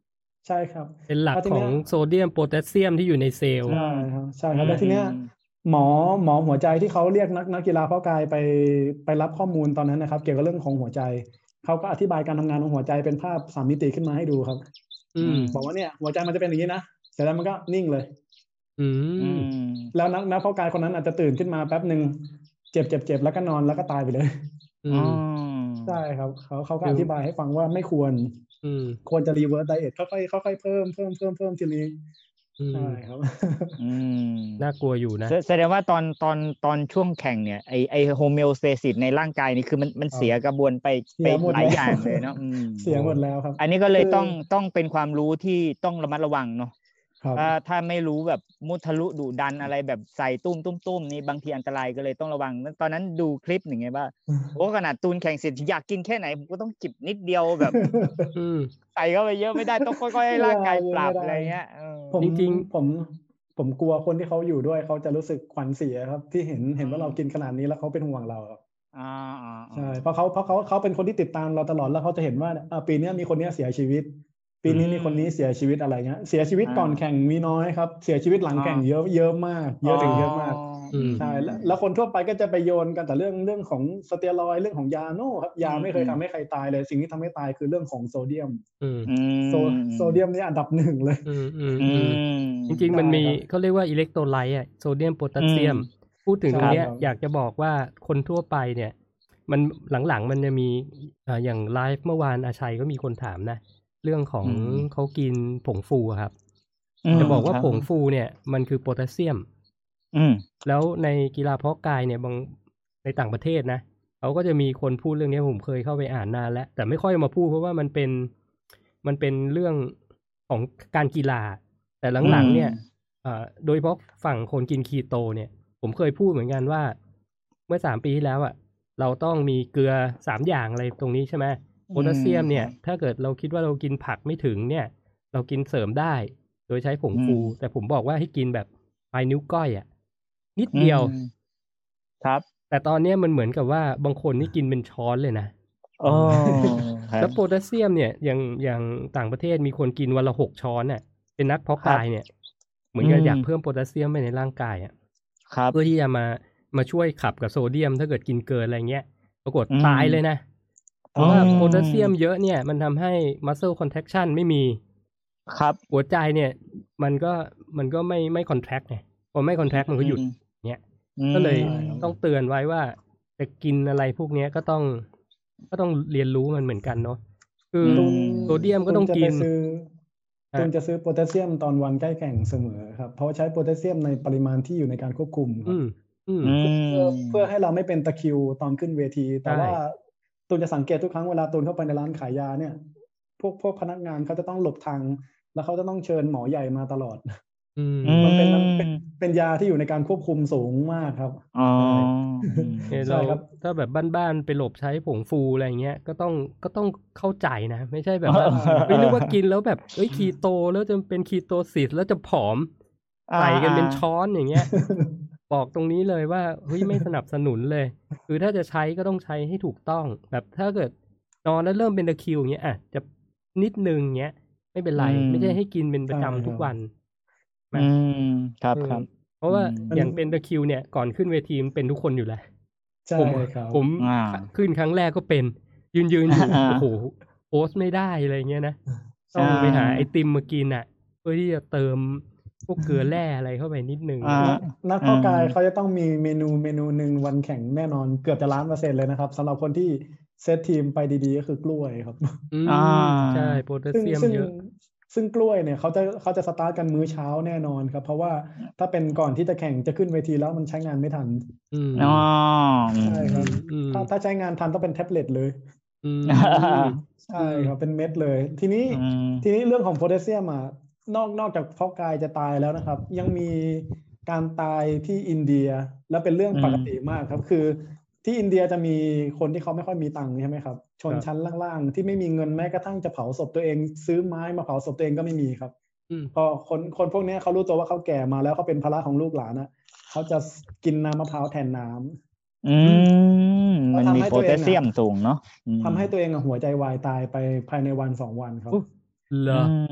[SPEAKER 2] ใช่ครับ
[SPEAKER 1] เป็นหลัก
[SPEAKER 2] แล้วที
[SPEAKER 1] ของ
[SPEAKER 2] เนี้ย
[SPEAKER 1] โซเดียมโพแทสเซียมที่อยู่ในเซลล์
[SPEAKER 2] ใช่ครับใช่ค
[SPEAKER 3] อื
[SPEAKER 2] รับ
[SPEAKER 3] ม
[SPEAKER 2] แล้วที
[SPEAKER 3] อื
[SPEAKER 2] เนี้ย
[SPEAKER 3] ม
[SPEAKER 2] หมอหมอหัวใจที่เขาเรียกนักนักกีฬาเพาะกายไปไปรับข้อมูลตอนนั้นนะครับ เกี่ยวกับเรื่องของหัวใจเขาก็อธิบายการทำงานของหัวใจเป็นภาพสามมิติขึ้นมาให้ดูครับ
[SPEAKER 1] อื
[SPEAKER 3] อื
[SPEAKER 1] ม
[SPEAKER 3] ม
[SPEAKER 2] บอกว่าเนี่ยหัวใจมันจะเป็นอย่างนี้นะเสร็จแล้วมันก็นิ่งเลย
[SPEAKER 1] อื
[SPEAKER 3] อื
[SPEAKER 1] ม
[SPEAKER 3] ม
[SPEAKER 2] แล้วนักนักเพาะกายคนนั้นอาจจะตื่นขึ้นมาแป๊บหนึ่งเจ็บเจ็บเจ็บแล้วก็นอนแล้วก็ตายไปเลย
[SPEAKER 1] อื
[SPEAKER 3] อ๋อ
[SPEAKER 1] ม
[SPEAKER 2] ใช่ครับเขาเขาก็
[SPEAKER 1] คือ
[SPEAKER 2] อธิบายให้ฟังว่าไม่ควร
[SPEAKER 1] อืม
[SPEAKER 2] ควรจะ reverse diet ค่อยๆค่อยๆเพิ่มเพิ่มเพิ่มเพิ่มทีนี้
[SPEAKER 1] อื
[SPEAKER 2] ใช่
[SPEAKER 1] ม
[SPEAKER 2] ครับ
[SPEAKER 3] อืม
[SPEAKER 1] น่ากลัวอยู่นะ
[SPEAKER 3] แสแสดงว่าตอนตอนตอนช่วงแข่งเนี่ยไอไอโฮเมโอสเตซิสในร่างกายนี่คือมันมัน
[SPEAKER 2] ครับ
[SPEAKER 3] เสียกระบวนไป
[SPEAKER 2] เสี
[SPEAKER 3] ไป
[SPEAKER 2] ยหมด
[SPEAKER 3] หลาย
[SPEAKER 2] แล้ว
[SPEAKER 3] อย่างเลยเนาะอืม
[SPEAKER 2] เสียหมดแล้วครับ
[SPEAKER 3] อันนี้ก็เลย
[SPEAKER 2] คือ
[SPEAKER 3] ต้องต้องเป็นความรู้ที่ต้องระมัดระวังเนาะ
[SPEAKER 2] ครับ
[SPEAKER 3] ถ้าถ้าไม่รู้แบบมุทะลุดุดันอะไรแบบใส่ตุ้มตุ้มตุ้มนี่บางทีอันตรายก็เลยต้องระวังตอนนั้นดูคลิปอย่างเงี้ยว่าโอ้ขนาดตูนแข่งเสร็จอยากกินแค่ไหนผมก็ต้องจิบนิดเดียวแบบ
[SPEAKER 1] อืม
[SPEAKER 3] ใส่เข้าไปเยอะไม่ได้ต้องค่อยๆให้ร่างกายปรับอะไรเงี้ยเออ
[SPEAKER 2] ผม
[SPEAKER 1] จริง
[SPEAKER 2] ผมผมกลัวคนที่เขาอยู่ด้วยเขาจะรู้สึกขวัญเสียครับ ที่เห็นเห็นว่า
[SPEAKER 3] อืม
[SPEAKER 2] เรากินขนาดนี้แล้วเขาเป็นห่วงเราครับ
[SPEAKER 3] อ่าอ่าอ่า
[SPEAKER 2] ใช่เพราะเขาเพราะเขาเขาเป็นคนที่ติดตามเราตลอดแล้วเขาจะเห็นว่าอ่าปีเนี้ยมีคนเนี้ยเสียชีวิต ปีนี้
[SPEAKER 3] อืม
[SPEAKER 2] มีคนนี้เสียชีวิตอะไรเงี้ยเสียชีวิต
[SPEAKER 3] อ่า
[SPEAKER 2] ก่อนแข่งมีน้อยครับ เสียชีวิตหลังแข่ง
[SPEAKER 3] อ่า
[SPEAKER 2] เยอะเยอะมาก เยอะถึงเยอะมาก
[SPEAKER 1] อืม
[SPEAKER 2] ใช่แล้วแล้วคนทั่วไปก็จะไปโยนกันแต่เรื่องเรื่องของสเตียรอยด์เรื่องของยาโน่ครับยาไม่เคยทำให้ใครตายเลยสิ่งที่ทำให้ตายคือเรื่องของโซเดียม
[SPEAKER 1] อืม
[SPEAKER 3] อืม
[SPEAKER 2] โซโซเดียมนี่อันดับหนึ่งเลย
[SPEAKER 1] อืม อืม
[SPEAKER 3] อื
[SPEAKER 1] อืม
[SPEAKER 3] ม
[SPEAKER 1] จริง ๆ มันมี
[SPEAKER 2] ใช่ครับ
[SPEAKER 1] เขาเรียกว่าอิเล็กโทรไลต์อะโซเดียมโพแทสเซียม
[SPEAKER 3] อืม
[SPEAKER 1] พูดถึงตรงเนี้ย
[SPEAKER 2] ใช่ครับ
[SPEAKER 1] อยากจะบอกว่าคนทั่วไปเนี่ย มันหลังๆมันจะมีอ่าอย่างไลฟ์เมื่อวานอาชัยก็มีคนถามนะ เรื่องของ
[SPEAKER 3] อืม
[SPEAKER 1] เขากินผงฟูอะครับ
[SPEAKER 3] อืม
[SPEAKER 1] จะบอกว่า
[SPEAKER 2] ครับ
[SPEAKER 1] ผงฟูเนี่ยมันคือโพแทสเซียม
[SPEAKER 3] อืม
[SPEAKER 1] แล้วในกีฬาเพาะกายเนี่ยบางในต่างประเทศนะเขาก็จะมีคนพูดเรื่องนี้ผมเคยเข้าไปอ่านนานแล้ว แต่ไม่ค่อยมาพูดเพราะว่ามันเป็นมันเป็นเรื่องของการกีฬา แต่หลังๆเนี่ยเอ่อโดยเฉพาะฝั่งคนกินคีโตเนี่ย ผมเคยพูดเหมือนกันว่า เมื่อสามปีที่แล้วอ่ะเราต้องมีเกลือสามอย่างอะไรตรงนี้ใช่ไหมโพแทสเซียมเนี่ย ถ้าเกิดเราคิดว่าเรากินผักไม่ถึงเนี่ย เรากินเสริมได้ โดยใช้ผงฟู
[SPEAKER 3] อืม
[SPEAKER 1] แต่ผมบอกว่าให้กินแบบปลายนิ้วก้อยอ่ะนิดเดียว
[SPEAKER 3] อืมครับ
[SPEAKER 1] แต่ตอนเนี้ยมันเหมือนกับว่าบางคนนี่กินเป็นช้อนเลยนะ
[SPEAKER 3] โอ้ครั
[SPEAKER 1] แล้
[SPEAKER 3] บ
[SPEAKER 1] วโพแทสเซียมเนี่ยอย่างอย่างต่างประเทศมีคนกินวันละหกช้อนน่ะเป็นนักเพาะกายเนี่ย เหมือนกับ
[SPEAKER 3] อืม
[SPEAKER 1] อยากเพิ่มโพแทสเซียมไปในร่างกายอ่ะ
[SPEAKER 3] ครับ
[SPEAKER 1] เพื่อที่จะมามาช่วยขับกับโซเดียมถ้าเกิดกินเกินอะไรเงี้ย ปรากฏ
[SPEAKER 3] อืม
[SPEAKER 1] ตายเลยนะ เพ
[SPEAKER 3] อื
[SPEAKER 1] ราะ
[SPEAKER 3] ม
[SPEAKER 1] ว่าโพแทสเซียมเยอะเนี่ยมันทำให้ muscle contraction ไม่มี
[SPEAKER 3] ครับ
[SPEAKER 1] หัวใจเนี่ยมันก็มันก็ไม่ไม่ contract ไงพอไม่ contract มันก็หยุดเนี่ย
[SPEAKER 3] อืม
[SPEAKER 1] ก็เลย
[SPEAKER 2] ใช่ครับ
[SPEAKER 1] ต้องเตือนไว้ว่าจะกินอะไรพวกเนี้ยก็ต้อง ก็ต้องเรียนรู้มันเหมือนกันเนาะคือ
[SPEAKER 3] ม
[SPEAKER 2] ตุน
[SPEAKER 1] โซเดียมก็ต้อง
[SPEAKER 2] ตุนจะ
[SPEAKER 1] กิ
[SPEAKER 2] ไป
[SPEAKER 1] น
[SPEAKER 2] ซื้อ
[SPEAKER 1] ฮะ
[SPEAKER 2] ตุนจะซื้อโพแทสเซียมตอนวันใกล้แข่งเสมอครับ เพราะว่าใช้โพแทสเซียมในปริมาณที่อยู่ในการควบคุมครั
[SPEAKER 1] อื
[SPEAKER 2] บ
[SPEAKER 1] มอืม
[SPEAKER 3] อื
[SPEAKER 2] เพื่อ
[SPEAKER 3] ม
[SPEAKER 2] เพื่อให้เราไม่เป็นตะคริวตอนขึ้นเวที แต่
[SPEAKER 1] ใช่
[SPEAKER 2] ว่าตูนจะสังเกตทุกครั้งเวลาตูนเข้าไปในร้านขายยาเนี่ย พวกพวกพนักงานเขาจะต้องหลบทาง แล้วเขาจะต้องเชิญหมอใหญ่มาตลอด
[SPEAKER 1] อืม
[SPEAKER 3] อื
[SPEAKER 2] มันเป็นมันเป็น
[SPEAKER 3] ม
[SPEAKER 2] เป็นยาที่อยู่ในการควบคุมสูงมากครับ
[SPEAKER 3] อ๋อ
[SPEAKER 1] เนี่ย
[SPEAKER 2] ใช่
[SPEAKER 1] เรา
[SPEAKER 2] ครับ
[SPEAKER 1] ถ้าแบบบ้านๆไปหลบใช้ผงฟูอะไรเงี้ยก็ต้องก็ต้องเข้าใจนะ ไม่ใช่แบบว่า เฮ้ยนึกว่ากินแล้วแบบเอ้ยคีโตแล้วจะเป็นคีโตซิสแล้วจะผอม
[SPEAKER 3] อ่า
[SPEAKER 1] ใส่กันเป็น
[SPEAKER 3] อ่า
[SPEAKER 1] ช้อนอย่างเงี้ย บอกตรงนี้เลยว่าเฮ้ยไม่สนับสนุนเลย คือถ้าจะใช้ก็ต้องใช้ให้ถูกต้อง แบบถ้าเกิดนอนแล้วเริ่มเป็นตะคริวอย่างเงี้ยอ่ะจะนิดนึงเงี้ย ไม่เป็นไร
[SPEAKER 3] อืม
[SPEAKER 1] ไม่ใช่ให้กินเป็นประจำ
[SPEAKER 2] ใช่ครับ
[SPEAKER 1] ทุกวัน
[SPEAKER 3] อืม ครับ
[SPEAKER 1] เออ
[SPEAKER 3] ครับ
[SPEAKER 1] เพราะว่า
[SPEAKER 3] อืม
[SPEAKER 1] อย่างเป็นตะคริวเนี่ยก่อนขึ้นเวทีมันเป็นทุกคนอยู่แล้ว
[SPEAKER 2] ใช่
[SPEAKER 1] ผม
[SPEAKER 2] ครับ
[SPEAKER 1] ผม
[SPEAKER 3] อ่า
[SPEAKER 1] ขึ้นครั้งแรกก็เป็น ยืนยืนอยู่
[SPEAKER 3] อ่า
[SPEAKER 1] โอ้โหโพสต์ไม่ได้อะไรเงี้ยนะ ต้อง
[SPEAKER 3] อ่า
[SPEAKER 1] ไปหาไอติมมากินอ่ะ เพื่อที่จะเติมพวกเกลือแร่อะไรเข้าไปนิดนึง
[SPEAKER 3] อ่า
[SPEAKER 2] นักนักเพาะกาย
[SPEAKER 3] อืม
[SPEAKER 2] เขาจะต้องมีเมนูเมนูหนึ่งวันแข่งแน่นอนเกือบจะล้านเปอร์เซ็นต์เลยนะครับสำหรับคนที่เซตทีมไปดีๆก็คือกล้วยครับ
[SPEAKER 1] อืม
[SPEAKER 3] อ่า
[SPEAKER 1] ใช่โพแทส
[SPEAKER 2] ซึ่ง
[SPEAKER 1] เซียม
[SPEAKER 2] ซึ่ง
[SPEAKER 1] เยอะ
[SPEAKER 2] ซึ่งกล้วยเนี่ยเขาจะเขาจะสตาร์ทกันมื้อเช้าแน่นอนครับ เพราะว่าถ้าเป็นก่อนที่จะแข่งจะขึ้นเวทีแล้วมันใช้งานไม่ทัน
[SPEAKER 1] อืม
[SPEAKER 3] อ๋ออืม
[SPEAKER 2] ใช่ครับ
[SPEAKER 1] อืม
[SPEAKER 2] ถ้าถ้าใช้งานทันต้องเป็นแท็บเล็ตเลย
[SPEAKER 1] อืม
[SPEAKER 2] ใช่ครับเป็นเม็ดเลย ทีนี้
[SPEAKER 3] อืม
[SPEAKER 2] ทีนี้เรื่องของโพแทสเซียมอ่ะนอกนอกจากเพาะกายจะตายแล้วนะครับ ยังมีการตายที่อินเดียและเป็นเรื่องปกติมากครับ คือที่อินเดียจะมีคนที่เขาไม่ค่อยมีตังค์ใช่ไหมครับ ชน
[SPEAKER 1] ครับ
[SPEAKER 2] ชั้นล่างๆ ที่ไม่มีเงินแม้กระทั่งจะเผาศพตัวเอง ซื้อไม้มาเผาศพตัวเองก็ไม่มีครับ
[SPEAKER 1] อืม
[SPEAKER 2] พอคนคนพวกเนี้ยเขารู้ตัวว่าเขาแก่มาแล้วเขาเป็นภาระของลูกหลานนะเขาจะกินน้ำมะพร้าวแทนน้ำ
[SPEAKER 3] อืม มันมี
[SPEAKER 2] ทำให้
[SPEAKER 3] โพ
[SPEAKER 2] ตัวเอง
[SPEAKER 3] แท
[SPEAKER 2] อะ
[SPEAKER 3] สเซียมสูงเนาะอืม
[SPEAKER 2] ทำให้ตัวเองอะหัวใจวายตายไปภายในวันสองวันครับ
[SPEAKER 1] โอ้เหร
[SPEAKER 3] อื
[SPEAKER 1] อ
[SPEAKER 3] ม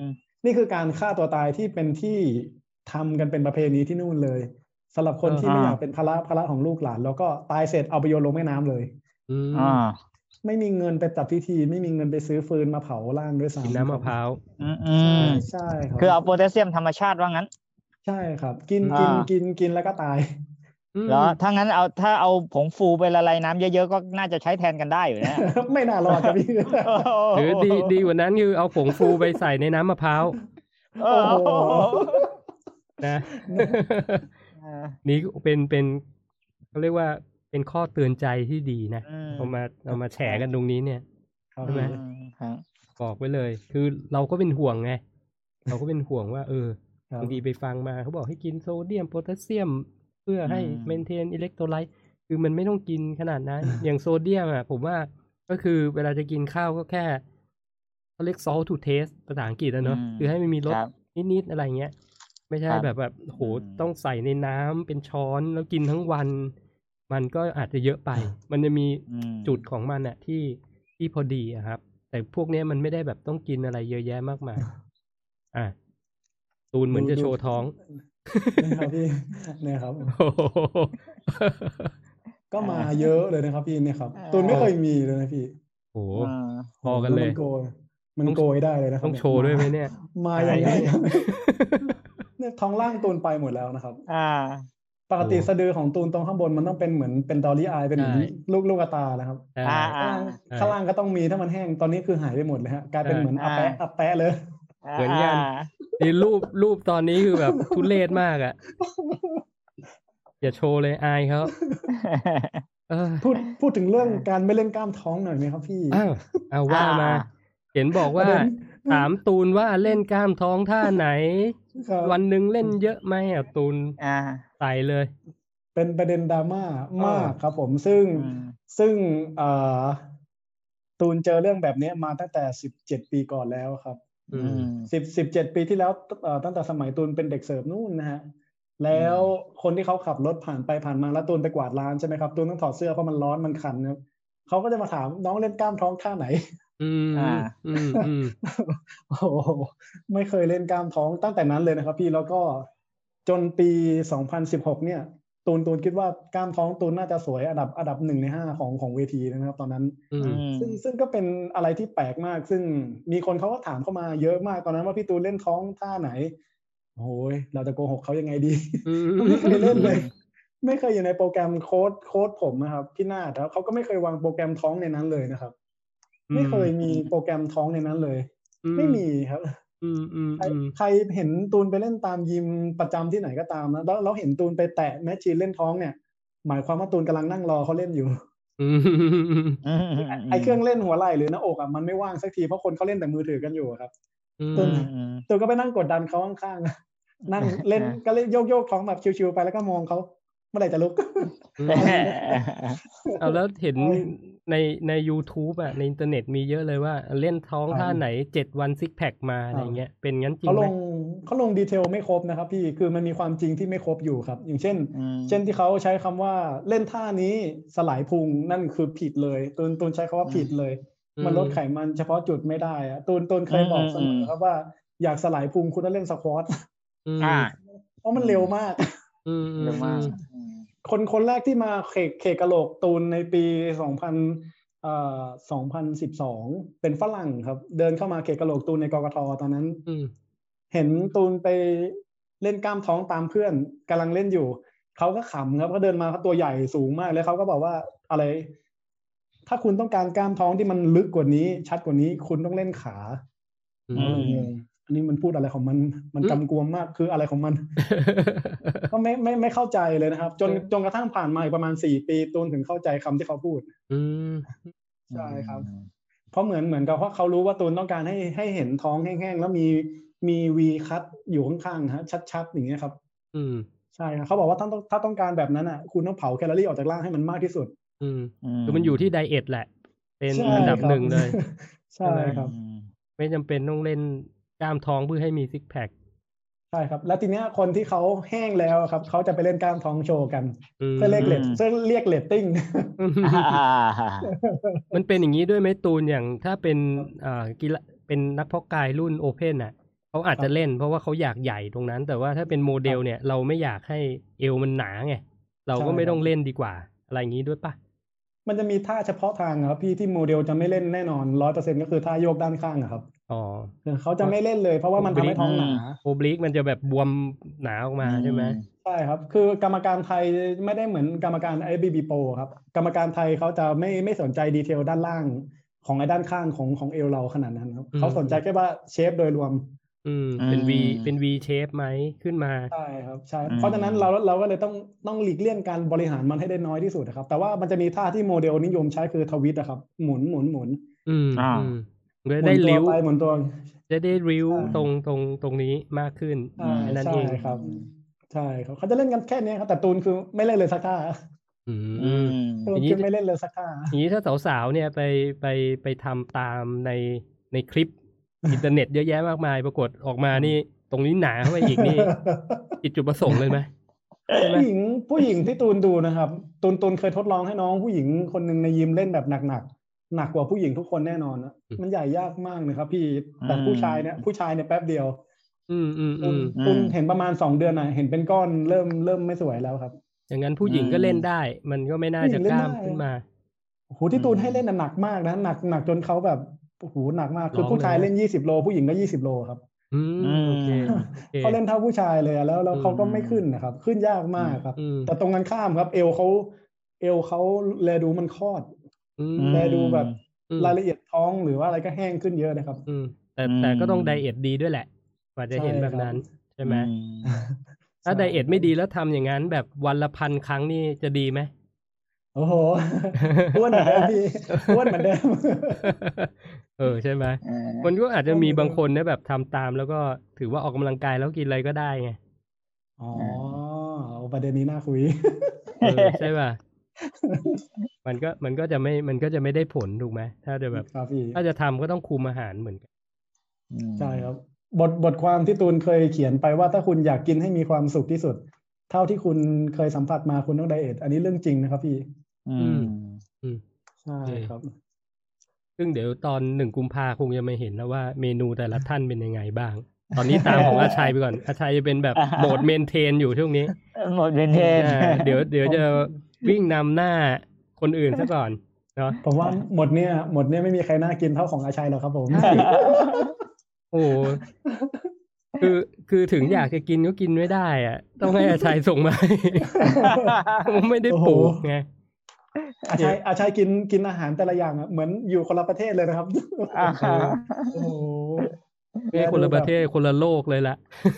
[SPEAKER 2] นี่คือการฆ่าตัวตายที่เป็นที่ทำกันเป็นประเพณีที่นู่นเลยสำหรับคนที่ไม่อยากเป็นภาระภาระของลูกหลานแล้วก็ตายเสร็จเอาไปโยนลงแม่น้ำเลย
[SPEAKER 1] อืม
[SPEAKER 3] อ่า
[SPEAKER 2] ไม่มีเงินไปจัดพิธีไม่มีเงินไปซื้อฟืนมาเผาร่างด้วยซ้ำ
[SPEAKER 1] กินน้ำมะพร้าว
[SPEAKER 3] อืมอื
[SPEAKER 2] ใช่
[SPEAKER 3] ม
[SPEAKER 2] ใช่ครับ
[SPEAKER 3] คือเอาโพแทสเซียมธรรมชาติว่างั้น
[SPEAKER 2] ใช่ครับ กินกิน
[SPEAKER 3] อ่า
[SPEAKER 2] กินกินแล้วก็ตาย
[SPEAKER 1] อืม
[SPEAKER 3] แล้วถ้างั้นเอาถ้าเอาผงฟูไปละลายน้ำเยอะๆก็น่าจะใช้แทนกันได้อยู่นะ
[SPEAKER 2] ไม่น่ารอดครับพี่
[SPEAKER 1] หรือดีดีกว่านั้นคือเอาผงฟูไปใส่ในน้ำมะพร้าว
[SPEAKER 3] โอ้
[SPEAKER 2] โอ้โห
[SPEAKER 1] นะ นี่เป็นเป็นเขาเรียกว่าเป็นข้อเตือนใจที่ดีนะ
[SPEAKER 3] อืม
[SPEAKER 1] เอามาเอามาแฉกันตรงนี้เนี่ย
[SPEAKER 2] ครับ
[SPEAKER 1] ใช่ไหม
[SPEAKER 3] ครับ
[SPEAKER 1] บอกไว้เลย คือเราก็เป็นห่วงไง เราก็เป็นห่วงว่า เออ
[SPEAKER 2] ครับ
[SPEAKER 1] บางทีไปฟังมาเขาบอกให้กินโซเดียมโพแทสเซียม เพื่อให้
[SPEAKER 3] อืม
[SPEAKER 1] เมนเทนอิเล็กโทรไลต์คือมันไม่ต้องกินขนาดนั้น อย่างโซเดียมอ่ะผมว่าก็คือเวลาจะกินข้าวก็แค่เขาเรียก salt to taste ภาษาอังกฤษนะเนอะ
[SPEAKER 3] อืม
[SPEAKER 1] คือให้มันมีรส
[SPEAKER 3] ครับ
[SPEAKER 1] นิดๆอะไรเงี้ย ไม่ใช่
[SPEAKER 3] ครับ
[SPEAKER 1] แบบแบบโห
[SPEAKER 3] อืม
[SPEAKER 1] ต้องใส่ในน้ำเป็นช้อนแล้วกินทั้งวัน มันก็อาจจะเยอะไป มันจะมี
[SPEAKER 3] อืม
[SPEAKER 1] จุดของมันอะที่ที่พอดีอะครับ แต่พวกเนี้ยมันไม่ได้แบบต้องกินอะไรเยอะแยะมากมาย อ่ะตูนเหมือนจะโชว์ท้อง
[SPEAKER 2] นะครับพี่เนี่ยครับ
[SPEAKER 1] โอ้โห
[SPEAKER 2] ก็มาเยอะเลยนะครับพี่เนี่ยครับตูนไม่เคยมีเลยนะพี่
[SPEAKER 1] โอ้โห
[SPEAKER 3] อ่า
[SPEAKER 1] พอกันเลย
[SPEAKER 2] มันโกยมันโกยได้เลยนะครับ
[SPEAKER 1] ต้องโชว์ด้วยไหมเนี่ย
[SPEAKER 2] มา
[SPEAKER 1] อาย
[SPEAKER 2] อย่าง
[SPEAKER 1] ไหม
[SPEAKER 2] ไงเนี่ยท้องล่างตูนไปหมดแล้วนะครับ
[SPEAKER 3] อ่า
[SPEAKER 2] ปกติ
[SPEAKER 1] โอ้
[SPEAKER 2] สะดือของตูนตรงข้างบนมันต้องเป็นเหมือนเป็นดอลลี่อายเป็นเหมือน
[SPEAKER 1] ใช่
[SPEAKER 2] ลูกลูกตานะครับ
[SPEAKER 1] ใช่
[SPEAKER 3] อ่า
[SPEAKER 2] ข้างล่างข้างล่างก็ต้องมีถ้ามันแห้งตอนนี้คือหายไปหมดเลยฮะกลายเป็น
[SPEAKER 1] ใช่
[SPEAKER 2] เหมือนอาแปะ
[SPEAKER 3] อ่า
[SPEAKER 2] อาแปะเลย
[SPEAKER 1] เหมือนกัน นี่รูปรูปตอนนี้คือแบบทุเรศมากอ่ะ อย่าโชว์เลยอายเขาเออ
[SPEAKER 2] พูดพูดถึงเรื่องการไม่เล่นกล้ามท้องหน่อยไหมครับพี่
[SPEAKER 1] อ้าวเอาว่ามา
[SPEAKER 3] อ่า
[SPEAKER 1] เห็นบอกว่า
[SPEAKER 2] ประเด็น
[SPEAKER 1] ถามตูนว่าเล่นกล้ามท้องท่าไหน
[SPEAKER 2] ครับ
[SPEAKER 1] วันหนึ่งเล่นเยอะไหมอ่ะตูน
[SPEAKER 3] อ่า
[SPEAKER 1] ใส่เลย
[SPEAKER 2] เป็นประเด็นดราม่า
[SPEAKER 1] เออ
[SPEAKER 2] มากครับผมซึ่ง
[SPEAKER 3] อืม
[SPEAKER 2] ซึ่งเอ่อตูนเจอเรื่องแบบนี้มาตั้งแต่สิบเจ็ดปีก่อนแล้วครับ
[SPEAKER 1] อื
[SPEAKER 3] อื
[SPEAKER 1] ม
[SPEAKER 3] ม
[SPEAKER 2] สิบสิบเจ็ดปีที่แล้วเอ่อตั้งแต่สมัยตูนเป็นเด็กเสิร์ฟนู่นนะฮะแล้วคนที่เขาขับรถผ่านไปผ่านมาแล้วตูนไปกวาดร้านใช่ไหมครับตูนต้องถอดเสื้อเพราะมันร้อนมันคันนะครับเขาก็จะมาถามน้องเล่นกล้ามท้องท่าไหน
[SPEAKER 1] อืม
[SPEAKER 3] อ่า
[SPEAKER 1] อืมอืม
[SPEAKER 2] โอ้โหไม่เคยเล่นกล้ามท้องตั้งแต่นั้นเลยนะครับพี่แล้วก็จนปีสองพันสิบหกเนี่ยตูนตูนคิดว่ากล้ามท้องตูนน่าจะสวยอันดับอันดับหนึ่งในห้าของของเวทีนะครับตอนนั้น
[SPEAKER 1] อืม
[SPEAKER 2] ซึ่งซึ่งก็เป็นอะไรที่แปลกมาก ซึ่งมีคนเขาก็ถามเข้ามาเยอะมากตอนนั้นว่าพี่ตูนเล่นท้องท่าไหนโอ้ยเราจะโกหกเขายังไงดี
[SPEAKER 1] อืม
[SPEAKER 2] ไม่เคยเล่นเลย ไม่เคยอยู่ในโปรแกรมโค้ดโค้ดผมนะครับพี่นาฏครับเขาก็ไม่เคยวางโปรแกรมท้องในนั้นเลยนะครับ ไม่เคยมีโปรแกรมท้องในนั้นเลย
[SPEAKER 1] อื
[SPEAKER 2] ไม่มีครับ
[SPEAKER 1] อืมอืม
[SPEAKER 2] ใคร
[SPEAKER 1] อืม
[SPEAKER 2] ใครเห็นตูนไปเล่นตามยิมประจำที่ไหนก็ตามนะแล้วเราเห็นตูนไปแตะแมชชีนเล่นท้องเนี่ย หมายความว่าตูนกำลังนั่งรอเขาเล่นอยู่
[SPEAKER 1] อืม
[SPEAKER 3] อืม
[SPEAKER 2] ไอเครื่องเล่นหัวไหล่หรือหน้าอกอ่ะมันไม่ว่างสักทีเพราะคนเขาเล่นแต่มือถือกันอยู่ครับ
[SPEAKER 1] อืม
[SPEAKER 2] ตูน
[SPEAKER 3] อืม
[SPEAKER 2] ตูนก็ไปนั่งกดดันเขาข้างๆ นั่งเล่นก็เล่นโยกโยกๆท้องแบบชิวๆไปแล้วก็มองเขาเมื่อไหร่จะลุก
[SPEAKER 1] อืมเอาแล้วเห็นในใน YouTube อ่ะในอินเทอร์เน็ตมีเยอะเลยว่าเล่นท้อง
[SPEAKER 2] ครับ
[SPEAKER 1] ท่าไหนเจ็ดวันซิกแพคมาอะไรเงี้ยเป็นงั้นจริง
[SPEAKER 2] เขา
[SPEAKER 1] ไห
[SPEAKER 2] ล
[SPEAKER 1] ม
[SPEAKER 2] งเขาลงดีเทลไม่ครบนะครับพี่คือมันมีความจริงที่ไม่ครบอยู่ครับ อย่างเช่น
[SPEAKER 3] อืม
[SPEAKER 2] เช่นที่เขาใช้คำว่าเล่นท่านี้สลายพุงนั่นคือผิดเลยตูนตูนใช้คำว่าผิดเลย
[SPEAKER 1] อืม
[SPEAKER 2] มันลดไขมันเฉพาะจุดไม่ได้อะตูนตูนเคยบอกเสมอครับว่าอยากสลายพุงคุณต้องเล่นสควอต
[SPEAKER 1] อืม
[SPEAKER 3] อ่า
[SPEAKER 2] เพราะมันเร็วมาก
[SPEAKER 1] อืมอื
[SPEAKER 3] เร็
[SPEAKER 1] ม
[SPEAKER 3] วมาก
[SPEAKER 2] คนคนแรกที่มาเขกเขกกะโหลกตูนในปีสองพันเอ่อสองพันสิบสองเป็นฝรั่งครับ เดินเข้ามาเขกกะโหลกตูนในกกทตอนนั้น
[SPEAKER 1] อืม
[SPEAKER 2] เห็นตูนไปเล่นกล้ามท้องตามเพื่อนกำลังเล่นอยู่เขาก็ขำครับเขาเดินมาเขาตัวใหญ่สูงมากแล้วเขาก็บอกว่าอะไร ถ้าคุณต้องการกล้ามท้องที่มันลึกกว่านี้ ชัดกว่านี้ คุณต้องเล่นขา
[SPEAKER 1] อื
[SPEAKER 2] ผมก็เลย
[SPEAKER 1] ม
[SPEAKER 2] งงอันนี้มันพูดอะไรของมันมัน
[SPEAKER 1] อืม
[SPEAKER 2] กำกวมมากคืออะไรของมัน ก็ไม่ไม่ไม่เข้าใจเลยนะครับ จน
[SPEAKER 1] เออ
[SPEAKER 2] จนกระทั่งผ่านมาอีกประมาณสี่ปีตูนถึงเข้าใจคำที่เขาพูด
[SPEAKER 1] อืม
[SPEAKER 2] ใช่ครับ เพราะเหมือนเหมือนกับว่าเขารู้ว่าตูนต้องการให้ให้เห็นท้องแห้งๆแล้วมีมีวีคัตอยู่ข้างๆฮะชัดๆอย่างเงี้ยครับ
[SPEAKER 1] อืม
[SPEAKER 2] ใช่ครับเขาบอกว่าถ้าต้องถ้าต้องการแบบนั้นอ่ะคุณต้องเผาแคลอรี่ออกจากร่างให้มันมากที่สุด
[SPEAKER 1] อืมคือมันอยู่ที่ไดเอทแหละ เป็น
[SPEAKER 2] ใช่
[SPEAKER 1] อันดับ
[SPEAKER 2] ครับ
[SPEAKER 1] หนึ่งเลย
[SPEAKER 2] ใช่ครับ
[SPEAKER 1] ไม่จำเป็นต้องเล่นกล้ามท้องเพื่อให้มีซิกแพค
[SPEAKER 2] ใช่ครับ แล้วทีเนี้ยคนที่เขาแห้งแล้วครับเขาจะไปเล่นกล้ามท้องโชว์กัน
[SPEAKER 1] อืม
[SPEAKER 2] เพื่อเรียกเลท
[SPEAKER 3] อืม
[SPEAKER 2] เพื่อเรียกเลตติ้ง
[SPEAKER 1] มันเป็นอย่างนี้ด้วยไหมตูนอย่างถ้าเป็นอ่ากีฬาเป็นนักเพาะกายรุ่นโอเพนอ่ะเขาอาจ
[SPEAKER 2] ครั
[SPEAKER 1] จะ
[SPEAKER 2] บ
[SPEAKER 1] เล่นเพราะว่าเขาอยากใหญ่ตรงนั้น แต่ว่าถ้าเป็นโม
[SPEAKER 2] ค
[SPEAKER 1] เด
[SPEAKER 2] รับ
[SPEAKER 1] ลเนี่ย เราไม่อยากให้เอวมันหนาไง เรา
[SPEAKER 2] ใช่
[SPEAKER 1] ก็ไม่
[SPEAKER 2] คร
[SPEAKER 1] ตั้อ
[SPEAKER 2] บ
[SPEAKER 1] งเล่นดีกว่า อะไรงี้ด้วยเปล่า?
[SPEAKER 2] มันจะมีท่าเฉพาะทางอะครับพี่ ที่ Model จะไม่เล่นแน่นอน ร้อยเปอร์เซ็นต์ ก็คือท่าโยกด้านข้างอะครับ
[SPEAKER 1] อ๋อ
[SPEAKER 2] คือเขา
[SPEAKER 1] เพ
[SPEAKER 2] จะไม่เล่นเลย เพราะว่ามันทำให้
[SPEAKER 1] Oblique
[SPEAKER 2] ท้องหนา
[SPEAKER 1] Oblique มันจะแบบบวมหนาออก
[SPEAKER 3] อื
[SPEAKER 1] มาใช่ไหม?
[SPEAKER 3] ม
[SPEAKER 2] ใช่ครับ คือกรรมการไทยไม่ได้เหมือนกรรมการ ไอ้ บี บี Pro อะครับ กรรมการไทยเขาจะไม่ ไม่สนใจ detail ด้านล่างของไอ้ด้านข้างของ ของเอวเราขนาดนั้นครับ
[SPEAKER 1] อื
[SPEAKER 2] เขาสนใจ
[SPEAKER 1] ม
[SPEAKER 2] แค่ว่าเชปโดยรวม
[SPEAKER 1] อืม
[SPEAKER 3] อื
[SPEAKER 1] เป็น V เป็น
[SPEAKER 3] ม
[SPEAKER 1] V shape ไหม? ขึ้นมา
[SPEAKER 2] ใช่ครับ ใช่
[SPEAKER 3] อื
[SPEAKER 2] เพราะฉะนั้น
[SPEAKER 3] ม
[SPEAKER 2] เรา เราก็เลยต้อง ต้องหลีกเลี่ยงการบริหารมันให้ได้น้อยที่สุดอะครับ แต่ว่ามันจะมีท่าที่ Model นิยมใช้คือ Twist อะครับ หมุน ๆ ๆ
[SPEAKER 1] อืม
[SPEAKER 3] อ้าว
[SPEAKER 1] ๆ จะ
[SPEAKER 2] หมุ
[SPEAKER 1] ได้
[SPEAKER 2] นตัว
[SPEAKER 1] ริ้ว
[SPEAKER 2] ไปหมุนตัว
[SPEAKER 1] จะได้ริ้ว
[SPEAKER 2] ใช่
[SPEAKER 1] ตรง ตรง ตรงนี้มากขึ้น
[SPEAKER 2] ใช
[SPEAKER 3] อื่ม
[SPEAKER 1] แค่นั้
[SPEAKER 2] ใช
[SPEAKER 1] น่เอง
[SPEAKER 2] ครับ ใช่ครับ เขาจะเล่นกันแค่เนี้ยครับ แต่ตูนคือไม่เล่นเลยสักท่า
[SPEAKER 1] อื
[SPEAKER 3] อื
[SPEAKER 1] ม
[SPEAKER 3] ม
[SPEAKER 2] ตู
[SPEAKER 1] อย่าง
[SPEAKER 2] ค
[SPEAKER 1] งี้
[SPEAKER 2] ือไม่เล่นเลยสักท่า
[SPEAKER 1] อย่างงี้ถ้าสาว ๆ เนี่ยไป ไป ไปทำตามใน ในคลิปอินเทอร์เน็ตเยอะแยะมากมาย ปรากฏออกมานี่ ตรงนี้หนาเข้าไปอีกนี่ ผิดจุดประสงค์เลยไหม? ใช่ไหม?
[SPEAKER 2] ผู้หญิง ผู้หญิงที่ตูนดูนะครับ ตูน ตูนเคยทดลองให้น้องผู้หญิงคนหนึ่งในยิมเล่นแบบหนัก ๆ หนักกว่าผู้หญิงทุกคนแน่นอนอะ
[SPEAKER 1] อืม
[SPEAKER 2] มันใหญ่ยากมากเลยครับพี่
[SPEAKER 3] อื
[SPEAKER 2] แต่ผู้ชายเนี่ย
[SPEAKER 3] ม
[SPEAKER 2] ผู้ชายเนี่ยแป๊บเดียว
[SPEAKER 1] อืม
[SPEAKER 2] ตูน
[SPEAKER 1] ๆ ๆ
[SPEAKER 3] อื
[SPEAKER 2] ตูน
[SPEAKER 3] ม
[SPEAKER 2] เห็นประมาณ สอง เดือนน่ะ เห็นเป็นก้อนเริ่ม เริ่มไม่สวยแล้วครับ
[SPEAKER 1] อย่างงั้นผ
[SPEAKER 3] อื
[SPEAKER 1] ้หญิงก็เล่น
[SPEAKER 3] ม
[SPEAKER 1] ได้ มันก็ไม่น่
[SPEAKER 2] ผ
[SPEAKER 1] า
[SPEAKER 2] ู้หญ
[SPEAKER 1] จิะ
[SPEAKER 2] งเล่
[SPEAKER 1] กล้
[SPEAKER 2] น
[SPEAKER 1] า
[SPEAKER 2] ได
[SPEAKER 1] ม้ขึ้นมา
[SPEAKER 2] โอ้โฮ ที่ตูนให้
[SPEAKER 3] อืม
[SPEAKER 2] เล่นน่ะหนักมากนะ หนัก หนักจนเขาแบบ โอ้โฮ หนักมาก
[SPEAKER 1] ร
[SPEAKER 2] คื
[SPEAKER 1] ้
[SPEAKER 2] อผู้ชาย
[SPEAKER 1] องเลยไหม?
[SPEAKER 2] เล่น ยี่สิบ โล ผู้หญิงก็ ยี่สิบ โลครับ
[SPEAKER 1] อืม
[SPEAKER 3] อื
[SPEAKER 1] โอเค
[SPEAKER 3] ม
[SPEAKER 1] โอเค
[SPEAKER 2] เขาเล่นเท่าผู้ชายเลยอะ แล้ว แล้
[SPEAKER 1] อ
[SPEAKER 2] ว
[SPEAKER 1] ื
[SPEAKER 2] เขาก็ไม่ขึ้น
[SPEAKER 3] ม
[SPEAKER 2] น่ะครับ ขึ้นยาก
[SPEAKER 3] อืม
[SPEAKER 2] มากครับ
[SPEAKER 1] อืม
[SPEAKER 2] แต่ตรงกันข้ามครับ เอวเขา เอวเขาแลดูมันคลอด
[SPEAKER 1] อื
[SPEAKER 3] อื
[SPEAKER 2] แลดูแบบ
[SPEAKER 3] ม
[SPEAKER 1] อืม
[SPEAKER 2] รายละเอียดท้อง หรือว่าอะไรก็แห้งขึ้นเยอะเลยครับ
[SPEAKER 1] อืม แต่
[SPEAKER 3] อื
[SPEAKER 1] แต่ก็ต้องได
[SPEAKER 3] ม
[SPEAKER 1] เอตดีด้วยแหละ กว่าจะ
[SPEAKER 2] ใช่
[SPEAKER 1] เห็นแบบน
[SPEAKER 2] ครับ
[SPEAKER 1] ั้น ใช่
[SPEAKER 3] อื
[SPEAKER 1] ไหม?
[SPEAKER 3] ม
[SPEAKER 1] ถ้า
[SPEAKER 2] ใช่
[SPEAKER 1] ไดเอต
[SPEAKER 2] คร
[SPEAKER 1] ไมั่ดี
[SPEAKER 2] บ
[SPEAKER 1] แล้วทำอย่างงั้นแบบวันละ พัน ครั้งนี่จะดีไหม?
[SPEAKER 2] โอ้โฮ อ้วนเหมือนเดิมพี่ อ้วนเหมือนเดิม
[SPEAKER 1] เออ ใช่ไหม?
[SPEAKER 3] เออ
[SPEAKER 1] มันก็อาจ
[SPEAKER 2] อ
[SPEAKER 1] จะ
[SPEAKER 2] ้วน
[SPEAKER 1] ม
[SPEAKER 2] เหมีือน
[SPEAKER 1] บ
[SPEAKER 2] เด
[SPEAKER 1] า
[SPEAKER 2] ิ
[SPEAKER 1] งคน
[SPEAKER 2] ม
[SPEAKER 1] นะแบบทำตาม แล้วก็ถือว่าออกกำลังกายแล้วกินอะไรก็ได้ไง
[SPEAKER 2] อ๋อ
[SPEAKER 3] อา
[SPEAKER 2] ประเด็นนี้น่าคุย
[SPEAKER 1] เออ ใช่เปล่า? มันก็ มันก็จะไม่ มันก็จะไม่ได้ผลถูกไหม? ถ้าจะแบบ
[SPEAKER 2] ครับพี่
[SPEAKER 1] ถ้าจะทำก็ต้องคุมอาหารเหมือนกัน
[SPEAKER 3] อื
[SPEAKER 2] ใช่ครั
[SPEAKER 3] ม
[SPEAKER 2] บ บท บทความที่ตูนเคยเขียนไปว่า ถ้าคุณอยากกินให้มีความสุขที่สุด เท่าที่คุณเคยสัมผัสมาคุณต้องไดเอต อันนี้เรื่องจริงนะครับพี่
[SPEAKER 3] อื
[SPEAKER 1] อืม
[SPEAKER 3] ม
[SPEAKER 1] อืม
[SPEAKER 2] ใช่
[SPEAKER 1] โอเค
[SPEAKER 2] ครับ
[SPEAKER 1] ซึ่งเดี๋ยวตอน หนึ่ง กุมภาคงจะมาเห็นแล้วว่า เมนูแต่ละท่านเป็นยังไงบ้าง ตอนนี้ตามของอาชัยไปก่อน อาชัยจะเป็นแบบโหมด Maintain อยู่ช่วงนี้
[SPEAKER 3] เออ โหมด
[SPEAKER 2] ผม
[SPEAKER 3] Maintain
[SPEAKER 1] อา เดี๋ยว เดี๋ยวจะวิ่งนำหน้าคนอื่นเสียก่อนเนาะ
[SPEAKER 2] ผมว่าหมดเนี่ย หมดเนี่ยไม่มีใครน่ากินเท่าของอาชัยหรอกครับผม
[SPEAKER 1] ใช่ โอ้โฮ คือ คือถึงอยากจะกินก็กินไม่ได้อะ ต้องให้อาชัยส่งมาให้ ผมไม่ได้
[SPEAKER 2] โอ้โฮ
[SPEAKER 1] ปลูกไง
[SPEAKER 2] อา
[SPEAKER 1] เน
[SPEAKER 2] ชี่ั
[SPEAKER 1] ย
[SPEAKER 2] ย อาชัยกิน กินอาหารแต่ละอย่างอะเหมือนอยู่คนละประเทศเลยนะครับ
[SPEAKER 1] เออ
[SPEAKER 2] โอ้โฮ
[SPEAKER 1] ไม่
[SPEAKER 2] แ
[SPEAKER 1] ใ
[SPEAKER 2] ล
[SPEAKER 1] ช่คนละ
[SPEAKER 2] ดูแ
[SPEAKER 1] ป
[SPEAKER 2] บบ
[SPEAKER 1] ระเทศ คนละโลกเลยแหละ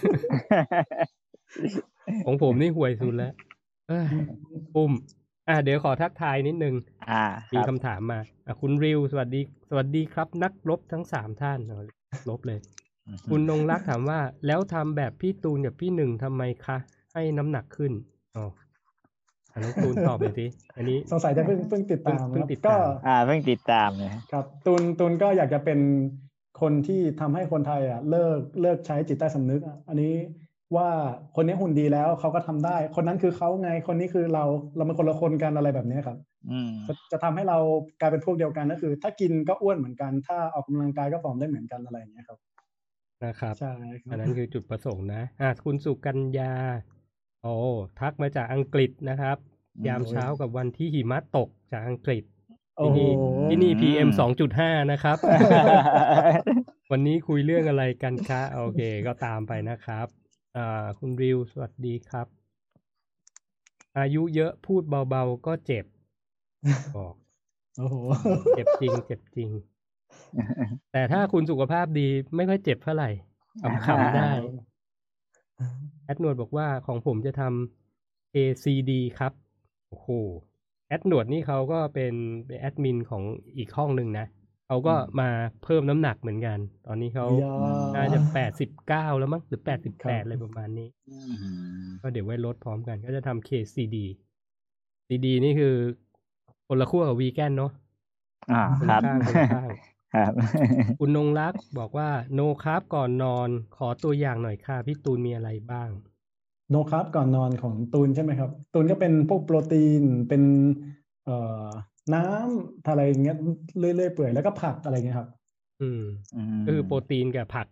[SPEAKER 1] ของผมนี่ห่วยสุดแล้ว เฮ้ย ปุ้ม อา เดี๋ยวขอทักทายนิดหนึ่ง
[SPEAKER 3] อา ค
[SPEAKER 1] มี
[SPEAKER 3] รับ
[SPEAKER 1] คำถามมา อ่า คุณริว สวัสดี สวัสดีครับ นักรบทั้ง สาม ท่าน อ๋อ รบเลย
[SPEAKER 3] อือฮึ
[SPEAKER 1] คุณนงรักถามว่า แล้วทำแบบพี่ตูนกับพี่หนึ่งทำไมคะ ให้น้ำหนักขึ้น? อ๋อ อ่า น้องตูนตอบหน่อยสิ อันนี้
[SPEAKER 2] สงสัยจะเพิ่ง เพิ่งติด
[SPEAKER 1] เพิ่
[SPEAKER 2] ต
[SPEAKER 1] ง
[SPEAKER 2] าม
[SPEAKER 1] เพิ่ง
[SPEAKER 2] ครับ
[SPEAKER 1] ติด
[SPEAKER 2] ก็
[SPEAKER 1] ตาม
[SPEAKER 3] อา เพิ่งติดตามเลย
[SPEAKER 2] ครับ ตูน ตูนก็อยากจะเป็นคนที่ทำให้คนไทยอะเลิก เลิกใช้จิตใต้สำนึกอะ อันนี้ว่าคนนี้หุ่นดีแล้วเขาก็ทำได้ คนนั้นคือเขาไง คนนี้คือเรา เรามันคนละคนกัน อะไรแบบเนี้ยครับ
[SPEAKER 3] อืม
[SPEAKER 2] จะ จะทำให้เรากลายเป็นพวกเดียวกัน ก็คือถ้ากินก็อ้วนเหมือนกัน ถ้าออกกำลังกายก็ผอมได้เหมือนกัน อะไรอย่างเงี้ยครับ
[SPEAKER 1] นะครับ
[SPEAKER 2] ใช่คร
[SPEAKER 1] อั
[SPEAKER 2] บ
[SPEAKER 1] นนั้นคือจุดประสงค์นะ อา คุณสุกัญญา โอ้ ทักมาจากอังกฤษนะครับ
[SPEAKER 3] อืม
[SPEAKER 1] ยามเช้ากับวันที่หิมะตกจากอังกฤษ
[SPEAKER 2] โอ
[SPEAKER 1] ที่
[SPEAKER 2] ้โฮ
[SPEAKER 1] นี่ ที่นี่
[SPEAKER 3] อื
[SPEAKER 1] PM
[SPEAKER 3] ม
[SPEAKER 1] 2.5 นะครับ วันนี้คุยเรื่องอะไรกันคะ? โอเค ก็ตามไปนะครับ อ่า คุณริว สวัสดีครับ อายุเยอะพูดเบา ๆ ก็เจ็บ บอก
[SPEAKER 2] โอ้โฮ
[SPEAKER 1] เจ็บจริง เจ็บจริง แต่ถ้าคุณสุขภาพดีไม่ค่อยเจ็บเท่าไร ขำ ๆ ได้ แอดนวดบอกว่า ของผมจะทำ เอ ซี ดี ครับ โอ้โฮ แอดหนวดนี่เขาก็เป็น เป็นแอดมินของอีกห้องหนึ่งนะ เขา
[SPEAKER 3] อ
[SPEAKER 1] ก็
[SPEAKER 3] ืม
[SPEAKER 1] มาเพิ่มน้ำหนักเหมือนกัน ตอนนี้เขา
[SPEAKER 2] ยา
[SPEAKER 3] อืม
[SPEAKER 1] น่าจะ แปดสิบเก้า แล้วมั้ง หรือ แปดสิบ
[SPEAKER 2] ค
[SPEAKER 1] แปด
[SPEAKER 2] รับ
[SPEAKER 1] อะไรประมาณนี้
[SPEAKER 3] อื้อฮือ
[SPEAKER 1] ก็เดี๋ยวไว้ลดพร้อมกัน ก็จะทำ เค ซี ดี ซี ดี นี่คือคนละขั้วกับ Vegan เนาะ
[SPEAKER 3] อา
[SPEAKER 1] คน
[SPEAKER 3] ค
[SPEAKER 1] ละ
[SPEAKER 3] รับ
[SPEAKER 1] ข้าง คนละข้าง
[SPEAKER 3] ครับ
[SPEAKER 1] คุณนงรักบอกว่า No Carb ก่อนนอน ขอตัวอย่างหน่อยค่ะ พี่ตูนมีอะไรบ้าง?
[SPEAKER 2] No Carb ก่อนนอนของตูนใช่ไหมครับ? ตูนก็เป็นพวกโปรตีน เป็น เอ่อ น้ำ อะไรอย่างเงี้ย เรื่อย ๆ เปื่อย แล้วก็ผัก อะไรอย่างเงี้ยครับ
[SPEAKER 1] อืม
[SPEAKER 3] อื
[SPEAKER 1] ก็คือโปร
[SPEAKER 3] ม
[SPEAKER 1] ตีนกับผัก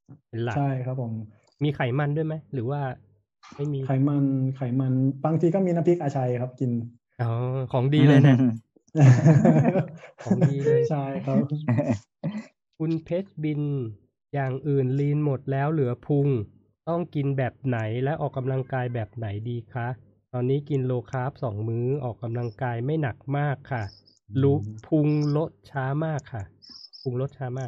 [SPEAKER 1] เป็นหลัก
[SPEAKER 2] ใช่ครับผม
[SPEAKER 1] มีไขมันด้วยไหมหรือว่าไม่มี
[SPEAKER 2] ไขมันไขมันบางทีก็มีน้ำพริกอาชัยครับกิน
[SPEAKER 1] อ๋อของดีเลยนะของดีเลย
[SPEAKER 2] ใช่ครับ
[SPEAKER 1] คุณเพชรบินอย่างอื่นลีนหมดแล้วเหลือพุงต้องกินแบบไหนและออกกำลังกายแบบไหนดีคะตอนนี้กินโลคาร์บสองมื้อออกกำลังกายไม่หนักมากค่ะรู้พุงลดช้ามากค่ะพุงลดช้ามาก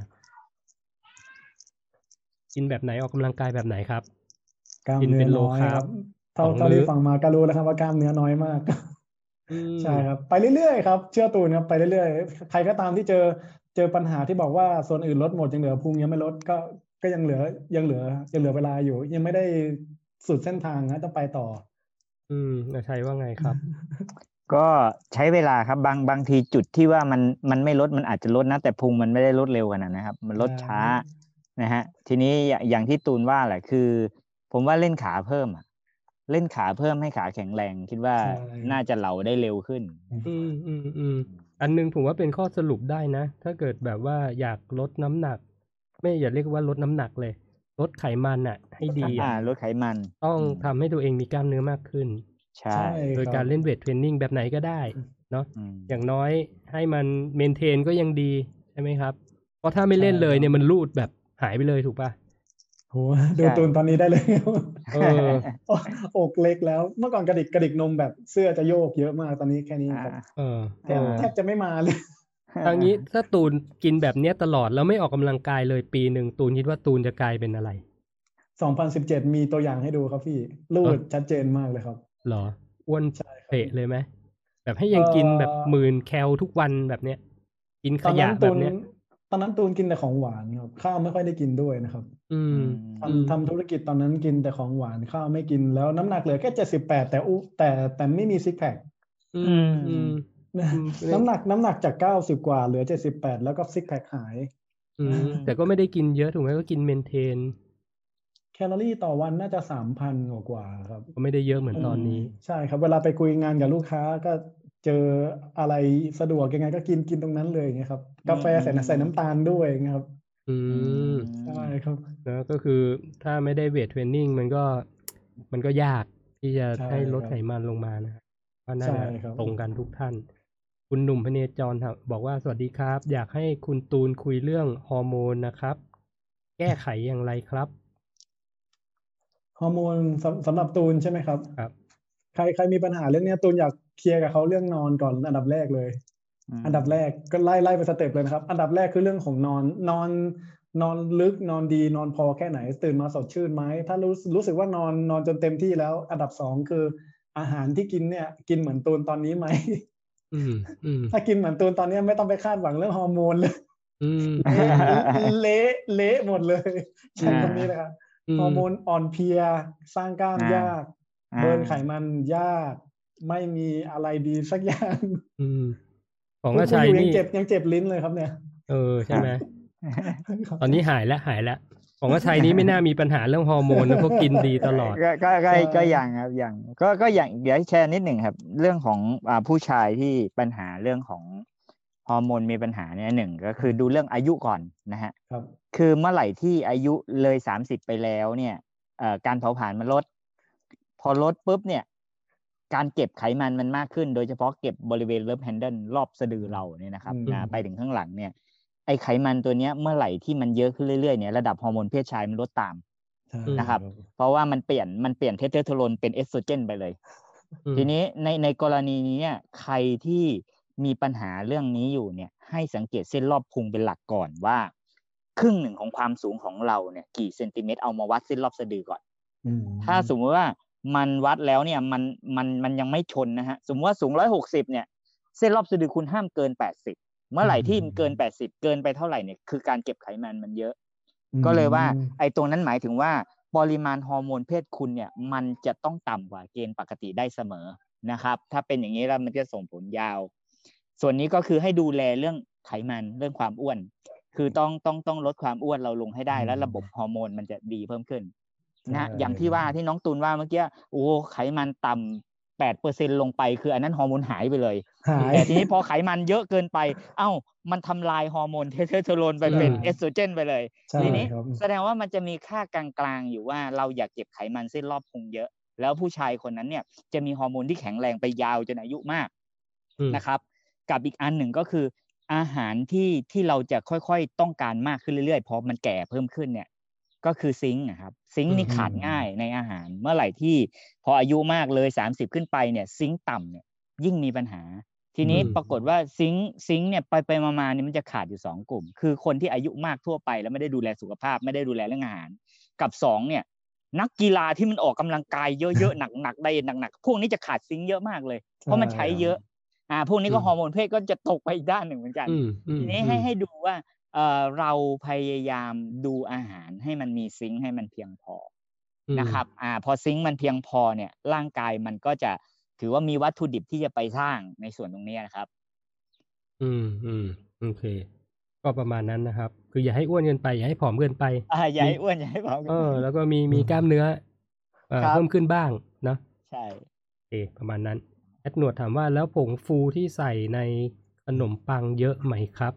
[SPEAKER 1] กินแบบไหนออกกำลังกายแบบไหนครับ
[SPEAKER 2] กล้าม
[SPEAKER 1] กิน
[SPEAKER 2] เนื้
[SPEAKER 1] เป็
[SPEAKER 2] อน
[SPEAKER 1] โล
[SPEAKER 2] น้อย
[SPEAKER 1] คา
[SPEAKER 2] ค
[SPEAKER 1] ร์
[SPEAKER 2] รั
[SPEAKER 1] บบ
[SPEAKER 2] เท่า
[SPEAKER 1] สอง
[SPEAKER 2] เท่า
[SPEAKER 1] มื้
[SPEAKER 2] ที่
[SPEAKER 1] อ
[SPEAKER 2] ฟังมาก็รู้แล้วครับว่ากล้ามเนื้อน้อยมาก
[SPEAKER 1] อืม
[SPEAKER 2] ใช่ครับ ไปเรื่อยๆครับ เชื่อตูนครับไปเรื่อยๆใครก็ตามที่เจอเจอปัญหาที่บอกว่าส่วนอื่นลดหมดยังเหลือพุงยังไม่ลดก็ก็ยังเหลือยังเหลือยังเหลือเวลาอยู่ ยังไม่ได้สุดเส้นทางนะต้องไปต่อ
[SPEAKER 1] อืมอาชัยว่าไงครับ
[SPEAKER 3] ก็ใช้เวลาครับบางบางทีจุดที่ว่ามันมันไม่ลดมันอาจจะลดนะแต่พุงมันไม่ได้ลดเร็วขนาดนะครับ มันลดช้านะฮะทีนี้อย่าอย่างที่ตูนว่าแหละคือ ผมว่าเล่นขาเพิ่มอะเล่นขาเพิ่มให้ขาแข็งแรง คิดว่า
[SPEAKER 2] ใช่
[SPEAKER 3] น่าจะเหลาได้เร็วขึ้น
[SPEAKER 1] อืมอืมอืมอันนึงผมว่าเป็นข้อสรุปได้นะ ถ้าเกิดแบบว่าอยากลดน้ำหนัก ไม่อย่าเรียกว่าลดน้ำหนักเลย ลดไขมันอ่ะ ให้ดี
[SPEAKER 3] อ่า
[SPEAKER 1] อ่ะ
[SPEAKER 3] ลดไขมัน
[SPEAKER 1] ต้อง
[SPEAKER 3] อืม
[SPEAKER 1] ทำให้ตัวเองมีกล้ามเนื้อมากขึ้น
[SPEAKER 3] ใช่
[SPEAKER 2] ใช่
[SPEAKER 1] โดย
[SPEAKER 2] ค
[SPEAKER 1] กา
[SPEAKER 2] รั
[SPEAKER 1] ร
[SPEAKER 2] บ
[SPEAKER 1] เล่นเวทเทรนนิ่งแบบไหนก็ได้เนาะ
[SPEAKER 3] อืม
[SPEAKER 1] อย่างน้อยให้มันเมนเทนก็ยังดีใช่ไหมครับ เพราะถ้าไม่เล่น
[SPEAKER 2] ใช่
[SPEAKER 1] เลย
[SPEAKER 2] ครับ
[SPEAKER 1] เนี่ยมันรูดแบบหายไปเลยถูกปะ
[SPEAKER 2] โหดู
[SPEAKER 3] ใช่
[SPEAKER 2] ตูนตอนนี้ได้เลย
[SPEAKER 1] เออ
[SPEAKER 2] อกเล็กแล้ว เมื่อก่อนกระดิกกระดิกนมแบบเสื้อจะโยกเยอะมากตอนนี้แค่นี้ครับ
[SPEAKER 3] อ่า
[SPEAKER 1] เออ
[SPEAKER 2] แท
[SPEAKER 1] เอบ อ
[SPEAKER 2] แทบจะไม่มาเลย
[SPEAKER 1] ทางนี้ถ้าตูนกินแบบเนี้ยตลอดแล้วไม่ออกกำลังกายเลยปีหนึ่งตูนคิดว่าตูนจะกลายเป็นอะไร
[SPEAKER 2] สองพันสิบเจ็ด มีตัวอย่างให้ดูครับพี่รูดชัดเจนมากเลยครับ
[SPEAKER 1] เหรออ้วน
[SPEAKER 2] ใช่ครับ
[SPEAKER 1] เตะเลยไหมแบบให้ยังกินแบบ
[SPEAKER 2] เอ่อ
[SPEAKER 1] หมื่นแคลทุกวันแบบเนี้ย กิน
[SPEAKER 2] ต
[SPEAKER 1] ข
[SPEAKER 2] อน
[SPEAKER 1] ยะ
[SPEAKER 2] นั้น
[SPEAKER 1] แบ
[SPEAKER 2] ตู
[SPEAKER 1] บ
[SPEAKER 2] น
[SPEAKER 1] เนี้ย
[SPEAKER 2] ตอนนั้นตูนกินแต่ของหวานครับข้าวไม่ค่อยได้กินด้วยนะครับ
[SPEAKER 1] อืม
[SPEAKER 3] อืม
[SPEAKER 2] ทำทำธุรกิจตอนนั้นกินแต่ของหวานข้าวไม่กินแล้วน้ำหนักเหลือแค่เจ็ดสิบแปดแต่อุแต่แต่ไม่มีซิกแพค
[SPEAKER 1] อื
[SPEAKER 3] อื
[SPEAKER 1] ม
[SPEAKER 3] ม
[SPEAKER 1] อืม อืม
[SPEAKER 2] น้ำหนักน้ำหนักจากเก้าสิบกว่าเหลือเจ็ดสิบแปดแล้วก็ซิกแพคหาย
[SPEAKER 1] อืมแต่ก็ไม่ได้กินเยอะถูกไหมก็กินเมนเทน
[SPEAKER 2] แคลอรี่ต่อวันน่าจะสามพันกว่าๆครับ
[SPEAKER 1] ก็ไม่ได้เยอะเหมือนตอนนี้
[SPEAKER 2] ใช่ครับเวลาไปคุยงานกับลูกค้าก็เจออะไรสะดวกยังไงก็กินกินตรงนั้นเลยอย่างเงี้ยครับกาแฟใส่น้ำใส่น้ำตาลด้วยอย่างเงี้ยครับ
[SPEAKER 1] อื
[SPEAKER 3] อื
[SPEAKER 1] ม
[SPEAKER 3] ม
[SPEAKER 2] ใช่ครับ
[SPEAKER 1] นะก็คือถ้าไม่ได้เวทเทรนนิ่งมันก็มันก็ยากที่จะ
[SPEAKER 2] ใช่
[SPEAKER 1] ให้ลด
[SPEAKER 2] ครับ
[SPEAKER 1] ไขมันลงมานะครับก็น่า
[SPEAKER 2] ใช่
[SPEAKER 1] จะ
[SPEAKER 2] ครับ
[SPEAKER 1] ตรงกันทุกท่าน คุณหนุ่มพเนจรครับบอกว่าสวัสดีครับ อยากให้คุณตูนคุยเรื่องฮอร์โมนนะครับ แก้ไขอย่างไรครับ
[SPEAKER 2] ฮอร์โมนสำสำหรับตูนใช่ไหมครับ
[SPEAKER 1] ครับ
[SPEAKER 2] ใครใครมีปัญหาเรื่องเนี้ยตูนอยากเคลียร์กับเขาเรื่องนอนก่อนอันดับแรกเลย
[SPEAKER 3] อืม
[SPEAKER 2] อันดับแรกก็ไล่ไล่ไปสเต็ปเลยนะครับ อันดับแรกคือเรื่องของนอนนอนนอนลึกนอนดีนอนพอแค่ไหน ตื่นมาสดชื่นไหมถ้ารู้รู้สึกว่านอนนอนจนเต็มที่แล้ว อันดับสองคืออาหารที่กินเนี่ยกินเหมือนตูนตอนนี้ไหม
[SPEAKER 1] อืม อืม
[SPEAKER 2] ถ้ากินเหมือนตูนตอนนี้ไม่ต้องไปคาดหวังเรื่องฮอร์โมนเลย
[SPEAKER 1] อืม
[SPEAKER 2] เละเละหมดเลยใช้คำนี้นะครับ
[SPEAKER 1] อืม
[SPEAKER 2] ฮอร์โมนอ่อนเพลีย สร้างกล้าม
[SPEAKER 3] อ่าย
[SPEAKER 2] ยาก
[SPEAKER 3] อ่า
[SPEAKER 2] เบิร์นไขมันยาก ไม่มีอะไรดีสักอย่าง
[SPEAKER 1] อืม ของ
[SPEAKER 2] พูด
[SPEAKER 1] อาชัย
[SPEAKER 2] อยู่ยั
[SPEAKER 1] นี่
[SPEAKER 2] งเจ็บยังเจ็บลิ้นเลยครับเนี่ย
[SPEAKER 1] เออใช่ไหม
[SPEAKER 2] ครับ
[SPEAKER 1] ตอนนี้หายแล้วหายแล้วของอาชัยนี้ไม่น่ามีปัญหาเรื่องฮอร์โมนนะเพราะกินดีตลอด
[SPEAKER 3] ก็ก็ก็
[SPEAKER 2] ใช่
[SPEAKER 3] ก็อย่างครับอย่างก็ก็อย่างเดี๋ยวให้แชร์นิดหนึ่งครับ เรื่องของอ่าผู้ชายที่ปัญหาเรื่องของฮอร์โมนมีปัญหาเนี่ยหนึ่งก็คือดูเรื่องอายุก่อนนะฮะ
[SPEAKER 2] ครับ
[SPEAKER 3] คือเมื่อไหร่ที่อายุเลยสามสิบไปแล้วเนี่ยเอ่อการเผาผลาญมันลด พอลดปุ๊บเนี่ย การเก็บไขมันมันมากขึ้น โดยเฉพาะเก็บบริเวณเลิฟแฮนเดิลรอบสะดือเราเนี่ยนะครับ
[SPEAKER 2] อืม
[SPEAKER 3] นะไปถึงข้างหลังเนี่ยไอไขมันตัวเนี้ยเมื่อไหร่ที่มันเยอะขึ้นเรื่อยๆเนี่ยระดับฮอร์โมนเพศชายมันลดตาม
[SPEAKER 2] ใช่
[SPEAKER 3] นะครับ เพราะว่ามันเปลี่ยนมันเปลี่ยนเทสโทสเตอโรนเป็นเอสโตรเจนไปเลย
[SPEAKER 1] อืม
[SPEAKER 3] ทีนี้ในในกรณีนี้เนี่ยใครที่มีปัญหาเรื่องนี้อยู่เนี่ยให้สังเกตเส้นรอบพุงเป็นหลักก่อนว่า ครึ่งหนึ่งของความสูงของเราเนี่ยกี่เซนติเมตรเอามาวัดเส้นรอบสะดือก่อน
[SPEAKER 2] อืม
[SPEAKER 3] ถ้าสมมติว่ามันวัดแล้วเนี่ยมันมันมันยังไม่ชนนะฮะสมมติว่าสูงหนึ่งร้อยหกสิบเนี่ยเส้นรอบสะดือคุณห้ามเกินแปดสิบเมื่อไหร่ที่เกินแปดสิบเกินไปเท่าไหร่เนี่ยคือการเก็บไขมันมันเยอะ ก็เลยว่าไอ้ตรงนั้นหมายถึงว่าปริมาณฮอร์โมนเพศคุณเนี่ยมันจะต้องต่ำกว่าเกณฑ์ปกติได้เสมอนะครับถ้าเป็นอย่างนี้แล้วมันจะส่งผลยาว ส่วนนี้ก็คือให้ดูแลเรื่องไขมันเรื่องความอ้วน คือต้องต้องต้องลดความอ้วนเราลงให้ได้แล้วระบบฮอร์โมนมันจะดีเพิ่มขึ้นนะอย่างที่ว่าที่น้องตูนว่าเมื่อกี้โอ้ไขมันต่แปดเปอร์เซ็นต์ ลงไปคืออันนั้นฮอร์โมนหายไปเลย
[SPEAKER 2] หาย
[SPEAKER 3] แต่ทีนี้พอไขมันเยอะเกินไปเอ้ามันทำลายฮอร์โมนเทสโทสเตอโรนไปเป็นเอสโตรเจนไปเลย
[SPEAKER 2] ใช่
[SPEAKER 3] ทีนี้
[SPEAKER 2] ครับ
[SPEAKER 3] แสดงว่ามันจะมีค่ากลางๆอยู่ว่าเราอยากเก็บไขมันเส้นรอบพุงเยอะแล้วผู้ชายคนนั้นเนี่ยจะมีฮอร์โมนที่แข็งแรงไปยาวจนอายุมาก
[SPEAKER 1] อืม
[SPEAKER 3] นะครับกับอีกอันหนึ่งก็คืออาหารที่ที่เราจะค่อยๆต้องการมากขึ้นเรื่อยๆพอมันแก่เพิ่มขึ้นเนี่ยก็คือซิงค์นะครับซิงค์นี่ขาดง่ายในอาหารเมื่อไหร่ที่พออายุมากเลยสามสิบขึ้นไปเนี่ยซิงค์ต่ำเนี่ยยิ่งมีปัญหาทีนี้
[SPEAKER 1] อืม
[SPEAKER 3] ปรากฏว่าซิงค์ซิงค์เนี่ยไปไปมาๆเนี่ยมันจะขาดอยู่สองกลุ่มคือคนที่อายุมากทั่วไปแล้วไม่ได้ดูแลสุขภาพไม่ได้ดูแลเรื่องอาหารกับสองเนี่ยนักกีฬาที่มันออกกำลังกายเยอะๆ หนักๆได้หนักๆพวกนี้จะขาดซิงค์เยอะมากเลยเพราะมันใช้เยอะอ่าพวกนี้ก็
[SPEAKER 1] อืม
[SPEAKER 3] ฮอร์โมนเพศก็จะตกไปอีกด้านหนึ่งเหมือนกัน
[SPEAKER 1] อืมอืม
[SPEAKER 3] ทีนี้
[SPEAKER 1] อื
[SPEAKER 3] ให้
[SPEAKER 1] ม
[SPEAKER 3] ให้ดูว่าเอ่อเราพยายามดูอาหารให้มันมีซิงค์ให้มันเพียงพอ
[SPEAKER 1] อืม
[SPEAKER 3] นะครับอ่าพอซิงค์มันเพียงพอเนี่ยร่างกายมันก็จะถือว่ามีวัตถุดิบที่จะไปสร้างในส่วนตรงนี้นะครับ
[SPEAKER 1] อืมอืมโอเค ก็ประมาณนั้นนะครับ คืออย่าให้อ้วนเกินไปอย่าให้ผอมเกินไป
[SPEAKER 3] อ่าอย่าให้
[SPEAKER 1] มี
[SPEAKER 3] อ้วนอย่าให้ผอม
[SPEAKER 1] เออ แล้วก็มีมีกล้ามเนื้อเอ่อ
[SPEAKER 3] ครับ
[SPEAKER 1] เพิ่มขึ้นบ้างเนาะ
[SPEAKER 3] ใช่
[SPEAKER 1] โอเคประมาณนั้นแอดหนวดถามว่าแล้วผงฟูที่ใส่ในขนมปังเยอะไหมครับ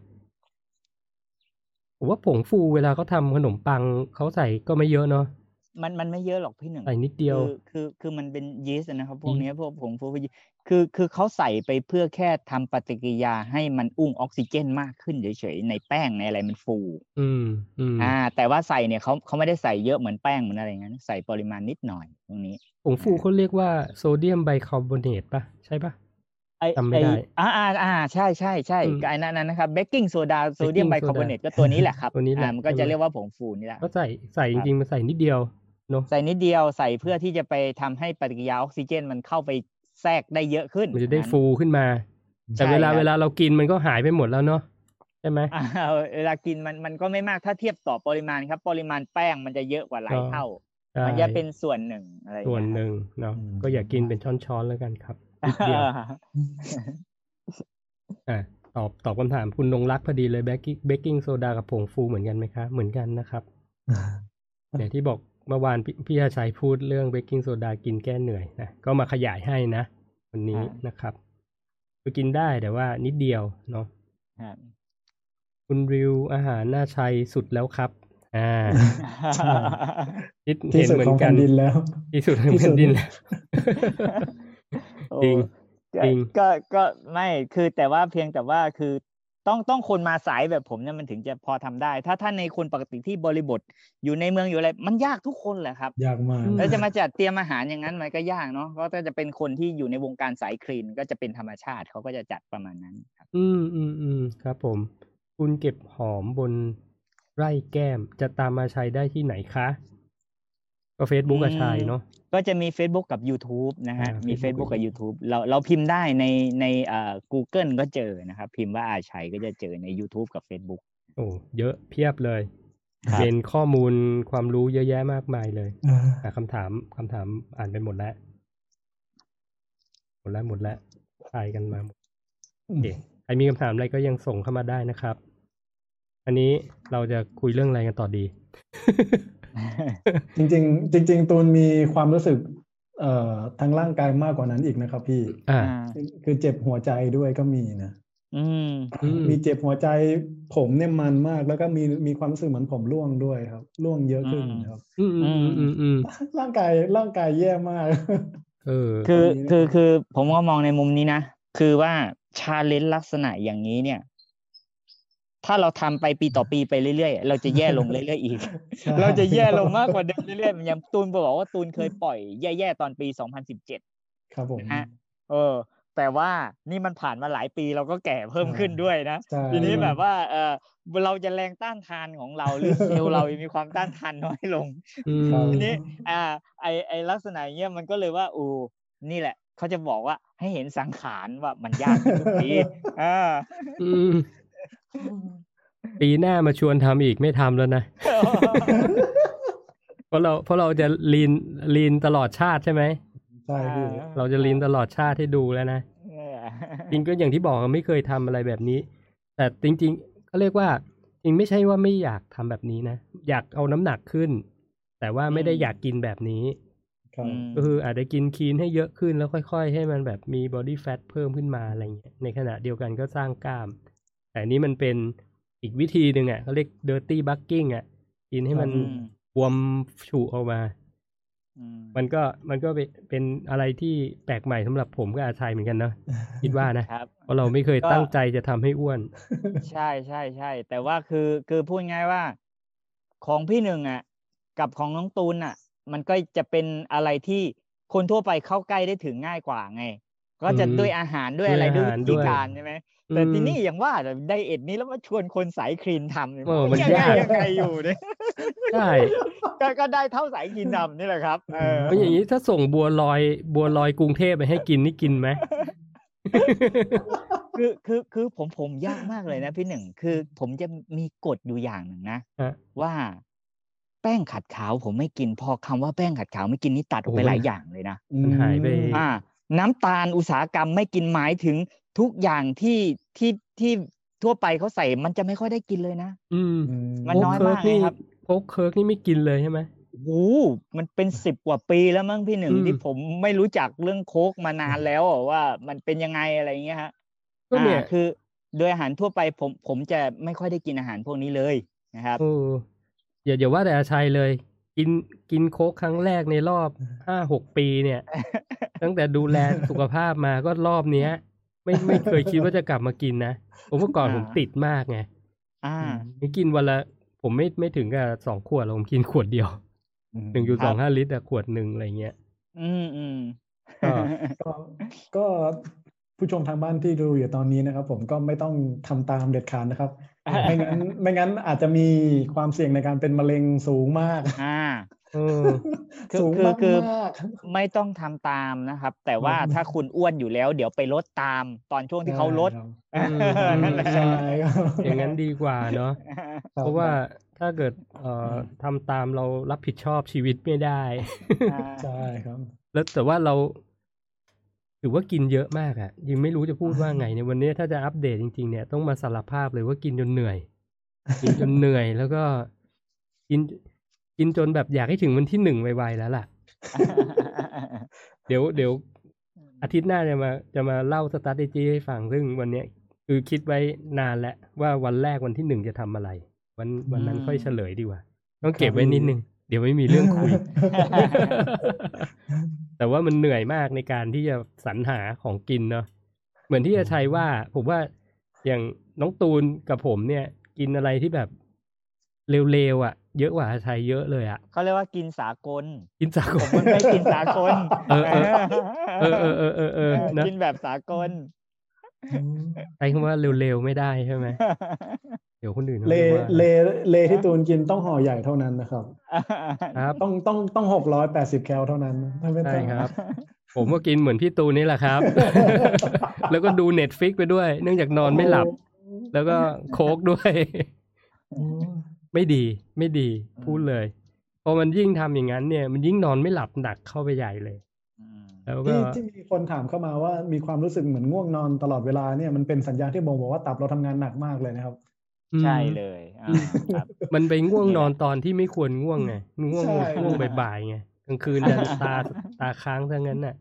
[SPEAKER 1] ผมว่าผงฟูเวลาเขาทำขนมปังเขาใส่ก็ไม่เยอะเนาะ
[SPEAKER 3] มันมันไม่เยอะหรอกพี่หนึ่ง
[SPEAKER 1] ใส่นิดเดียว
[SPEAKER 3] คือคือคือมันเป็นยีสต์นะครับพวก
[SPEAKER 1] ยีสต์
[SPEAKER 3] เนี้ยพวกผงฟูคือคือเขาใส่ไปเพื่อแค่ทำปฏิกิริยาให้มันอุ้งออกซิเจนมากขึ้นเฉยๆในแป้งในอะไรมันฟู
[SPEAKER 1] อืมอืม
[SPEAKER 3] อ่าแต่ว่าใส่เนี่ยเขาเขาไม่ได้ใส่เยอะเหมือนแป้งเหมือนอะไรอย่างนั้นใส่ปริมาณนิดหน่อยตรงนี้
[SPEAKER 1] ผงฟูเขาเรียกว่าโซเดียมไบคาร์บอเนตป่ะใช่ป่ะ
[SPEAKER 3] ไอ
[SPEAKER 1] จำไม่
[SPEAKER 3] ไอ
[SPEAKER 1] ได้
[SPEAKER 3] อ่าอ่าอ่าใช่ใช่ใช่
[SPEAKER 1] อืม
[SPEAKER 3] ก็ไอ้นั่นนั่นนะครับเบกกิ้งโซดาโซเดียม
[SPEAKER 1] baking
[SPEAKER 3] ไบคาร์บอเนตก็ตัวนี้แหละครับ
[SPEAKER 1] ตัวนี้แหละ
[SPEAKER 3] อ่ามันก็
[SPEAKER 1] ใช่ไหม
[SPEAKER 3] จะเรียกว่าผงฟูนี่แหละ
[SPEAKER 1] ก็ใส่ใส่จ
[SPEAKER 3] ครับ
[SPEAKER 1] ริงๆมันใส่นิดเดียวเนาะ
[SPEAKER 3] ใส่นิดเดียวใส่เพื่อที่จะไปทำให้ปฏิกิริยาออกซิเจนมันเข้าไปแทรกได้เยอะขึ้น
[SPEAKER 1] มันจะได้
[SPEAKER 3] นั้น
[SPEAKER 1] ฟูขึ้นมา แต่
[SPEAKER 3] ใช่
[SPEAKER 1] เวลา
[SPEAKER 3] ครับ
[SPEAKER 1] เวลาเรากินมันก็หายไปหมดแล้วเนาะใช่ไหม
[SPEAKER 3] อ่าเวลากินมันมันก็ไม่มากถ้าเทียบต่อปริมาณครับปริมาณแป้งมันจะเยอะกว่าหลาย
[SPEAKER 1] อ๋อ
[SPEAKER 3] เท่า
[SPEAKER 1] ใช่
[SPEAKER 3] มันจะเป็นส่วนหนึ่งอะไรอย่าง
[SPEAKER 1] ส่วน
[SPEAKER 3] เงี้ย
[SPEAKER 1] หนึ่งเนาะ
[SPEAKER 2] อืม
[SPEAKER 1] ก็อย่ากินเป็นช้อนๆแล้วกันครับนิดเดียว อ่ะตอบตอบคำถามคุณนงรักพอดีเลยเบกกิ้งเบกกิ้งโซดากับผงฟูเหมือนกันไหมคะเหมือนกันนะครับอย่างที่บอกเมื่อวานพี่พี่อาชัยพูดเรื่องเบกกิ้งโซดากินแก้เหนื่อยนะก็มาขยายให้นะวันนี้
[SPEAKER 3] อ่าน
[SPEAKER 1] นะครับก็กินได้แต่ว่านิดเดียวเนาะ
[SPEAKER 3] ครับ
[SPEAKER 1] คุณริวอาหารน่าชัยสุดแล้วครับ อ่า
[SPEAKER 2] ใช่
[SPEAKER 1] คิด
[SPEAKER 2] ที่
[SPEAKER 1] เห็น
[SPEAKER 2] สุด
[SPEAKER 1] เหมือ
[SPEAKER 2] ของ
[SPEAKER 1] นกั
[SPEAKER 2] แผ่
[SPEAKER 1] น
[SPEAKER 2] นดินแล้ว
[SPEAKER 1] ที่สุดของ
[SPEAKER 2] ที่สุด
[SPEAKER 1] แผ่นดินแล้ว
[SPEAKER 3] โอ้
[SPEAKER 1] จริง
[SPEAKER 3] ก็
[SPEAKER 1] จริง
[SPEAKER 3] ก็ก็ไม่คือแต่ว่าเพียงแต่ว่าคือต้องต้องคนมาสายแบบผมเนี่ยมันถึงจะพอทำได้ ถ้าท่านในคนปกติที่บริบทอยู่ในเมืองอยู่อะไรมันยากทุกคนแหละครับ
[SPEAKER 2] ยากมาก
[SPEAKER 1] อืม
[SPEAKER 3] แล้วจะมาจัดเตรียมอาหารอย่างนั้นมันก็ยากเนาะเพราะถ้าจะเป็นคนที่อยู่ในวงการสายคลีนก็จะเป็นธรรมชาติเขาก็จะจัดประมาณนั้นครับ
[SPEAKER 1] อืมอืมอืมครับผม คุณเก็บหอมบนไร่แก้มจะตามมาใช้ได้ที่ไหนคะ ก็เฟซบุ๊กกับชัยเนาะ
[SPEAKER 3] ก็จะมี Facebook กับ YouTube นะฮะ
[SPEAKER 1] อ่า
[SPEAKER 3] มี
[SPEAKER 1] Facebook
[SPEAKER 3] Facebook กับ
[SPEAKER 1] กับ
[SPEAKER 3] YouTube เราเราพิมพ์ได้ในในเอ่อ Google ก็เจอนะครับ พิมพ์ว่าอาชัยก็จะเจอใน YouTube กับ Facebook
[SPEAKER 1] โอ้เยอะเพียบเลย
[SPEAKER 3] ครับ
[SPEAKER 1] เป็นข้อมูลความรู้เยอะแยะมากมายเลย
[SPEAKER 2] อ่า
[SPEAKER 1] อ่ะคำถามคำถามอ่านไปหมดแล้ว หมดแล้วหมดแล้วทายกันมาหมดโอเคใครมีคำถามอะไรก็ยังส่งเข้ามาได้นะครับ อันนี้เราจะคุยเรื่องอะไรกันต่อดี
[SPEAKER 2] จริงๆ จริง ๆ ตูนมีความรู้สึกเอ่อทางร่างกายมากกว่านั้นอีกนะครับพี่
[SPEAKER 1] อ่า
[SPEAKER 3] อ่า
[SPEAKER 2] คือคือเจ็บหัวใจด้วยก็มีนะ
[SPEAKER 3] อืม
[SPEAKER 1] อืม
[SPEAKER 2] มีเจ็บหัวใจผมเนี่ยมันมาก แล้วก็มีมีความรู้สึกเหมือนผมร่วงด้วยครับ ร่วงเยอะขึ้น
[SPEAKER 3] อืม
[SPEAKER 2] ครับ
[SPEAKER 1] อืมอืมอืมอืม
[SPEAKER 2] ร่างกายร่างกายแย่มาก
[SPEAKER 1] เออ
[SPEAKER 3] คือ
[SPEAKER 2] ตรงนี้นะครับ
[SPEAKER 3] คือคือผมก็มองในมุมนี้นะ คือว่าชาเลนจ์ลักษณะอย่างนี้เนี่ย ถ้าเราทำไปปีต่อปีไปเรื่อยๆ เราจะแย่ลงเรื่อยๆอีก
[SPEAKER 2] ใช่
[SPEAKER 3] เราจะแย่ลงมากกว่าเดิมเรื่อยๆอย่างตูนบอกว่าตูนเคยปล่อยแย่ๆตอนปีสองพันสิบเจ็ด
[SPEAKER 2] ครับผม
[SPEAKER 3] นะฮะเออ แต่ว่านี่มันผ่านมาหลายปีเราก็แก่เพิ่มขึ้นด้วยนะ
[SPEAKER 2] ใช่
[SPEAKER 3] ทีนี้แบบว่าเออเราจะแรงต้านทานของเราหรือเซลล์เรามีความต้านทานน้อยลง
[SPEAKER 1] อืม
[SPEAKER 2] ครับ
[SPEAKER 3] ทีนี้อ่าไอไอลักษณะอย่างเงี้ยมันก็เลยว่าอูนี่แหละเขาจะบอกว่าให้เห็นสังขารว่ามันยากขึ้นทุกปีอ่า
[SPEAKER 1] อืม ปีหน้ามาชวนทำอีกไม่ทำแล้วนะ เพราะเราเพราะเราจะลีนลีนตลอดชาติใช่ไหม
[SPEAKER 2] ใช่พี่
[SPEAKER 1] เราจะลีนตลอดชาติให้ดูแล้วนะ จริงก็อย่างที่บอกอะไม่เคยทำอะไรแบบนี้ แต่จริงๆก็เรียกว่าจริงไม่ใช่ว่าไม่อยากทำแบบนี้นะ อยากเอาน้ำหนักขึ้น แต่ว่าไม่ได้อยากกินแบบนี้
[SPEAKER 2] ครับ
[SPEAKER 3] อืม
[SPEAKER 1] ก็คืออาจจะกินคีนให้เยอะขึ้นแล้วค่อยๆ ให้มันแบบมีบอดี้แฟทเพิ่มขึ้นมาอะไรเงี้ยในขณะเดียวกันก็สร้างกล้าม แต่อันนี้มันเป็นอีกวิธีหนึ่งอ่ะเขาเรียก dirty bulking อ่ะกินให้มัน
[SPEAKER 3] อืม
[SPEAKER 1] บวมฉุออกมา
[SPEAKER 3] อืม
[SPEAKER 1] มันก็มันก็เป็นเป็นอะไรที่แปลกใหม่สำหรับผมกับอาชัยเหมือนกันเนาะ คิดว่านะครับ เพราะเราไม่เคย
[SPEAKER 3] ก็
[SPEAKER 1] ตั้งใจจะทำให้อ้วน
[SPEAKER 3] ใช่ใช่ใช่แต่ว่าคือคือพูดง่ายว่า ของพี่หนึ่งอ่ะ กับของน้องตูนอ่ะ มันก็จะเป็นอะไรที่คนทั่วไปเข้าใกล้ได้ถึงง่ายกว่าไง ก็จะ
[SPEAKER 1] อืม
[SPEAKER 3] ด้วยอาหารด้วย
[SPEAKER 1] ด้วย
[SPEAKER 3] อะไร
[SPEAKER 1] อา
[SPEAKER 3] ด้วย
[SPEAKER 1] หาร
[SPEAKER 3] วิ
[SPEAKER 1] ด้
[SPEAKER 3] ธี
[SPEAKER 1] วย
[SPEAKER 3] การใช่ไหม
[SPEAKER 1] อื
[SPEAKER 3] แต่ที
[SPEAKER 1] ม
[SPEAKER 3] นี้อย่างว่าแต่ไดเอทนี้แล้วมาชวนคนสายคลีนทำเนี่ย
[SPEAKER 1] เออ
[SPEAKER 3] มั
[SPEAKER 1] มัน น
[SPEAKER 3] ยังไง
[SPEAKER 1] ยาก
[SPEAKER 3] ยังไงอยู่เนี่ย
[SPEAKER 1] ใช่
[SPEAKER 3] ก็ก็ได้เท่าสายคลีนทำนี่แหละครับ เออ
[SPEAKER 1] เพราะอย่างนี้ถ้าส่งบัวลอยบัวลอยกรุงเทพไปให้กินนี่กินไหม
[SPEAKER 3] คือคือคือผมผมยากมากเลยนะพี่หนึ่งคือผมจะมีกฎอยู่อย่างหนึ่งนะ
[SPEAKER 1] ฮะ
[SPEAKER 3] ว่าแป้งขัดขาวผมไม่กิน พอคำว่าแป้งขัดขาวไม่กินนี่ตัดอ
[SPEAKER 1] โอ้
[SPEAKER 3] อก
[SPEAKER 1] โห
[SPEAKER 3] ไป
[SPEAKER 1] มัน
[SPEAKER 3] หลายอย่างเลยนะ
[SPEAKER 1] มันหายไป
[SPEAKER 2] อืม
[SPEAKER 3] อ่า น้ำตาลอุตสาหกรรมไม่กินหมายถึงทุกอย่างที่ที่ที่ทั่วไปเขาใส่มันจะไม่ค่อยได้กินเลยนะ
[SPEAKER 1] อืม
[SPEAKER 2] อืม
[SPEAKER 3] มัน
[SPEAKER 1] โค้ก
[SPEAKER 3] น้อย
[SPEAKER 1] เคิ
[SPEAKER 3] มา
[SPEAKER 1] ร์
[SPEAKER 3] ก
[SPEAKER 1] ก
[SPEAKER 3] ไง
[SPEAKER 1] นี่
[SPEAKER 3] ครับ
[SPEAKER 1] โค้กเคิร์กนี่ไม่กินเลยใช่ไหม
[SPEAKER 3] โอ้โฮมันเป็นสิบกว่าปีแล้วมั้งพี่หนึ่ง
[SPEAKER 1] อืม
[SPEAKER 3] ที่ผมไม่รู้จักเรื่องโค้กมานานแล้วอะว่ามันเป็นยังไงอะไรอย่างเงี้ยครับ
[SPEAKER 1] ก็
[SPEAKER 3] อ่า
[SPEAKER 1] เนี่ย
[SPEAKER 3] คือโดยอาหารทั่วไปผมผมจะไม่ค่อยได้กินอาหารพวกนี้เลยนะครับ
[SPEAKER 1] เอออย่าอย่าว่าแต่อาชัยเลย กินกินโค้กครั้งแรกในรอบห้าหกปีเนี่ย ตั้งแต่ดูแลสุขภาพมาก็รอบเนี้ย ไม่ไม่เคยคิดว่าจะกลับมากินนะผมเมื่อก่อน
[SPEAKER 3] อ่า
[SPEAKER 1] ผมติดมากไง
[SPEAKER 3] อ่า
[SPEAKER 1] นี่กินวันละ ผมไม่ไม่ถึงกับสองขวดหรอกผมกินขวดเดียว
[SPEAKER 2] อืม
[SPEAKER 1] หนึ่งจุด
[SPEAKER 3] ค
[SPEAKER 1] ส
[SPEAKER 3] รั
[SPEAKER 1] อบ งห้าลิตรอะขวดหนึ่งอะไรเงี้ย
[SPEAKER 3] อืมอืม
[SPEAKER 1] ก็
[SPEAKER 2] ก็ก็ผู้ชมทางบ้านที่ดูอยู่ตอนนี้นะครับ ผมก็ไม่ต้องทำตามเด็ดขาดนะครับ ไม่งั้นไม่งั้นอาจจะมีความเสี่ยงในการเป็นมะเร็งสูงมาก
[SPEAKER 3] อ่า
[SPEAKER 1] เออ
[SPEAKER 3] คือ
[SPEAKER 2] สูง
[SPEAKER 3] คือ
[SPEAKER 2] มาก
[SPEAKER 3] คือ
[SPEAKER 2] มาก
[SPEAKER 3] ไม่ต้องทำตามนะครับ แต่ว่า
[SPEAKER 2] ครับ
[SPEAKER 3] ถ้าคุณอ้วนอยู่แล้ว เดี๋ยวไปลดตามตอนช่วงที่เขาลด
[SPEAKER 2] ครับ
[SPEAKER 1] อืม
[SPEAKER 3] เออนั่นแหละ
[SPEAKER 2] ใช่ครับ
[SPEAKER 1] อย่างนั้นดีกว่าเนาะ
[SPEAKER 2] คบ
[SPEAKER 1] เพราะว่าถ้าเกิดเอ่อทำตามเรารับผิดชอบชีวิตไม่ได้
[SPEAKER 3] อ่า
[SPEAKER 2] ใช่ครับ
[SPEAKER 1] แล้วแต่ว่าเราถือว่ากินเยอะมากอะยังไม่รู้จะพูดว่าไงในวันนี้ถ้าจะอัปเดตจริงๆเนี่ยต้องมาสารภาพเลยว่ากินจนเหนื่อย กินจนเหนื่อย แล้วก็กินกินจนแบบอยากให้ถึงวันที่หนึ่งไวๆแล้วล่ะ เดี๋ยวเดี๋ยวอาทิตย์หน้าจะมาจะมาเล่าสตาร์ทจี้ให้ฟังซึ่งวันเนี้ยคือคิดไว้นานแล้วว่าวันแรกวันที่หนึ่งจะทำอะไร วันวันนั้น
[SPEAKER 3] อืม
[SPEAKER 1] ค่อยเฉลยดีกว่า ต้องเก็บไว้นิดนึง เดี๋ยวไม่มีเรื่องคุย แต่ว่ามันเหนื่อยมากในการที่จะสรรหาของกินเนาะเหมือนที่อาชัยว่า ผมว่าอย่างน้องตูนกับผมเนี่ย กินอะไรที่แบบเร็วๆอ่ะ เยอะกว่าอาชัยเยอะเลยอ่ะ
[SPEAKER 3] เขาเรียกว่ากินสากล
[SPEAKER 1] กินสากล
[SPEAKER 3] ผมมันไม่กินสากล
[SPEAKER 1] เออเออ เออเออเออเออเออนะ
[SPEAKER 3] กินแบบสากล
[SPEAKER 1] ใช้คำว่าเร็วๆไม่ได้ใช่ไหม เดี๋ยวคนอื่นเขา
[SPEAKER 2] เล
[SPEAKER 1] จะว่า
[SPEAKER 2] เลเลที่ตูนกินต้องห่อใหญ่เท่านั้นนะครับ
[SPEAKER 1] ครับ
[SPEAKER 2] ต้องต้องต้องหกร้อยแปดสิบแคลเท่านั้นถ้าไม่
[SPEAKER 1] ใช่
[SPEAKER 2] ต้อง
[SPEAKER 1] ครับ ผมก็กินเหมือนพี่ตูนนี่แหละครับ แล้วก็ดูเน็ตฟิกไปด้วย เนื่องจากนอนไม่หลับ แล้วก็โค้กด้วย
[SPEAKER 2] โอ้
[SPEAKER 1] ไม่ดีไม่ดี
[SPEAKER 3] อืม
[SPEAKER 1] พูดเลยพอมันยิ่งทำอย่างนั้นเนี่ย มันยิ่งนอนไม่หลับหนักเข้าไปใหญ่เลย
[SPEAKER 3] อืม
[SPEAKER 1] แล้วก็
[SPEAKER 2] ที่ที่มีคนถามเข้ามาว่ามีความรู้สึกเหมือนง่วงนอนตลอดเวลาเนี่ยมันเป็นสัญญาณที่บ่งบอกว่าตับเราทำงานหนักมากเลยนะครับ
[SPEAKER 3] ใช่
[SPEAKER 1] อืม
[SPEAKER 3] เลยอ่าครับ
[SPEAKER 1] มันไปง่วง
[SPEAKER 3] นี่แหละ
[SPEAKER 1] นอนตอนที่ไม่ควรง่วงไงง่วง
[SPEAKER 2] ใช่
[SPEAKER 1] ง่วงบ่ายๆไงกลางคืนดันตาตาค้างทั้งนั้นน่ะ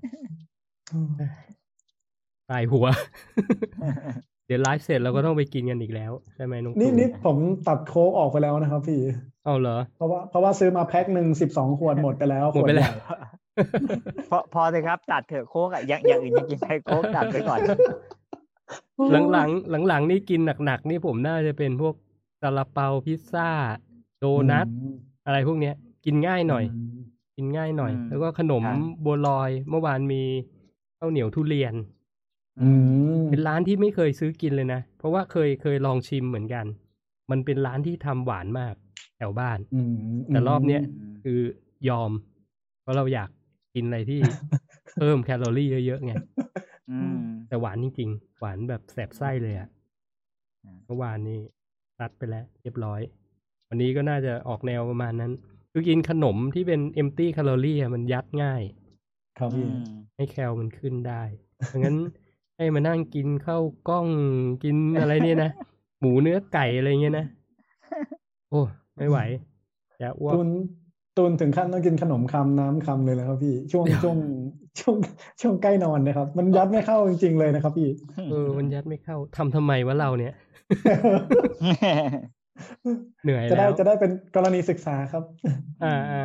[SPEAKER 1] ตายหัว เดี๋ยวไลฟ์เสร็จเราก็ต้องไปกินกันอีกแล้วใช่ไหมน้อง
[SPEAKER 2] นี่
[SPEAKER 1] ตูน
[SPEAKER 2] นี่ผมตัดโค้กออกไปแล้วนะครับพี่
[SPEAKER 1] เอาเหรอ
[SPEAKER 2] เพราะว่าเพราะว่าซื้อมาแพ็คหนึ่งสิบสองขวดหมดไปแล้ว
[SPEAKER 1] หมดไปแล้ว
[SPEAKER 2] ขดใญ่
[SPEAKER 3] พอพอเลยครับ ตัดเถอะโค้กอะอย่างอย่างอื่นยังกินได้โค้กตัดไปก่อน
[SPEAKER 1] หลังๆหลังๆนี่กินหนักๆนี่ผมน่าจะเป็นพวกซาลาเปาพิซซ่า โดนัท
[SPEAKER 2] อืม
[SPEAKER 1] อะไรพวกเนี้ย กินง่ายหน่อย
[SPEAKER 2] ม
[SPEAKER 1] กินง่ายหน่อย
[SPEAKER 3] อืม
[SPEAKER 1] แล้วก็ขนม
[SPEAKER 3] ครับ
[SPEAKER 1] บัวลอย เมื่อวานมีข้าวเหนียวทุเรียน
[SPEAKER 2] อืม
[SPEAKER 1] เป็นร้านที่ไม่เคยซื้อกินเลยนะ เพราะว่าเคยเคยลองชิมเหมือนกัน มันเป็นร้านที่ทำหวานมากแถวบ้าน
[SPEAKER 2] อืม
[SPEAKER 1] แต่รอบเนี้ย
[SPEAKER 3] อืม
[SPEAKER 1] คือยอม เพราะเราอยากกินอะไรที่ เพิ่มแคลอรี่เยอะๆไง
[SPEAKER 3] อืม
[SPEAKER 1] แต่หวานจริงๆ หวานแบบแสบไส้เลยอะ
[SPEAKER 3] อืม
[SPEAKER 1] เมื่อวานนี้ตัดไปแล้วเรียบร้อย วันนี้ก็น่าจะออกแนวประมาณนั้น คือกินขนมที่เป็น empty calorie อะมันยัดง่าย
[SPEAKER 2] ครับ
[SPEAKER 3] อื
[SPEAKER 2] พี่
[SPEAKER 3] ม
[SPEAKER 1] ให้แคลมันขึ้นได้ดังนั้น ให้มานั่งกินข้าวกล้องกินอะไรเนี่ยนะ หมูเนื้อไก่อะไรเงี้ยนะ โอ้ไม่ไหวจะอ้วก
[SPEAKER 2] ตูนตูนถึงขั้นต้องกินขนมคำน้ำคำเลยนะครับพี่ช่วงช่วงช่วงช่วงใกล้นอนนะครับมันยัดไม่เข้าจริงๆเลยนะครับพี่
[SPEAKER 1] เออมันยัดไม่เข้าทำทำไมวะเราเนี่ย เหนื่อย
[SPEAKER 2] จะได้
[SPEAKER 1] แล้ว
[SPEAKER 2] จะได้เป็นกรณีศึกษาครับ
[SPEAKER 1] อ่าอ่า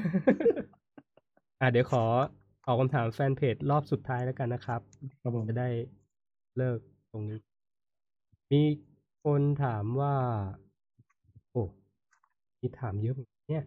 [SPEAKER 1] อ่าเดี๋ยวขอออกคำถามแฟนเพจรอบสุดท้ายแล้วกันนะครับ
[SPEAKER 2] ครับผม
[SPEAKER 1] จะได้เลิกตรงนี้ มีคนถามว่า โอ้มีถามเยอะเหมือนกันเนี่ย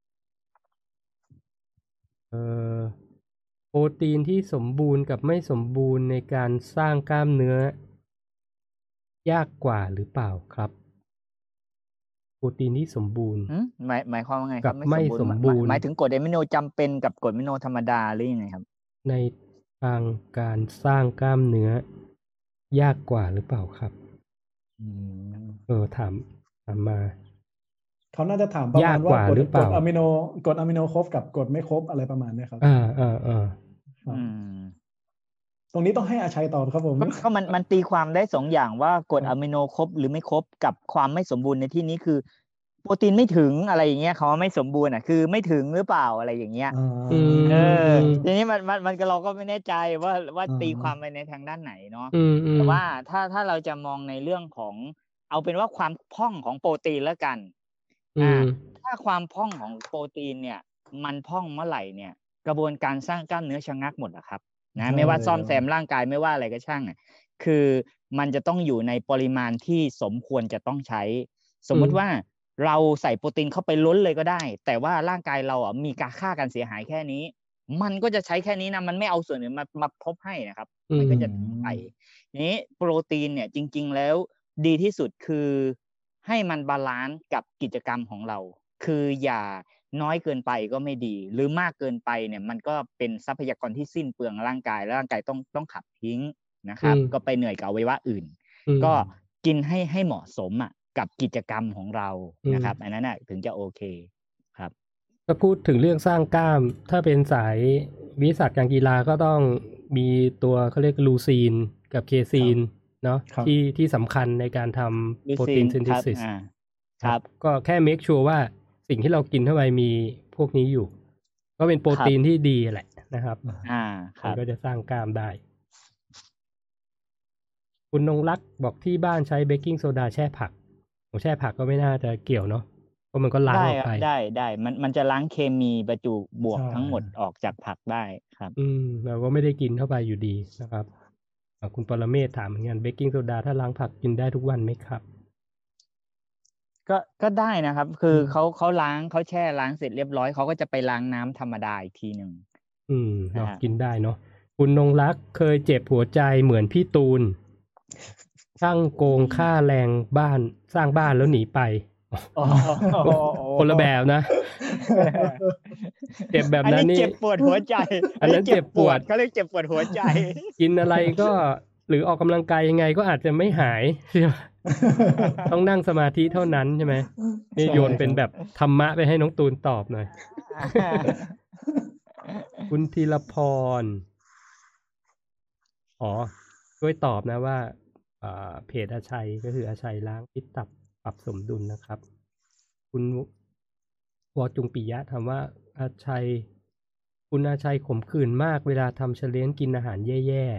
[SPEAKER 1] เอ่อโปรตีนที่สมบูรณ์กับไม่สมบูรณ์ในการสร้างกล้ามเนื้อยากกว่าหรือเปล่าครับ โปรตีนที่สมบูรณ์
[SPEAKER 3] หืมหมายหมายความว่าไงค
[SPEAKER 1] กั
[SPEAKER 3] รั
[SPEAKER 1] บบ ไม่
[SPEAKER 3] ไม่
[SPEAKER 1] ส
[SPEAKER 3] ส
[SPEAKER 1] ม
[SPEAKER 3] ม
[SPEAKER 1] บู
[SPEAKER 3] บู
[SPEAKER 1] ร
[SPEAKER 3] ร
[SPEAKER 1] ณ์
[SPEAKER 3] ณ์หมายถึงกรดอะมิโนจำเป็นกับกรดอะมิโนธรรมดาหรือยังไงครับ
[SPEAKER 1] ในทางการสร้างกล้ามเนื้อยากกว่าหรือเปล่าครับ
[SPEAKER 3] อืม
[SPEAKER 1] เออถามถามมา
[SPEAKER 2] เขาน่าจะถามประ
[SPEAKER 1] ยา
[SPEAKER 2] มาณ
[SPEAKER 1] ก
[SPEAKER 2] ว่าก
[SPEAKER 1] ว่า
[SPEAKER 2] กรด
[SPEAKER 1] หรือเป
[SPEAKER 2] กร
[SPEAKER 1] ล่า
[SPEAKER 2] ดอะมิโนกรดอะมิโนครบกับกรดไม่ครบอะไรประมาณเนี้ยครับ
[SPEAKER 1] อ่าอ่าอ่า
[SPEAKER 2] ครับ
[SPEAKER 3] อืม
[SPEAKER 2] ตรงนี้ต้องให้อาชัยตอบครับผม
[SPEAKER 3] ก็ก็มันมันตีความได้สองอย่างว่ากรด
[SPEAKER 2] ครั
[SPEAKER 3] อะ
[SPEAKER 2] บ
[SPEAKER 3] มิโนครบหรือไม่ครบกับความไม่สมบูรณ์ในที่นี้คือ โปรตีนไม่ถึงอะไรอย่างเงี้ยเขาว่าไม่สมบูรณ์อ่ะคือไม่ถึงหรือเปล่าอะไรอย่างเงี้ย
[SPEAKER 2] อ่า
[SPEAKER 1] อืม
[SPEAKER 3] เออ
[SPEAKER 1] อืม
[SPEAKER 3] ทีนี้มันมันมันก็เราก็ไม่แน่ใจว่าว่า
[SPEAKER 2] อ่า
[SPEAKER 3] ตีความไปในทางด้านไหนเนาะ
[SPEAKER 1] อืมอื
[SPEAKER 3] แต่
[SPEAKER 1] ม
[SPEAKER 3] ว่าถ้าถ้าเราจะมองในเรื่องของเอาเป็นว่าความพร่องของโปรตีนแล้วกัน
[SPEAKER 1] อื
[SPEAKER 3] อ่าม ถ้าความพร่องของโปรตีนเนี่ยมันพร่องเมื่อไหร่เนี่ย กระบวนการสร้างกล้ามเนื้อชะงักหมดอะครับนะ
[SPEAKER 2] ใช่
[SPEAKER 3] ไม่ว่าซ่อม
[SPEAKER 2] ครับ
[SPEAKER 3] แซมร่างกายไม่ว่าอะไรก็ช่างอะคือมันจะต้องอยู่ในปริมาณที่สมควรจะต้องใช้ สมมุติว่าเราใส่โปรตีนเข้าไปล้นเลยก็ได้ แต่ว่าร่างกายเราอ่ะมีการค่าการเสียหายแค่นี้ มันก็จะใช้แค่นี้นะมันไม่เอาส่วนอื่นมามาทบให้นะครับ
[SPEAKER 1] อื
[SPEAKER 3] มัน
[SPEAKER 1] ม
[SPEAKER 3] ก็จะทิ้งไปทีนี้โปรตีนเนี่ยจริง ๆ แล้วดีที่สุดคือให้มันบาลานซ์กับกิจกรรมของเรา คืออย่าน้อยเกินไปก็ไม่ดี หรือมากเกินไปเนี่ยมันก็เป็นทรัพยากรที่สิ้นเปลืองร่างกายร่างกายต้องต้องขับทิ้งนะครับ
[SPEAKER 1] อืม
[SPEAKER 3] ก็ไปเหนื่อยกับอวัยวะอื่น
[SPEAKER 1] อืม
[SPEAKER 3] ก็กินให้ให้เหมาะสมอ่ะกับกิจกรรมของเรา
[SPEAKER 1] อืม
[SPEAKER 3] นะครับ อันนั้นน่ะถึงจะโอเคครับ
[SPEAKER 1] ถ้าพูดถึงเรื่องสร้างกล้าม ถ้าเป็นสายวิทยาศาสตร์การกีฬาก็ต้องมีตัวเขาเรียกลูซีนกับเคซีนเนาะ
[SPEAKER 2] ครับ
[SPEAKER 1] ที่ที่สำคัญในการทำโปรตีน
[SPEAKER 3] Leucine
[SPEAKER 1] ซิน
[SPEAKER 3] ค
[SPEAKER 1] เท
[SPEAKER 3] รับ
[SPEAKER 1] ซิส
[SPEAKER 3] อ่าครับ
[SPEAKER 1] ก็แค่ make sure ว่าสิ่งที่เรากินเข้าไปมีพวกนี้อยู่ ก็เป็นโปรตีนที่ดีแหละนะครับ
[SPEAKER 3] อ่าค
[SPEAKER 1] มั
[SPEAKER 3] รั
[SPEAKER 1] น
[SPEAKER 3] บ
[SPEAKER 1] ก็จะสร้างกล้ามได้ คุณนงรักษ์บอกที่บ้านใช้เบกกิ้งโซดาแช่ผักผมแช่ผักก็ไม่น่าจะเกี่ยวเนาะเพราะมันก็ล้าง
[SPEAKER 3] ได้
[SPEAKER 1] ออก
[SPEAKER 3] ครับ
[SPEAKER 1] ไป
[SPEAKER 3] ได้ได้มันมันจะล้างเคมีประจุบวก
[SPEAKER 2] ใช่
[SPEAKER 3] ทั้งหมดออกจากผักได้ครับ
[SPEAKER 1] อืมเราก็ไม่ได้กินเข้าไปอยู่ดีนะครับอ่าคุณปรเมศถามเหมือนกันเบกกิ้งโซดาถ้าล้างผักกินได้ทุกวันไหมครับ
[SPEAKER 3] ก็ก็ได้นะครับ คือ
[SPEAKER 1] อืม
[SPEAKER 3] เขาเขาล้างเขาแช่ล้างเสร็จเรียบร้อยเขาก็จะไปล้างน้ำธรรมดาอีกทีหนึ่ง
[SPEAKER 1] อืมเนาะ
[SPEAKER 3] อ่า
[SPEAKER 1] กินได้เนาะคุณนงรักษ์เคยเจ็บหัวใจเหมือนพี่ตูนช่างโกงค่าแรงบ้านสร้างบ้านแล้วหนีไป
[SPEAKER 2] อ๋อ
[SPEAKER 1] คนละแบบนะ เจ็บแบบ
[SPEAKER 3] อัน
[SPEAKER 1] นั้น
[SPEAKER 3] นี้
[SPEAKER 1] นี่
[SPEAKER 3] เจ็บปวดหัวใจ
[SPEAKER 1] อันนั้นเจ็บปวด
[SPEAKER 3] เขาเรียกเจ็บปวดหัวใจ
[SPEAKER 1] กินอะไรก็หรือออกกำลังกายยังไงก็อาจจะไม่หายใช่ไหมต้องนั่งสมาธิเท่านั้นใช่ไหมนี่
[SPEAKER 2] ใช่
[SPEAKER 1] โยนเป็น
[SPEAKER 2] ครับ
[SPEAKER 1] แบบธรรมะไปให้น้องตูนตอบหน่อย คุณธีรพร อ๋อ ช่วยตอบนะว่าอ่าเพจอาชัยก็คืออาชัยล้างพิษตับปรับสมดุลนะครับ คุณวอจุงปิยะถามว่าอาชัย คุณอาชัยขมขื่นมากเวลาทำเชลเลนกินอาหารแย่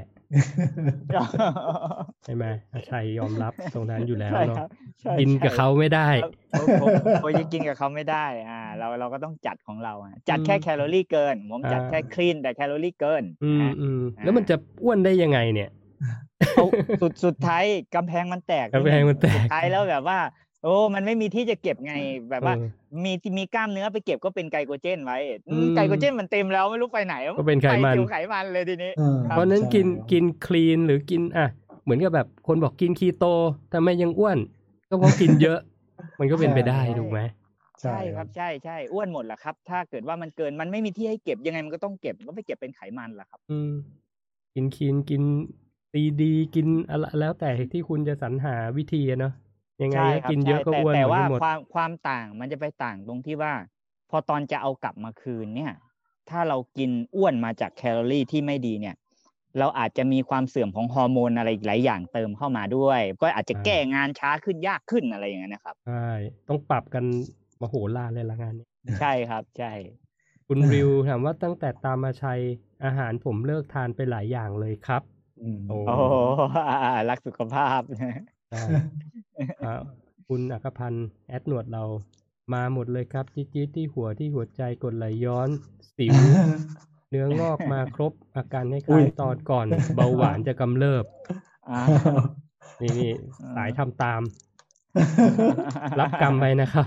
[SPEAKER 1] ๆ ใช่ไหมอาชัยยอมรับตรงนั้นอยู่แล้ว
[SPEAKER 3] ใช่
[SPEAKER 1] เนาะ
[SPEAKER 3] ครับใช่
[SPEAKER 1] กินกับ
[SPEAKER 3] ใช่
[SPEAKER 1] เขาไม่ได้
[SPEAKER 3] ครับผมผมผมยังกินกับเขาไม่ได้ อ่า เราเราก็ต้องจัดของเราอ่ะจัด
[SPEAKER 1] อืม
[SPEAKER 3] แค่แคลอรี่เกิน ผมจัด
[SPEAKER 1] อ่า
[SPEAKER 3] แค่คลีนแต่แคลอรี่เกิน
[SPEAKER 1] อืม
[SPEAKER 3] นะ
[SPEAKER 1] อืม
[SPEAKER 3] อ่า
[SPEAKER 1] แล้วมันจะอ้วนได้ยังไงเนี่ย
[SPEAKER 3] เอาสุดสุดท้ายกำแพงมันแตก
[SPEAKER 1] กำแพงมันแตก
[SPEAKER 3] สุดท้ายแล้วแบบว่า โอ้มันไม่มีที่จะเก็บไงแบบว่า
[SPEAKER 1] เออ
[SPEAKER 3] มีมีกล้ามเนื้อไปเก็บก็เป็นไกลโคเจนไว้อืม
[SPEAKER 1] อืม
[SPEAKER 3] ไกลโคเจนมันเต็มแล้วไม่รู้ไปไหน
[SPEAKER 1] ก็เป็นไขมัน
[SPEAKER 3] เกี่ยวไขมันเลยทีนี้
[SPEAKER 2] เออ
[SPEAKER 3] ครั
[SPEAKER 1] เพ
[SPEAKER 3] บ
[SPEAKER 1] ราะฉะนั้น
[SPEAKER 2] ใช่
[SPEAKER 1] กิน
[SPEAKER 2] ครับ
[SPEAKER 1] กินคลีนหรือกินอ่ะเหมือนกับแบบคนบอกกินคีโตทำไมยังอ้วน ก็เพราะกินเยอะ มันก็เป็นไปได้
[SPEAKER 2] ใช่
[SPEAKER 1] ถูกไหม
[SPEAKER 2] ใช่
[SPEAKER 3] ใช่ค
[SPEAKER 2] ครั
[SPEAKER 3] รับ บใช่ใช่อ้วนหมดแหละครับ ถ้าเกิดว่ามันเกินมันไม่มีที่ให้เก็บยังไงมันก็ต้องเก็บก็ไปเก็บเป็นไขมันแหละครับ
[SPEAKER 1] อืม กินคลีนกินซีดีกินอะไรแล้วแต่ที่คุณจะสรรหาวิธีอะเนาะยังไง
[SPEAKER 3] ใช่
[SPEAKER 1] ก็
[SPEAKER 3] ครับ
[SPEAKER 1] กินเย
[SPEAKER 3] ใช่
[SPEAKER 1] อะก็
[SPEAKER 3] แต่
[SPEAKER 1] อ้วน
[SPEAKER 3] แต่
[SPEAKER 1] เหมือน
[SPEAKER 3] ว่า
[SPEAKER 1] กันหมด
[SPEAKER 3] ความความต่างมันจะไปต่างตรงที่ว่า พอตอนจะเอากลับมาคืนเนี่ย ถ้าเรากินอ้วนมาจากแคลอรี่ที่ไม่ดีเนี่ย เราอาจจะมีความเสื่อมของฮอร์โมนอะไรอีกหลายอย่างเติมเข้ามาด้วย ก็อาจจะ
[SPEAKER 1] ใช่
[SPEAKER 3] แก้งานช้าขึ้นยากขึ้นอะไรอย่างเงี้ยนะครับ
[SPEAKER 1] ใช่ต้องปรับกันมโหฬารเลยละงานนี้
[SPEAKER 3] ใช่ครับใช่
[SPEAKER 1] คุณริวถามว่าตั้งแต่ตามมาชัยอาหารผมเลิกทานไปหลายอย่างเลยครับ
[SPEAKER 2] อืม
[SPEAKER 1] โอ้
[SPEAKER 3] โอ้รักสุขภาพ
[SPEAKER 1] ใช่ครับคุณอัครพันธ์แอดหนวดเรามาหมดเลยครับจี๊ดจี๊ดที่หัวที่หัวใจกดไหลย้อนสิว เนื้องอกมาครบอาการค
[SPEAKER 2] อุ้
[SPEAKER 1] ล้าย ยๆตอนก่อนเบาหวานจะกำเริบ
[SPEAKER 3] อ่า
[SPEAKER 1] นี่นี่สายทำตาม รับกรรมไปนะครับ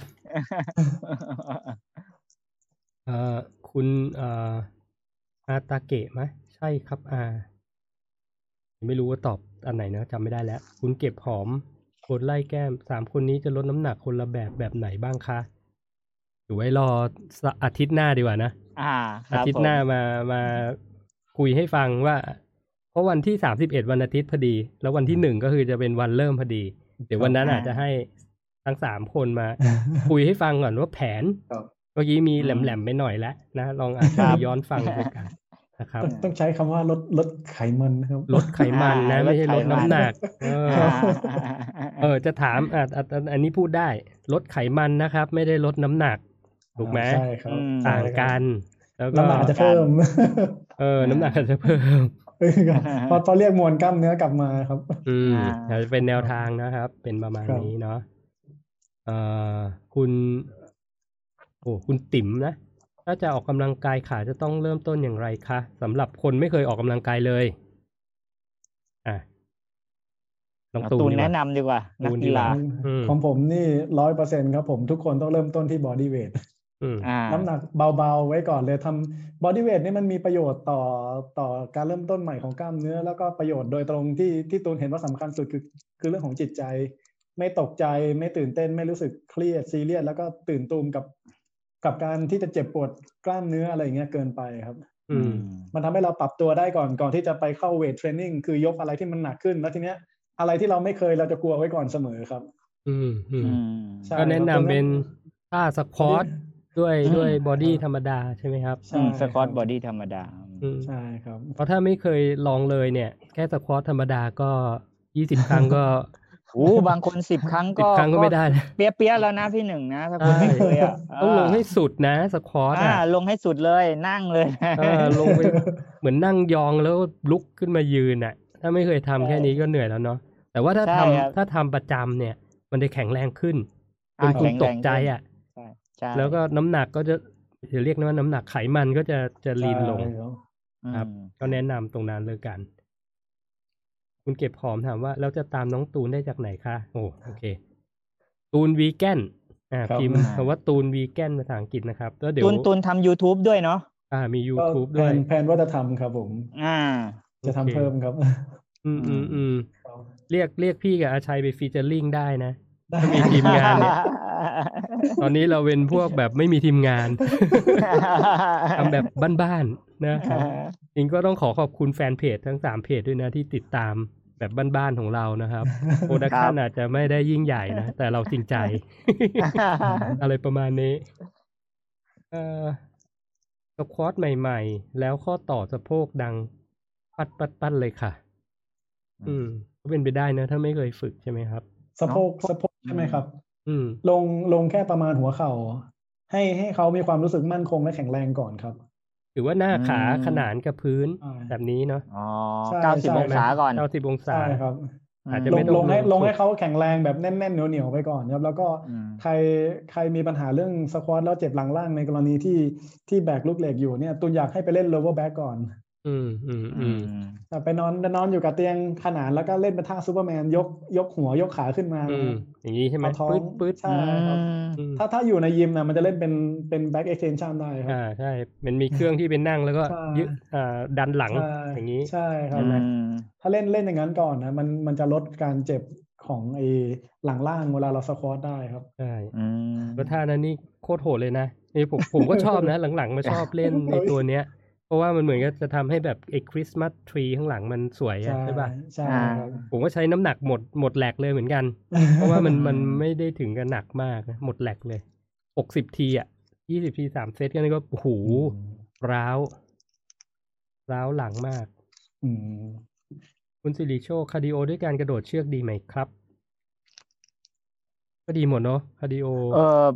[SPEAKER 1] เอ่อคุณเอ่ออาตาเกะไหมใช่ครับอาไม่รู้ว่าตอบอันไหนนะจำไม่ได้แล้ว คุณเก็บหอมกดไล่แก้มสามคนนี้จะลดน้ำหนักคนละแบบแบบไหนบ้างคะเดี๋ยวไว้รอสอาทิตย์หน้าดีกว่านะ
[SPEAKER 3] อ่าค
[SPEAKER 1] อา
[SPEAKER 3] รับ
[SPEAKER 1] ทิต
[SPEAKER 3] ผ
[SPEAKER 1] ย์ห
[SPEAKER 3] ม
[SPEAKER 1] น้ามามาคุยให้ฟังว่า เพราะวันที่สามสิบเอ็ดวันอาทิตย์พอดี แล้ววันที่หนึ่งก็คือจะเป็นวันเริ่มพอดี เดี๋ยววันนั้น
[SPEAKER 3] ครับ
[SPEAKER 1] อาจจะให้ทั้งสามคนมา คุยให้ฟังก่อนว่าแผน
[SPEAKER 2] ครับ
[SPEAKER 1] เมื่อกี้มี
[SPEAKER 3] อืม
[SPEAKER 1] แหลมๆไปหน่อยแล้วนะลองอาจจะ
[SPEAKER 3] ครั
[SPEAKER 1] ไป
[SPEAKER 3] บ
[SPEAKER 1] ย้อนฟังดูกันนะครับ
[SPEAKER 2] ต้องต้องใช้คำว่าลดลดไขมันนะครับ
[SPEAKER 1] ลดไขมันนะ
[SPEAKER 3] อ่า
[SPEAKER 1] ไม่ใช่
[SPEAKER 3] ล
[SPEAKER 1] ล
[SPEAKER 3] ด
[SPEAKER 1] ด
[SPEAKER 3] ไขมัน
[SPEAKER 1] น้ำหนัก เออ
[SPEAKER 3] อ่า
[SPEAKER 1] เออจะถามอ่ะอ่ะอ่ะอันนี้พูดได้ ลดไขมันนะครับ ไม่ได้ลดน้ำหนัก ถูกไหม
[SPEAKER 2] ใช่ครับ
[SPEAKER 3] อืม
[SPEAKER 2] ใช่
[SPEAKER 1] ต่าง
[SPEAKER 2] ครับ
[SPEAKER 1] กัน แล้วก็
[SPEAKER 2] น้ำหนักอาจจะเพิ่ม
[SPEAKER 1] เออน้ำหนักอาจจะเพิ่ม
[SPEAKER 2] เออครับพอพอเรียกมวลกล้ามเนื้อกลับมาครับ
[SPEAKER 1] อืม
[SPEAKER 3] อ่า
[SPEAKER 1] อาจจะเป็นแนวทางนะครับ เป็นประมาณ
[SPEAKER 2] ครับ
[SPEAKER 1] นี้เนาะเอ่อคุณ โอ้คุณติ๋มนะ ถ้าจะออกกำลังกายขาจะต้องเริ่มต้นอย่างไรคะสำหรับคนไม่เคยออกกำลังกายเลย อ่ะน้อง
[SPEAKER 3] เอา
[SPEAKER 1] ตู
[SPEAKER 3] ตู
[SPEAKER 1] น
[SPEAKER 3] น
[SPEAKER 1] ดีก
[SPEAKER 3] แนะ
[SPEAKER 1] ว่า
[SPEAKER 3] นำดีกว่า นัก
[SPEAKER 1] ตูนดี
[SPEAKER 3] กี
[SPEAKER 1] กว่า
[SPEAKER 3] ฬา
[SPEAKER 1] อืม
[SPEAKER 2] ของผมนี่ร้อยเปอร์เซ็นต์ครับผมทุกคนต้องเริ่มต้นที่บอดี้เวท
[SPEAKER 1] อืม
[SPEAKER 3] อ่า
[SPEAKER 2] น้ำหนักเบาๆไว้ก่อนเลยทำบอดี้เวทนี่มันมีประโยชน์ต่อต่อการเริ่มต้นใหม่ของกล้ามเนื้อ แล้วก็ประโยชน์โดยตรงที่ที่ตูนเห็นว่าสำคัญสุดคือคือเรื่องของจิตใจ ไม่ตกใจไม่ตื่นเต้นไม่รู้สึกเครียดซีเรียสแล้วก็ตื่นตูมกับกับการที่จะเจ็บปวดกล้ามเนื้ออะไรอย่างเงี้ยเกินไปครับ
[SPEAKER 1] อืม
[SPEAKER 2] มันทำให้เราปรับตัวได้ก่อนก่อนที่จะไปเข้าเวทเทรนนิ่งคือยกอะไรที่มันหนักขึ้นแล้วทีเนี้ยอะไรที่เราไม่เคยเราจะกลัวไว้ก่อนเสมอครับ
[SPEAKER 1] อืม อืม
[SPEAKER 3] อืม
[SPEAKER 2] ใช่
[SPEAKER 1] ก็แนะนำเป็นท่าสควอตด้วย
[SPEAKER 2] อืม
[SPEAKER 1] ด้วยบอดี้
[SPEAKER 2] ครับ
[SPEAKER 1] ธรรมดาใช่ไหมครับ
[SPEAKER 2] ใช่
[SPEAKER 3] สควอต
[SPEAKER 2] ครับ
[SPEAKER 3] บอดี้ธรรมดา
[SPEAKER 1] อืม
[SPEAKER 2] ใช่ครับ
[SPEAKER 1] เพราะถ้าไม่เคยลองเลยเนี่ย แค่สควอตธรรมดาก็ยี่สิบครั้งก็
[SPEAKER 3] โอ้บางคนสิบครั้ง
[SPEAKER 1] สิ
[SPEAKER 3] ก็
[SPEAKER 1] บครั้งก็ไม่ได้นะ
[SPEAKER 3] เปียเปียๆแล้วนะพี่หนึ่งนะ ถ้าคุณ
[SPEAKER 1] ใช่
[SPEAKER 3] ไม่เคยอ่ะ
[SPEAKER 1] ต้องลงให้สุดนะสควอต
[SPEAKER 3] อ่า
[SPEAKER 1] อ่ะ
[SPEAKER 3] ลงให้สุดเลยนั่งเลย
[SPEAKER 1] เออลงไปเหมือนนั่งยองแล้วลุกขึ้นมายืนอ่ะ ถ้าไม่เคยทำ
[SPEAKER 3] ใช่
[SPEAKER 1] แค่นี้ก็เหนื่อยแล้วเนาะแต่ว่าถ้า
[SPEAKER 3] ใช่
[SPEAKER 1] ทำ
[SPEAKER 3] ครับ
[SPEAKER 1] ถ้าทำประจำเนี่ย มันจะแข็งแรงขึ้นจ
[SPEAKER 3] อ่าน
[SPEAKER 1] คุณ
[SPEAKER 3] แข็ง
[SPEAKER 1] ต
[SPEAKER 3] แร
[SPEAKER 1] ก
[SPEAKER 3] ง
[SPEAKER 1] ใจ
[SPEAKER 3] ขึ้น
[SPEAKER 1] อ่ะ
[SPEAKER 3] ใช่ใช่
[SPEAKER 1] แล้วก็น้ำหนักก็จะจะเรียกว่าน้ำหนักไขมันก็จะจะลีนลง
[SPEAKER 2] ใช่ครับ
[SPEAKER 1] ครับ
[SPEAKER 3] อืม
[SPEAKER 1] ก็แนะนำตรงนั้นเลยกัน คุณเก็บหอมถามว่าแล้วจะตามน้องตูนได้จากไหนคะโอ้โอเค ตูนวีแกนอ่า
[SPEAKER 2] ครับ
[SPEAKER 1] พิมพ์คำว่าตูนวีแกนภาษาอังกฤษนะครับแล้วเดี๋ยว
[SPEAKER 3] ตูนตูนทำ YouTube ด้วยเนาะ
[SPEAKER 1] อ่ามี
[SPEAKER 2] ก็
[SPEAKER 1] YouTube
[SPEAKER 2] แผ
[SPEAKER 1] ด้วย
[SPEAKER 2] นแผนว่าจะทำครับผม
[SPEAKER 3] อ่า
[SPEAKER 2] จะทำ
[SPEAKER 1] โอเค
[SPEAKER 2] เพิ่มครับ
[SPEAKER 1] อืมอืมอืม
[SPEAKER 2] ครับ
[SPEAKER 1] เรียกเรียกพี่กับอาชัยไปฟีเจอริงได้นะ
[SPEAKER 2] ได้
[SPEAKER 1] ถ้ามีทีมงานเนี่ย ตอนนี้เราเป็นพวกแบบไม่มีทีมงาน ทำแบบบ้านๆนะครับ จริงก็ต้องขอขอบคุณแฟนเพจทั้งสามเพจด้วยนะที่ติดตามแบบบ้านๆของเรานะครับ โปรดักชัน
[SPEAKER 3] ครับ
[SPEAKER 1] อาจจะไม่ได้ยิ่งใหญ่นะ แต่เราจริงใจ อะไรประมาณนี้ เอ่อสควอตใหม่ๆ แล้วข้อต่อสะโพกดัง ปัดปัดปัดเลยค่ะ อืมก็เป็นไปได้นะ ถ้าไม่เคยฝึกใช่ไหมครับ
[SPEAKER 2] สะโพก
[SPEAKER 3] เนาะ
[SPEAKER 2] สะโพกใช่ไหมครับ
[SPEAKER 1] อืม
[SPEAKER 2] ลงลงแค่ประมาณหัวเข่า ให้ให้เขามีความรู้สึกมั่นคงและแข็งแรงก่อนครับ
[SPEAKER 1] หรือว่าหน้าขา
[SPEAKER 3] อืม
[SPEAKER 1] ขนานกับพื้น
[SPEAKER 2] ใช่
[SPEAKER 1] แบบนี้เนาะ
[SPEAKER 3] อ๋อ
[SPEAKER 2] ใช่
[SPEAKER 3] เก้าสิบ
[SPEAKER 2] ใช่
[SPEAKER 3] องศาก่อน
[SPEAKER 1] เก้าสิบองศา
[SPEAKER 2] ใช่ครับ
[SPEAKER 1] อาจจะ
[SPEAKER 2] ล
[SPEAKER 1] ไม่
[SPEAKER 2] ง
[SPEAKER 1] ต้อง
[SPEAKER 2] ลงให้
[SPEAKER 1] ลง
[SPEAKER 2] ลงให้
[SPEAKER 1] สุด
[SPEAKER 2] เขาแข็งแรงแบบแน่นๆเหนียวๆไปก่อนครับ แล้วก็
[SPEAKER 3] อืม
[SPEAKER 2] ใครใครมีปัญหาเรื่องสควอตแล้วเจ็บหลังล่างในกรณีที่ที่แบกลูกเหล็กอยู่เนี่ยตูนอยากให้ไปเล่น lower back ก่อน
[SPEAKER 1] อืมอืมอื
[SPEAKER 3] อื
[SPEAKER 1] ม
[SPEAKER 3] ม
[SPEAKER 2] แต่ไปนอนนอนอยู่กับเตียงขนานแล้วก็เล่นเป็นท่าซูเปอร์แมนยกยกหัวยกขาขึ้นมา
[SPEAKER 1] อื
[SPEAKER 2] นะ
[SPEAKER 1] ม อย่างนี้ใช่ไหม
[SPEAKER 2] เอาท้อง
[SPEAKER 1] ปื๊ดปื๊ด
[SPEAKER 2] ใช่ครับ
[SPEAKER 1] อืม
[SPEAKER 2] ถ้าถ้าอยู่ในยิมนะมันจะเล่นเป็นเป็น back extension ได้ครับ
[SPEAKER 1] อ่าใช่ มันมีเครื่องที่เป็นนั่งแล้วก็
[SPEAKER 2] ใช่
[SPEAKER 1] ยึดอ่าดันหลัง
[SPEAKER 2] ใช่
[SPEAKER 1] อย่างนี้
[SPEAKER 2] ใช่ครั
[SPEAKER 1] ใช่
[SPEAKER 2] บ
[SPEAKER 1] ไหม
[SPEAKER 3] อืม
[SPEAKER 2] ถ้าเล่นเล่นอย่างนั้นก่อนนะมันมันจะลดการเจ็บของไอ้หลังล่างเวลาเราสควอตได้ครับ
[SPEAKER 1] ใช่
[SPEAKER 3] อืม
[SPEAKER 1] ก็ท่านั้นนี่โคตรโหดเลยนะนี่ผมผมก็ชอบนะ หลังๆมาชอบเล่นในตัวเนี้ย เพราะว่ามันเหมือนกับจะทำให้แบบไอ้คริสต์มาสทรีข้างหลังมันสวยอะ
[SPEAKER 2] ใช่
[SPEAKER 1] ใช่ป่ะ
[SPEAKER 2] ใช่
[SPEAKER 3] อ่า
[SPEAKER 2] ครับ
[SPEAKER 1] ผมก็ใช้น้ำหนักหมดหมดแหลกเลยเหมือนกัน เพราะว่ามันมันไม่ได้ถึงกับหนักมากนะหมดแหลกเลยหกสิบทีอ่ะยี่สิบทีสามเซตกันนี่ก็โอ้โหร้าวร้าวหลังมาก
[SPEAKER 2] อืม
[SPEAKER 1] คุณสิริโชคคาร์ดิโอด้วยการกระโดดเชือกดีไหมครับ ก็ดีหมดเนาะคาร์ดิโอ
[SPEAKER 3] เออ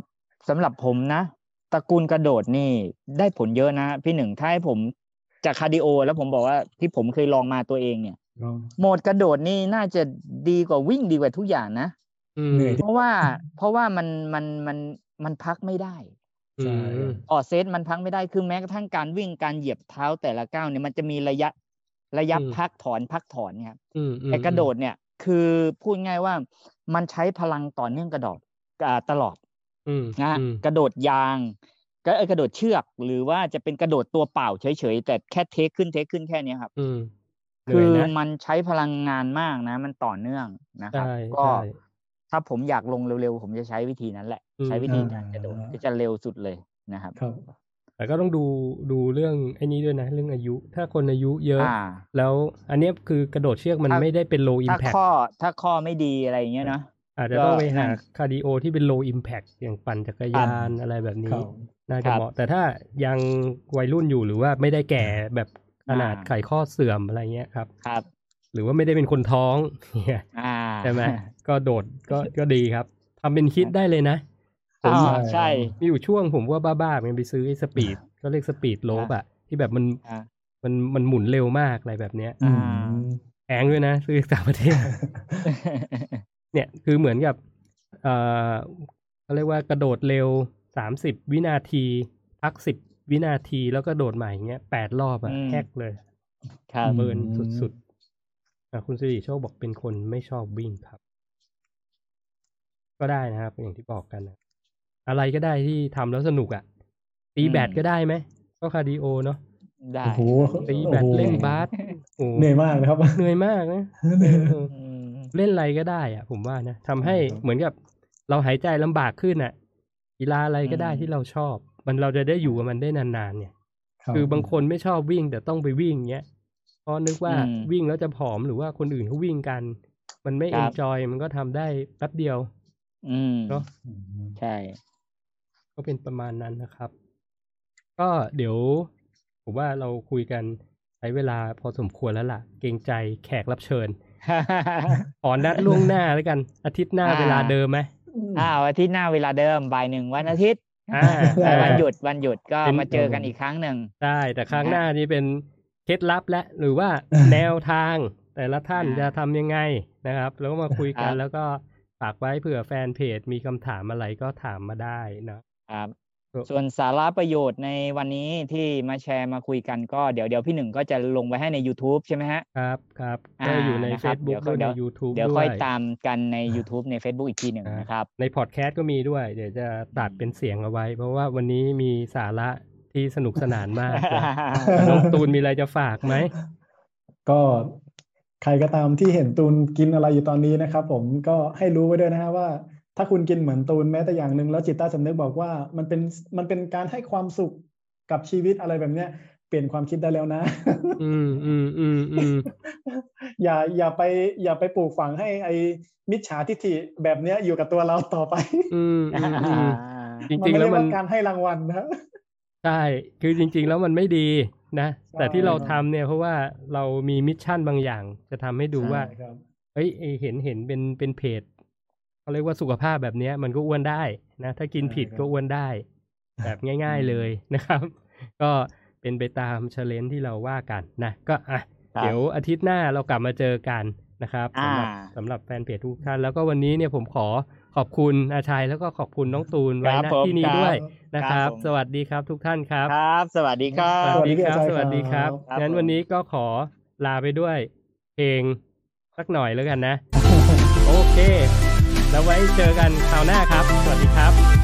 [SPEAKER 3] สำหรับผมนะตระกูลกระโดดนี่ได้ผลเยอะนะพี่หนึ่งถ้าให้ผมจากคาร์ดิโอแล้วผมบอกว่าที่ผมเคยลองมาตัวเองเนี่ยโหมดกระโดดนี่น่าจะดีกว่าวิ่งดีกว่าทุกอย่างนะเพราะว่าเพราะว่ามันมันมันมันพักไม่ได้ออเซตมันพักไม่ได้คือแม้กระทั่งการวิ่งการเหยียบเท้าแต่ละก้าวเนี่ยมันจะมีระยะระยะพักถอนพักถอนครับแต่กระโดดเนี่ยคือพูดง่ายว่ามันใช้พลังต่อเนื่องกระโดดตลอดนะกระโดดยางก็กระโดดเชือกหรือว่าจะเป็นกระโดดตัวเปล่าเฉยๆแต่แค่เทคขึ้นเทคขึ้นแค่นี้ครับคือมันใช้พลังงานมากนะมันต่อเนื่องนะครับก็ถ้าผมอยากลงเร็วๆผมจะใช้วิธีนั้นแหละใช้วิธีการกระโดดที่จะเร็วสุดเลยนะครับ
[SPEAKER 1] แต่ก็ต้องดูดูเรื่องไอ้นี้ด้วยนะเรื่องอายุถ้าคนอายุเยอะแล้วอันนี้คือกระโดดเชือกมันไม่ได้เป็น low impact
[SPEAKER 3] ถ้าข้อถ้าข้อไม่ดีอะไรอย่างเงี้ยนะ
[SPEAKER 1] อาจจะต้องไปหาคาร์ดิโอที่เป็น low impact อย่างปั่นจักรยานอะไรแบบนี้น่าจะเหมาะแต่ถ้ายังวัยรุ่นอยู่หรือว่าไม่ได้แก่แบบขนาดไขข้อเสื่อมอะไรเงี้ยครับ
[SPEAKER 3] ครับ
[SPEAKER 1] หรือว่าไม่ได้เป็นคนท้องเนี่ยใช่ไหมก็โดดก็ก็ดีครับทำเป็นคิดได้เลยนะ
[SPEAKER 3] ผมใช่
[SPEAKER 1] มีอยู่ช่วงผมว่าบ้าๆมันไปซื้อไอ้สปีดก็เรียกสปีดโลบอะที่แบบมันมันมันหมุนเร็วมากอะไรแบบเนี้ยแพงด้วยนะซื้อจากต่างประเทศเนี่ยคือเหมือนกับเอ่อเขาเรียกว่ากระโดดเร็วสามสิบวินาทีพักสิบวินาทีแล้วก็โดดใหม่อย่างเงี้ยแปดรอบอะแฮกเลยเบิร์นสุดๆคุณสิริโชคบอกเป็นคนไม่ชอบวิ่งครับก็ได้นะครับอย่างที่บอกกันนะอะไรก็ได้ที่ทำแล้วสนุกอ่ะตีแบดก็ได้ไหมก็คาร์ดิโอเนาะ
[SPEAKER 3] ได้
[SPEAKER 1] ตีแบดเล่นบาส
[SPEAKER 2] เหนื่อยมากนะครับ
[SPEAKER 1] เหนื่อยมากนะเล่นอะไรก็ได้อ่ะผมว่านะทำให้เหมือนกับเราหายใจลำบากขึ้นอ่ะกีฬาอะไรก็ได้ที่เราชอบมันเราจะได้อยู่กับมันได้นานๆเนี่ยคือบางคนไม่ชอบวิ่งแต่ต้องไปวิ่งเงี้ยเพราะนึกว่าวิ่งแล้วจะผอมหรือว่าคนอื่นเขาวิ่งกันมันไม่เอนจอยมันก็ทำได้แป๊บเดียวเนาะ
[SPEAKER 3] ใช่
[SPEAKER 1] ก็เป็นประมาณนั้นนะครับก็เดี๋ยวผมว่าเราคุยกันใช้เวลาพอสมควรแล้วล่ะเกรงใจแขกรับเชิญ ขอนัดล่วงหน้าแล้วกันอาทิตย์หน้าเวลาเดิมไหม
[SPEAKER 3] อ้าวอาทิตย์หน้าเวลาเดิมบ่ายหนึ่งวันอาทิตย์วันหยุดวันหยุดก็มาเจอกันอีกครั้งหนึ่ง
[SPEAKER 1] ใช่แต่ครั้งหน้านี้เป็นเคล็ดลับและหรือว่าแนวทางแต่ละท่านจะทำยังไงนะครับแล้วก็มาคุยกันแล้วก็ฝากไว้เผื่อแฟนเพจมีคำถามอะไรก็ถามมาได้นะครับ
[SPEAKER 3] ส่วนสาระประโยชน์ในวันนี้ที่มาแชร์มาคุยกันก็เดี๋ยวเดี๋ยวพี่หนึ่งก็จะลงไว้ให้ใน YouTube ใช่ไหมฮะ
[SPEAKER 1] ครับครับก็อยู่ใน Facebook ด้วยใน YouTube
[SPEAKER 3] เดี๋ยวค่อยตามกันใน YouTube ใน Facebook อีกทีหนึ่งนะครับ
[SPEAKER 1] ในพอดแคสต์ก็มีด้วยเดี๋ยวจะตัดเป็นเสียงเอาไว้เพราะว่าวันนี้มีสาระที่สนุกสนานมากน้องตูนมีอะไรจะฝากไหม
[SPEAKER 2] ก็ใครก็ตามที่เห็นตูนกินอะไรอยู่ตอนนี้นะครับผมก็ให้รู้ไว้ด้วยนะฮะว่าถ้าคุณกินเหมือนตูนแม้แต่อย่างหนึ่งแล้วจิตใต้สำนึกบอกว่ามันเป็นมันเป็นการให้ความสุขกับชีวิตอะไรแบบเนี้ยเปลี่ยนความคิดได้แล้วนะ
[SPEAKER 1] อืมอืมอืมอืม
[SPEAKER 2] อย่าอย่าไปอย่าไปปลูกฝังให้ไอ้มิจฉาทิฐิแบบเนี้ยอยู่กับตัวเราต่อไป
[SPEAKER 1] อืมอืมจริงๆแล้วมัน
[SPEAKER 2] การให้รางวัลนะ
[SPEAKER 1] ใช่คือจริงๆแล้วมันไม่ดีนะแต่ที่เราทำเนี่ยเพราะว่าเรามีมิชชั่นบางอย่างจะทำให้ดูว่าเฮ้ยเห็นเห็นเป็นเป็นเพจเขาเรียกว่าสุขภาพแบบนี้มันก็อ้วนได้นะถ้ากินผิดก็อ้วนได้แบบง่ายๆเลยนะครับก็เป็นไปตามเชลเลนที่เราว่ากันนะก็อ่ะเดี๋ยวอาทิตย์หน้าเรากลับมาเจอกันนะครับสำหรับสำหรับแฟนเพจทุกท่านแล้วก็วันนี้เนี่ยผมขอขอบคุณอาชัยแล้วก็ขอบคุณน้องตูนไว้ณที่นี้ด้วยนะครับสวัสดีครับทุกท่านครับ
[SPEAKER 3] ครับสวัสดีครับ
[SPEAKER 1] สวัสดีครับสวัสดีครับงั้นวันนี้ก็ขอลาไปด้วยเพลงสักหน่อยแล้วกันนะโอเคแล้วไว้เจอกันคราวหน้าครับสวัสดีครับ